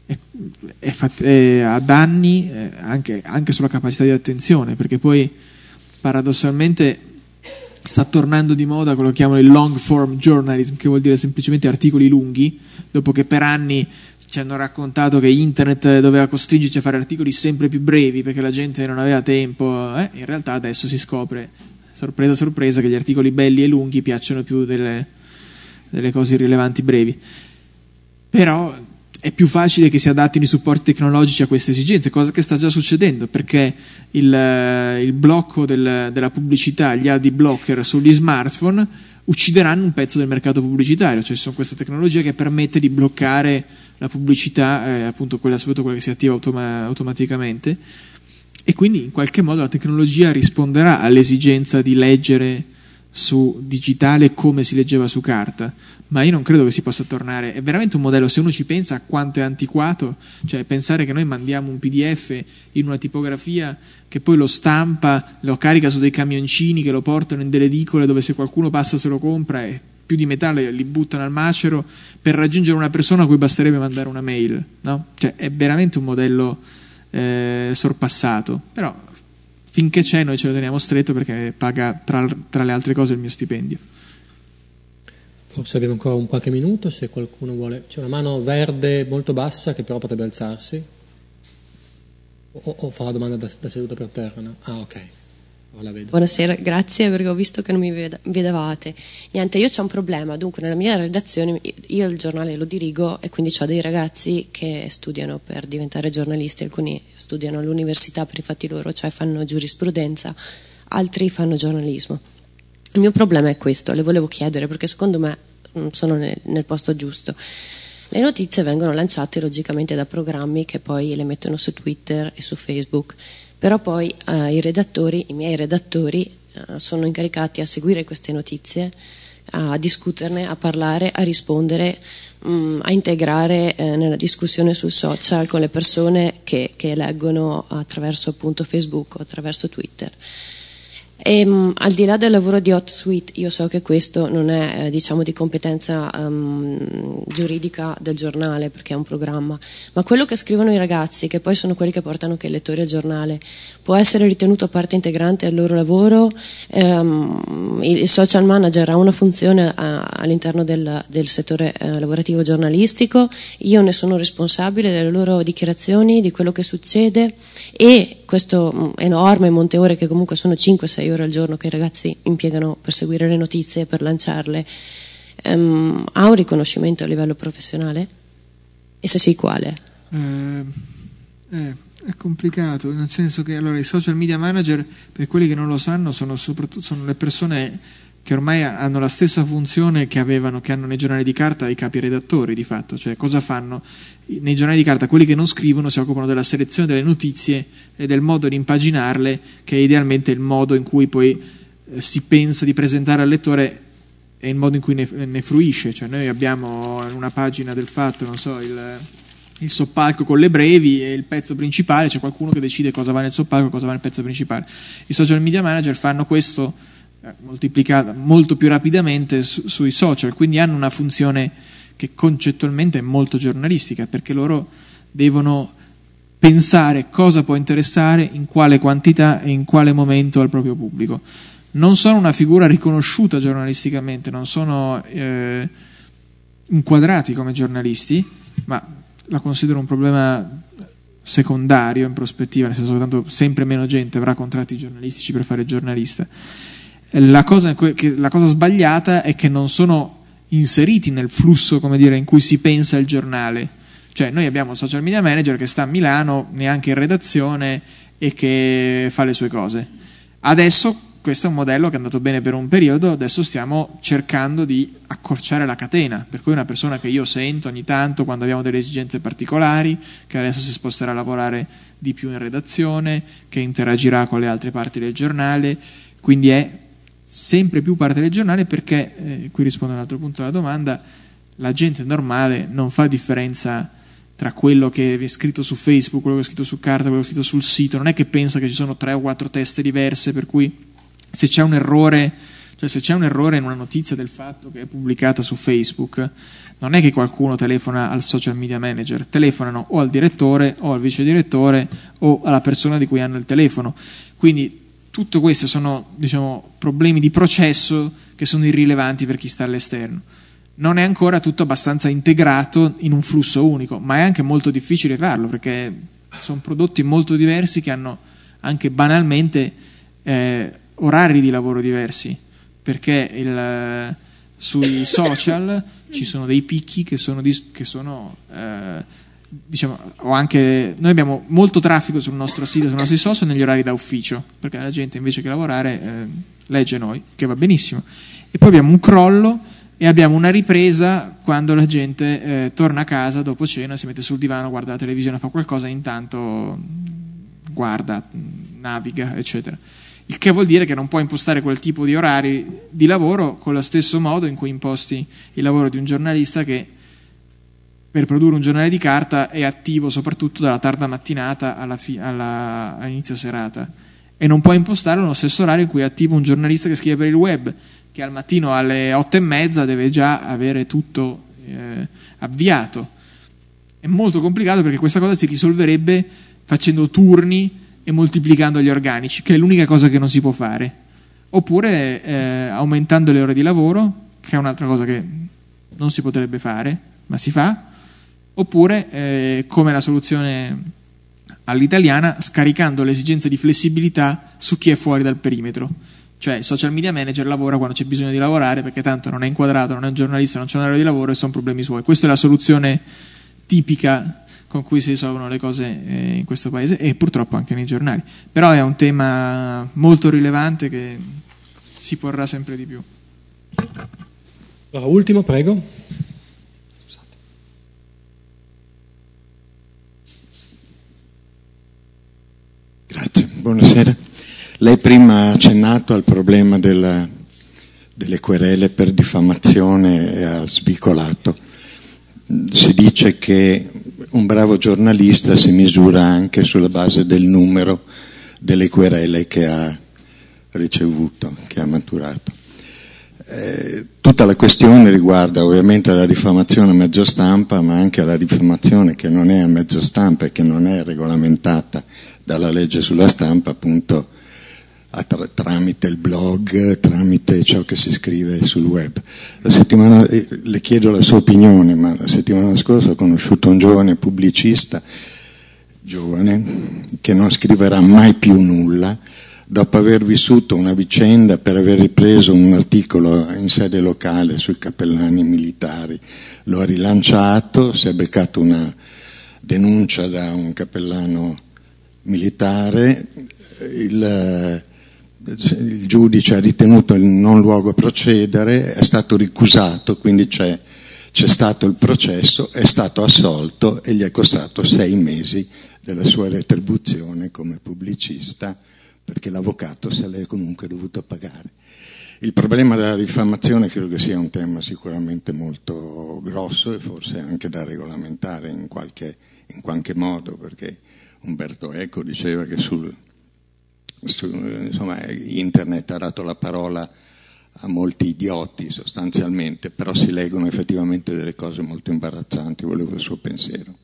ha danni anche sulla capacità di attenzione, perché poi paradossalmente sta tornando di moda quello che chiamano il long form journalism, che vuol dire semplicemente articoli lunghi, dopo che per anni ci hanno raccontato che internet doveva costringerci a fare articoli sempre più brevi perché la gente non aveva tempo. In realtà adesso si scopre, sorpresa sorpresa, che gli articoli belli e lunghi piacciono più delle cose irrilevanti brevi. Però è più facile che si adattino i supporti tecnologici a queste esigenze, cosa che sta già succedendo, perché il blocco della pubblicità, gli ad blocker sugli smartphone uccideranno un pezzo del mercato pubblicitario, cioè ci sono questa tecnologia che permette di bloccare la pubblicità, appunto soprattutto quella che si attiva automaticamente, e quindi in qualche modo la tecnologia risponderà all'esigenza di leggere su digitale come si leggeva su carta, ma io non credo che si possa tornare. È veramente un modello, se uno ci pensa a quanto è antiquato, cioè pensare che noi mandiamo un PDF in una tipografia che poi lo stampa, lo carica su dei camioncini che lo portano in delle edicole dove se qualcuno passa se lo compra e più di metà li buttano al macero per raggiungere una persona a cui basterebbe mandare una mail, no? Cioè è veramente un modello sorpassato, però finché c'è noi ce lo teniamo stretto perché paga tra le altre cose il mio stipendio. Forse abbiamo ancora un qualche minuto, se qualcuno vuole. C'è una mano verde molto bassa che però potrebbe alzarsi. O fa la domanda da seduta per terra, no? Ah, ok. La vedo. Buonasera, grazie perché ho visto che non mi vedevate. Niente, io c'ho un problema, dunque nella mia redazione io il giornale lo dirigo e quindi ho dei ragazzi che studiano per diventare giornalisti, alcuni studiano all'università per i fatti loro, cioè fanno giurisprudenza, altri fanno giornalismo. Il mio problema è questo, le volevo chiedere perché secondo me sono nel posto giusto. Le notizie vengono lanciate logicamente da programmi che poi le mettono su Twitter e su Facebook, però poi i miei redattori sono incaricati a seguire queste notizie, a discuterne, a parlare, a rispondere, a integrare nella discussione sul social con le persone che leggono attraverso appunto Facebook o attraverso Twitter. E, al di là del lavoro di HotSuite, io so che questo non è diciamo di competenza giuridica del giornale perché è un programma, ma quello che scrivono i ragazzi, che poi sono quelli che portano anche i lettori al giornale, può essere ritenuto parte integrante del loro lavoro. Il social manager ha una funzione all'interno del settore lavorativo giornalistico, io ne sono responsabile delle loro dichiarazioni, di quello che succede, e questo enorme monte ore che comunque sono 5-6 ore al giorno che i ragazzi impiegano per seguire le notizie e per lanciarle, ha un riconoscimento a livello professionale? E se sì, quale? È complicato, nel senso che allora i social media manager, per quelli che non lo sanno, sono le persone che ormai hanno la stessa funzione che hanno nei giornali di carta i capi redattori di fatto. Cioè cosa fanno? Nei giornali di carta quelli che non scrivono si occupano della selezione delle notizie e del modo di impaginarle, che è idealmente il modo in cui poi si pensa di presentare al lettore e il modo in cui ne fruisce. Cioè noi abbiamo in una pagina del Fatto, non so, il soppalco con le brevi e il pezzo principale, c'è qualcuno che decide cosa va nel soppalco e cosa va nel pezzo principale. I social media manager fanno questo moltiplicata molto più rapidamente sui social, quindi hanno una funzione che concettualmente è molto giornalistica, perché loro devono pensare cosa può interessare, in quale quantità e in quale momento al proprio pubblico. Non sono una figura riconosciuta giornalisticamente, non sono inquadrati come giornalisti, ma la considero un problema secondario in prospettiva, nel senso che tanto sempre meno gente avrà contratti giornalistici per fare il giornalista. La cosa sbagliata è che non sono inseriti nel flusso, come dire, in cui si pensa il giornale. Cioè noi abbiamo un social media manager che sta a Milano, neanche in redazione, e che fa le sue cose. Adesso questo è un modello che è andato bene per un periodo, adesso stiamo cercando di accorciare la catena, per cui una persona che io sento ogni tanto quando abbiamo delle esigenze particolari, che adesso si sposterà a lavorare di più in redazione, che interagirà con le altre parti del giornale, quindi è sempre più parte del giornale, perché qui rispondo all'altro punto della domanda, la gente normale non fa differenza tra quello che è scritto su Facebook, quello che è scritto su carta, quello che è scritto sul sito, non è che pensa che ci sono 3 o 4 teste diverse, per cui se c'è un errore, cioè se c'è un errore in una notizia del Fatto che è pubblicata su Facebook, non è che qualcuno telefona al social media manager, telefonano o al direttore o al vice direttore o alla persona di cui hanno il telefono. Quindi tutto questo sono, diciamo, problemi di processo che sono irrilevanti per chi sta all'esterno. Non è ancora tutto abbastanza integrato in un flusso unico, ma è anche molto difficile farlo, perché sono prodotti molto diversi che hanno anche banalmente orari di lavoro diversi, perché sui social ci sono dei picchi che sono diciamo, o anche noi abbiamo molto traffico sul nostro sito, sui nostri social negli orari da ufficio, perché la gente invece che lavorare legge noi, che va benissimo, e poi abbiamo un crollo e abbiamo una ripresa quando la gente torna a casa dopo cena, si mette sul divano, guarda la televisione, fa qualcosa e intanto guarda, naviga, eccetera. Il che vuol dire che non puoi impostare quel tipo di orari di lavoro con lo stesso modo in cui imposti il lavoro di un giornalista che per produrre un giornale di carta è attivo soprattutto dalla tarda mattinata all'inizio serata, e non puoi impostarlo nello stesso orario in cui è attivo un giornalista che scrive per il web, che al mattino alle 8:30 deve già avere tutto avviato. È molto complicato, perché questa cosa si risolverebbe facendo turni e moltiplicando gli organici, che è l'unica cosa che non si può fare, oppure aumentando le ore di lavoro, che è un'altra cosa che non si potrebbe fare ma si fa, oppure come la soluzione all'italiana, scaricando le esigenze di flessibilità su chi è fuori dal perimetro. Cioè il social media manager lavora quando c'è bisogno di lavorare, perché tanto non è inquadrato, non è un giornalista, non c'è un orario di lavoro e sono problemi suoi. Questa è la soluzione tipica con cui si risolvono le cose in questo paese, e purtroppo anche nei giornali. Però è un tema molto rilevante che si porrà sempre di più. Allora, ultimo, prego. Grazie, buonasera. Lei prima ha accennato al problema delle querele per diffamazione e ha svicolato. Si dice che un bravo giornalista si misura anche sulla base del numero delle querele che ha ricevuto, che ha maturato. Tutta la questione riguarda ovviamente la diffamazione a mezzo stampa, ma anche la diffamazione che non è a mezzo stampa e che non è regolamentata dalla legge sulla stampa, appunto tramite il blog, tramite ciò che si scrive sul web. Le chiedo la sua opinione, ma la settimana scorsa ho conosciuto un giovane pubblicista, giovane, che non scriverà mai più nulla, dopo aver vissuto una vicenda per aver ripreso un articolo in sede locale sui cappellani militari. Lo ha rilanciato, si è beccato una denuncia da un cappellano militare, il giudice ha ritenuto il non luogo a procedere, è stato ricusato, quindi c'è stato il processo, è stato assolto e gli è costato 6 mesi della sua retribuzione come pubblicista, perché l'avvocato se l'è comunque dovuto pagare. Il problema della diffamazione credo che sia un tema sicuramente molto grosso e forse anche da regolamentare in qualche modo, perché Umberto Eco diceva che insomma, internet ha dato la parola a molti idioti sostanzialmente, però si leggono effettivamente delle cose molto imbarazzanti. Volevo il suo pensiero.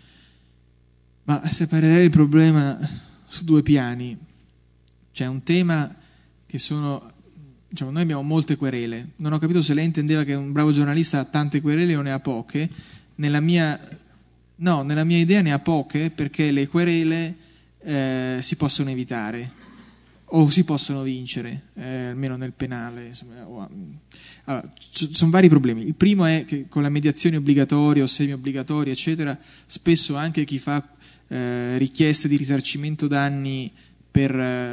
Ma separerei il problema su 2 piani. C'è un tema che sono, diciamo, noi abbiamo molte querele. Non ho capito se lei intendeva che un bravo giornalista ha tante querele o ne ha poche. Nella mia idea ne ha poche, perché le querele si possono evitare o si possono vincere, almeno nel penale. Allora, sono vari problemi. Il primo è che con la mediazione obbligatoria o semi-obbligatoria, eccetera, spesso anche chi fa richieste di risarcimento danni per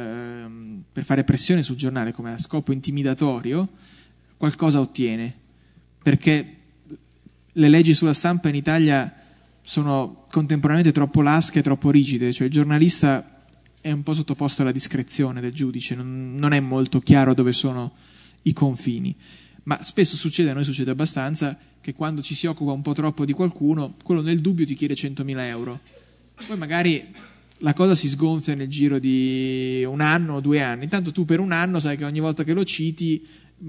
fare pressione sul giornale come a scopo intimidatorio, qualcosa ottiene, perché le leggi sulla stampa in Italia sono contemporaneamente troppo lasche e troppo rigide, cioè il giornalista è un po' sottoposto alla discrezione del giudice, non è molto chiaro dove sono i confini, ma spesso succede, a noi succede abbastanza, che quando ci si occupa un po' troppo di qualcuno, quello nel dubbio ti chiede 100.000 euro, poi magari la cosa si sgonfia nel giro di 1 anno o 2 anni, intanto tu per 1 anno sai che ogni volta che lo citi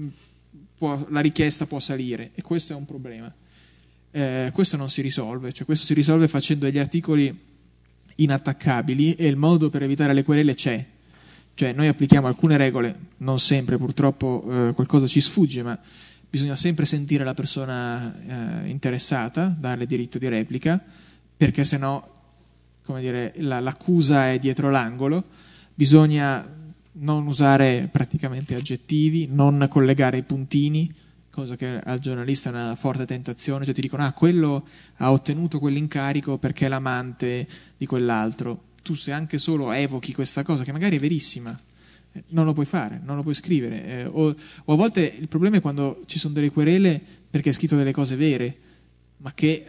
la richiesta può salire, e questo è un problema. Questo non si risolve, cioè questo si risolve facendo degli articoli inattaccabili, e il modo per evitare le querele c'è. Cioè noi applichiamo alcune regole, non sempre purtroppo qualcosa ci sfugge, ma bisogna sempre sentire la persona interessata, darle diritto di replica, perché sennò, come dire, l'accusa è dietro l'angolo. Bisogna non usare praticamente aggettivi, non collegare i puntini, cosa che al giornalista è una forte tentazione, cioè ti dicono quello ha ottenuto quell'incarico perché è l'amante di quell'altro. Tu se anche solo evochi questa cosa, che magari è verissima, non lo puoi fare, non lo puoi scrivere, o a volte il problema è quando ci sono delle querele perché hai scritto delle cose vere, ma che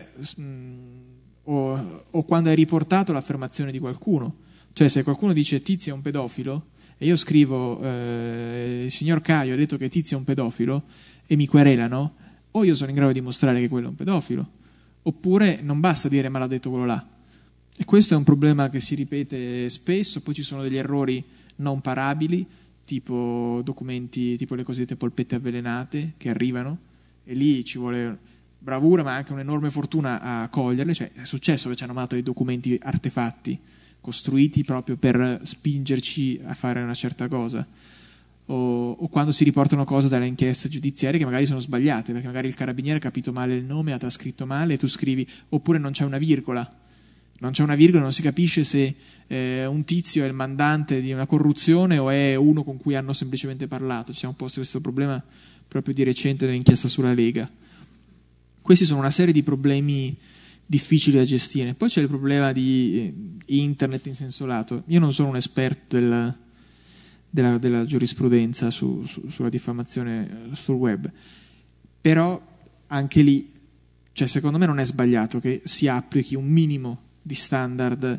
o quando hai riportato l'affermazione di qualcuno, cioè se qualcuno dice Tizio è un pedofilo e io scrivo il signor Caio ha detto che Tizio è un pedofilo e mi querelano, o io sono in grado di dimostrare che quello è un pedofilo, oppure non basta dire ma l'ha detto quello là. E questo è un problema che si ripete spesso. Poi ci sono degli errori non parabili, tipo documenti, tipo le cosiddette polpette avvelenate che arrivano, e lì ci vuole bravura ma anche un'enorme fortuna a coglierle. Cioè è successo che ci hanno mandato dei documenti artefatti costruiti proprio per spingerci a fare una certa cosa, o quando si riportano cose dalle inchieste giudiziarie che magari sono sbagliate, perché magari il carabiniere ha capito male il nome, ha trascritto male e tu scrivi, oppure non c'è una virgola, non si capisce se un tizio è il mandante di una corruzione o è uno con cui hanno semplicemente parlato. Ci siamo posti questo problema proprio di recente nell'inchiesta sulla Lega. Questi sono una serie di problemi difficili da gestire. Poi c'è il problema di internet in senso lato. Io non sono un esperto della giurisprudenza sulla diffamazione sul web, però anche lì, cioè, secondo me non è sbagliato che si applichi un minimo di standard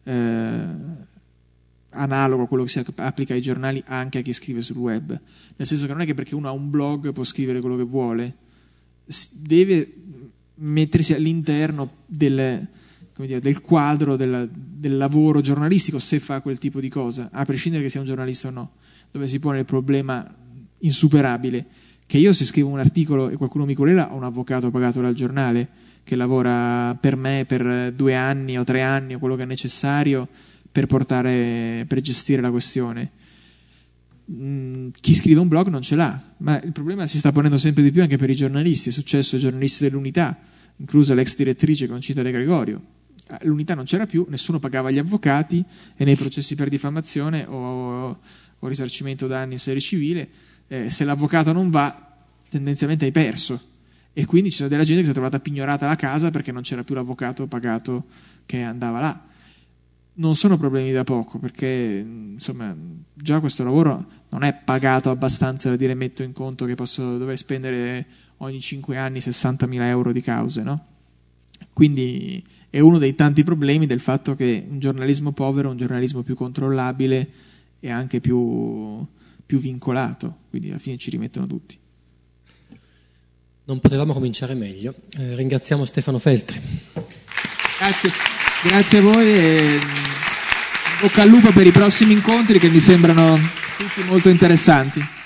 analogo a quello che si applica ai giornali anche a chi scrive sul web, nel senso che non è che perché uno ha un blog può scrivere quello che vuole, deve mettersi all'interno del quadro del lavoro giornalistico, se fa quel tipo di cosa, a prescindere che sia un giornalista o no, dove si pone il problema insuperabile che io, se scrivo un articolo e qualcuno mi querela, ho un avvocato pagato dal giornale che lavora per me per 2 anni o 3 anni o quello che è necessario per gestire la questione. Chi scrive un blog non ce l'ha, ma il problema si sta ponendo sempre di più anche per i giornalisti. È successo ai giornalisti dell'Unità, inclusa l'ex direttrice Concita De Gregorio. L'Unità non c'era più, nessuno pagava gli avvocati e nei processi per diffamazione o risarcimento danni in sede civile, se l'avvocato non va, tendenzialmente hai perso. E quindi c'è della gente che si è trovata pignorata la casa perché non c'era più l'avvocato pagato che andava là. Non sono problemi da poco, perché insomma già questo lavoro non è pagato abbastanza da dire metto in conto che posso dover spendere ogni 5 anni 60.000 euro di cause, no? Quindi è uno dei tanti problemi del fatto che un giornalismo povero è un giornalismo più controllabile e anche più vincolato, quindi alla fine ci rimettono tutti. Non potevamo cominciare meglio. Ringraziamo Stefano Feltri. Grazie a voi e bocca al lupo per i prossimi incontri che mi sembrano tutti molto interessanti.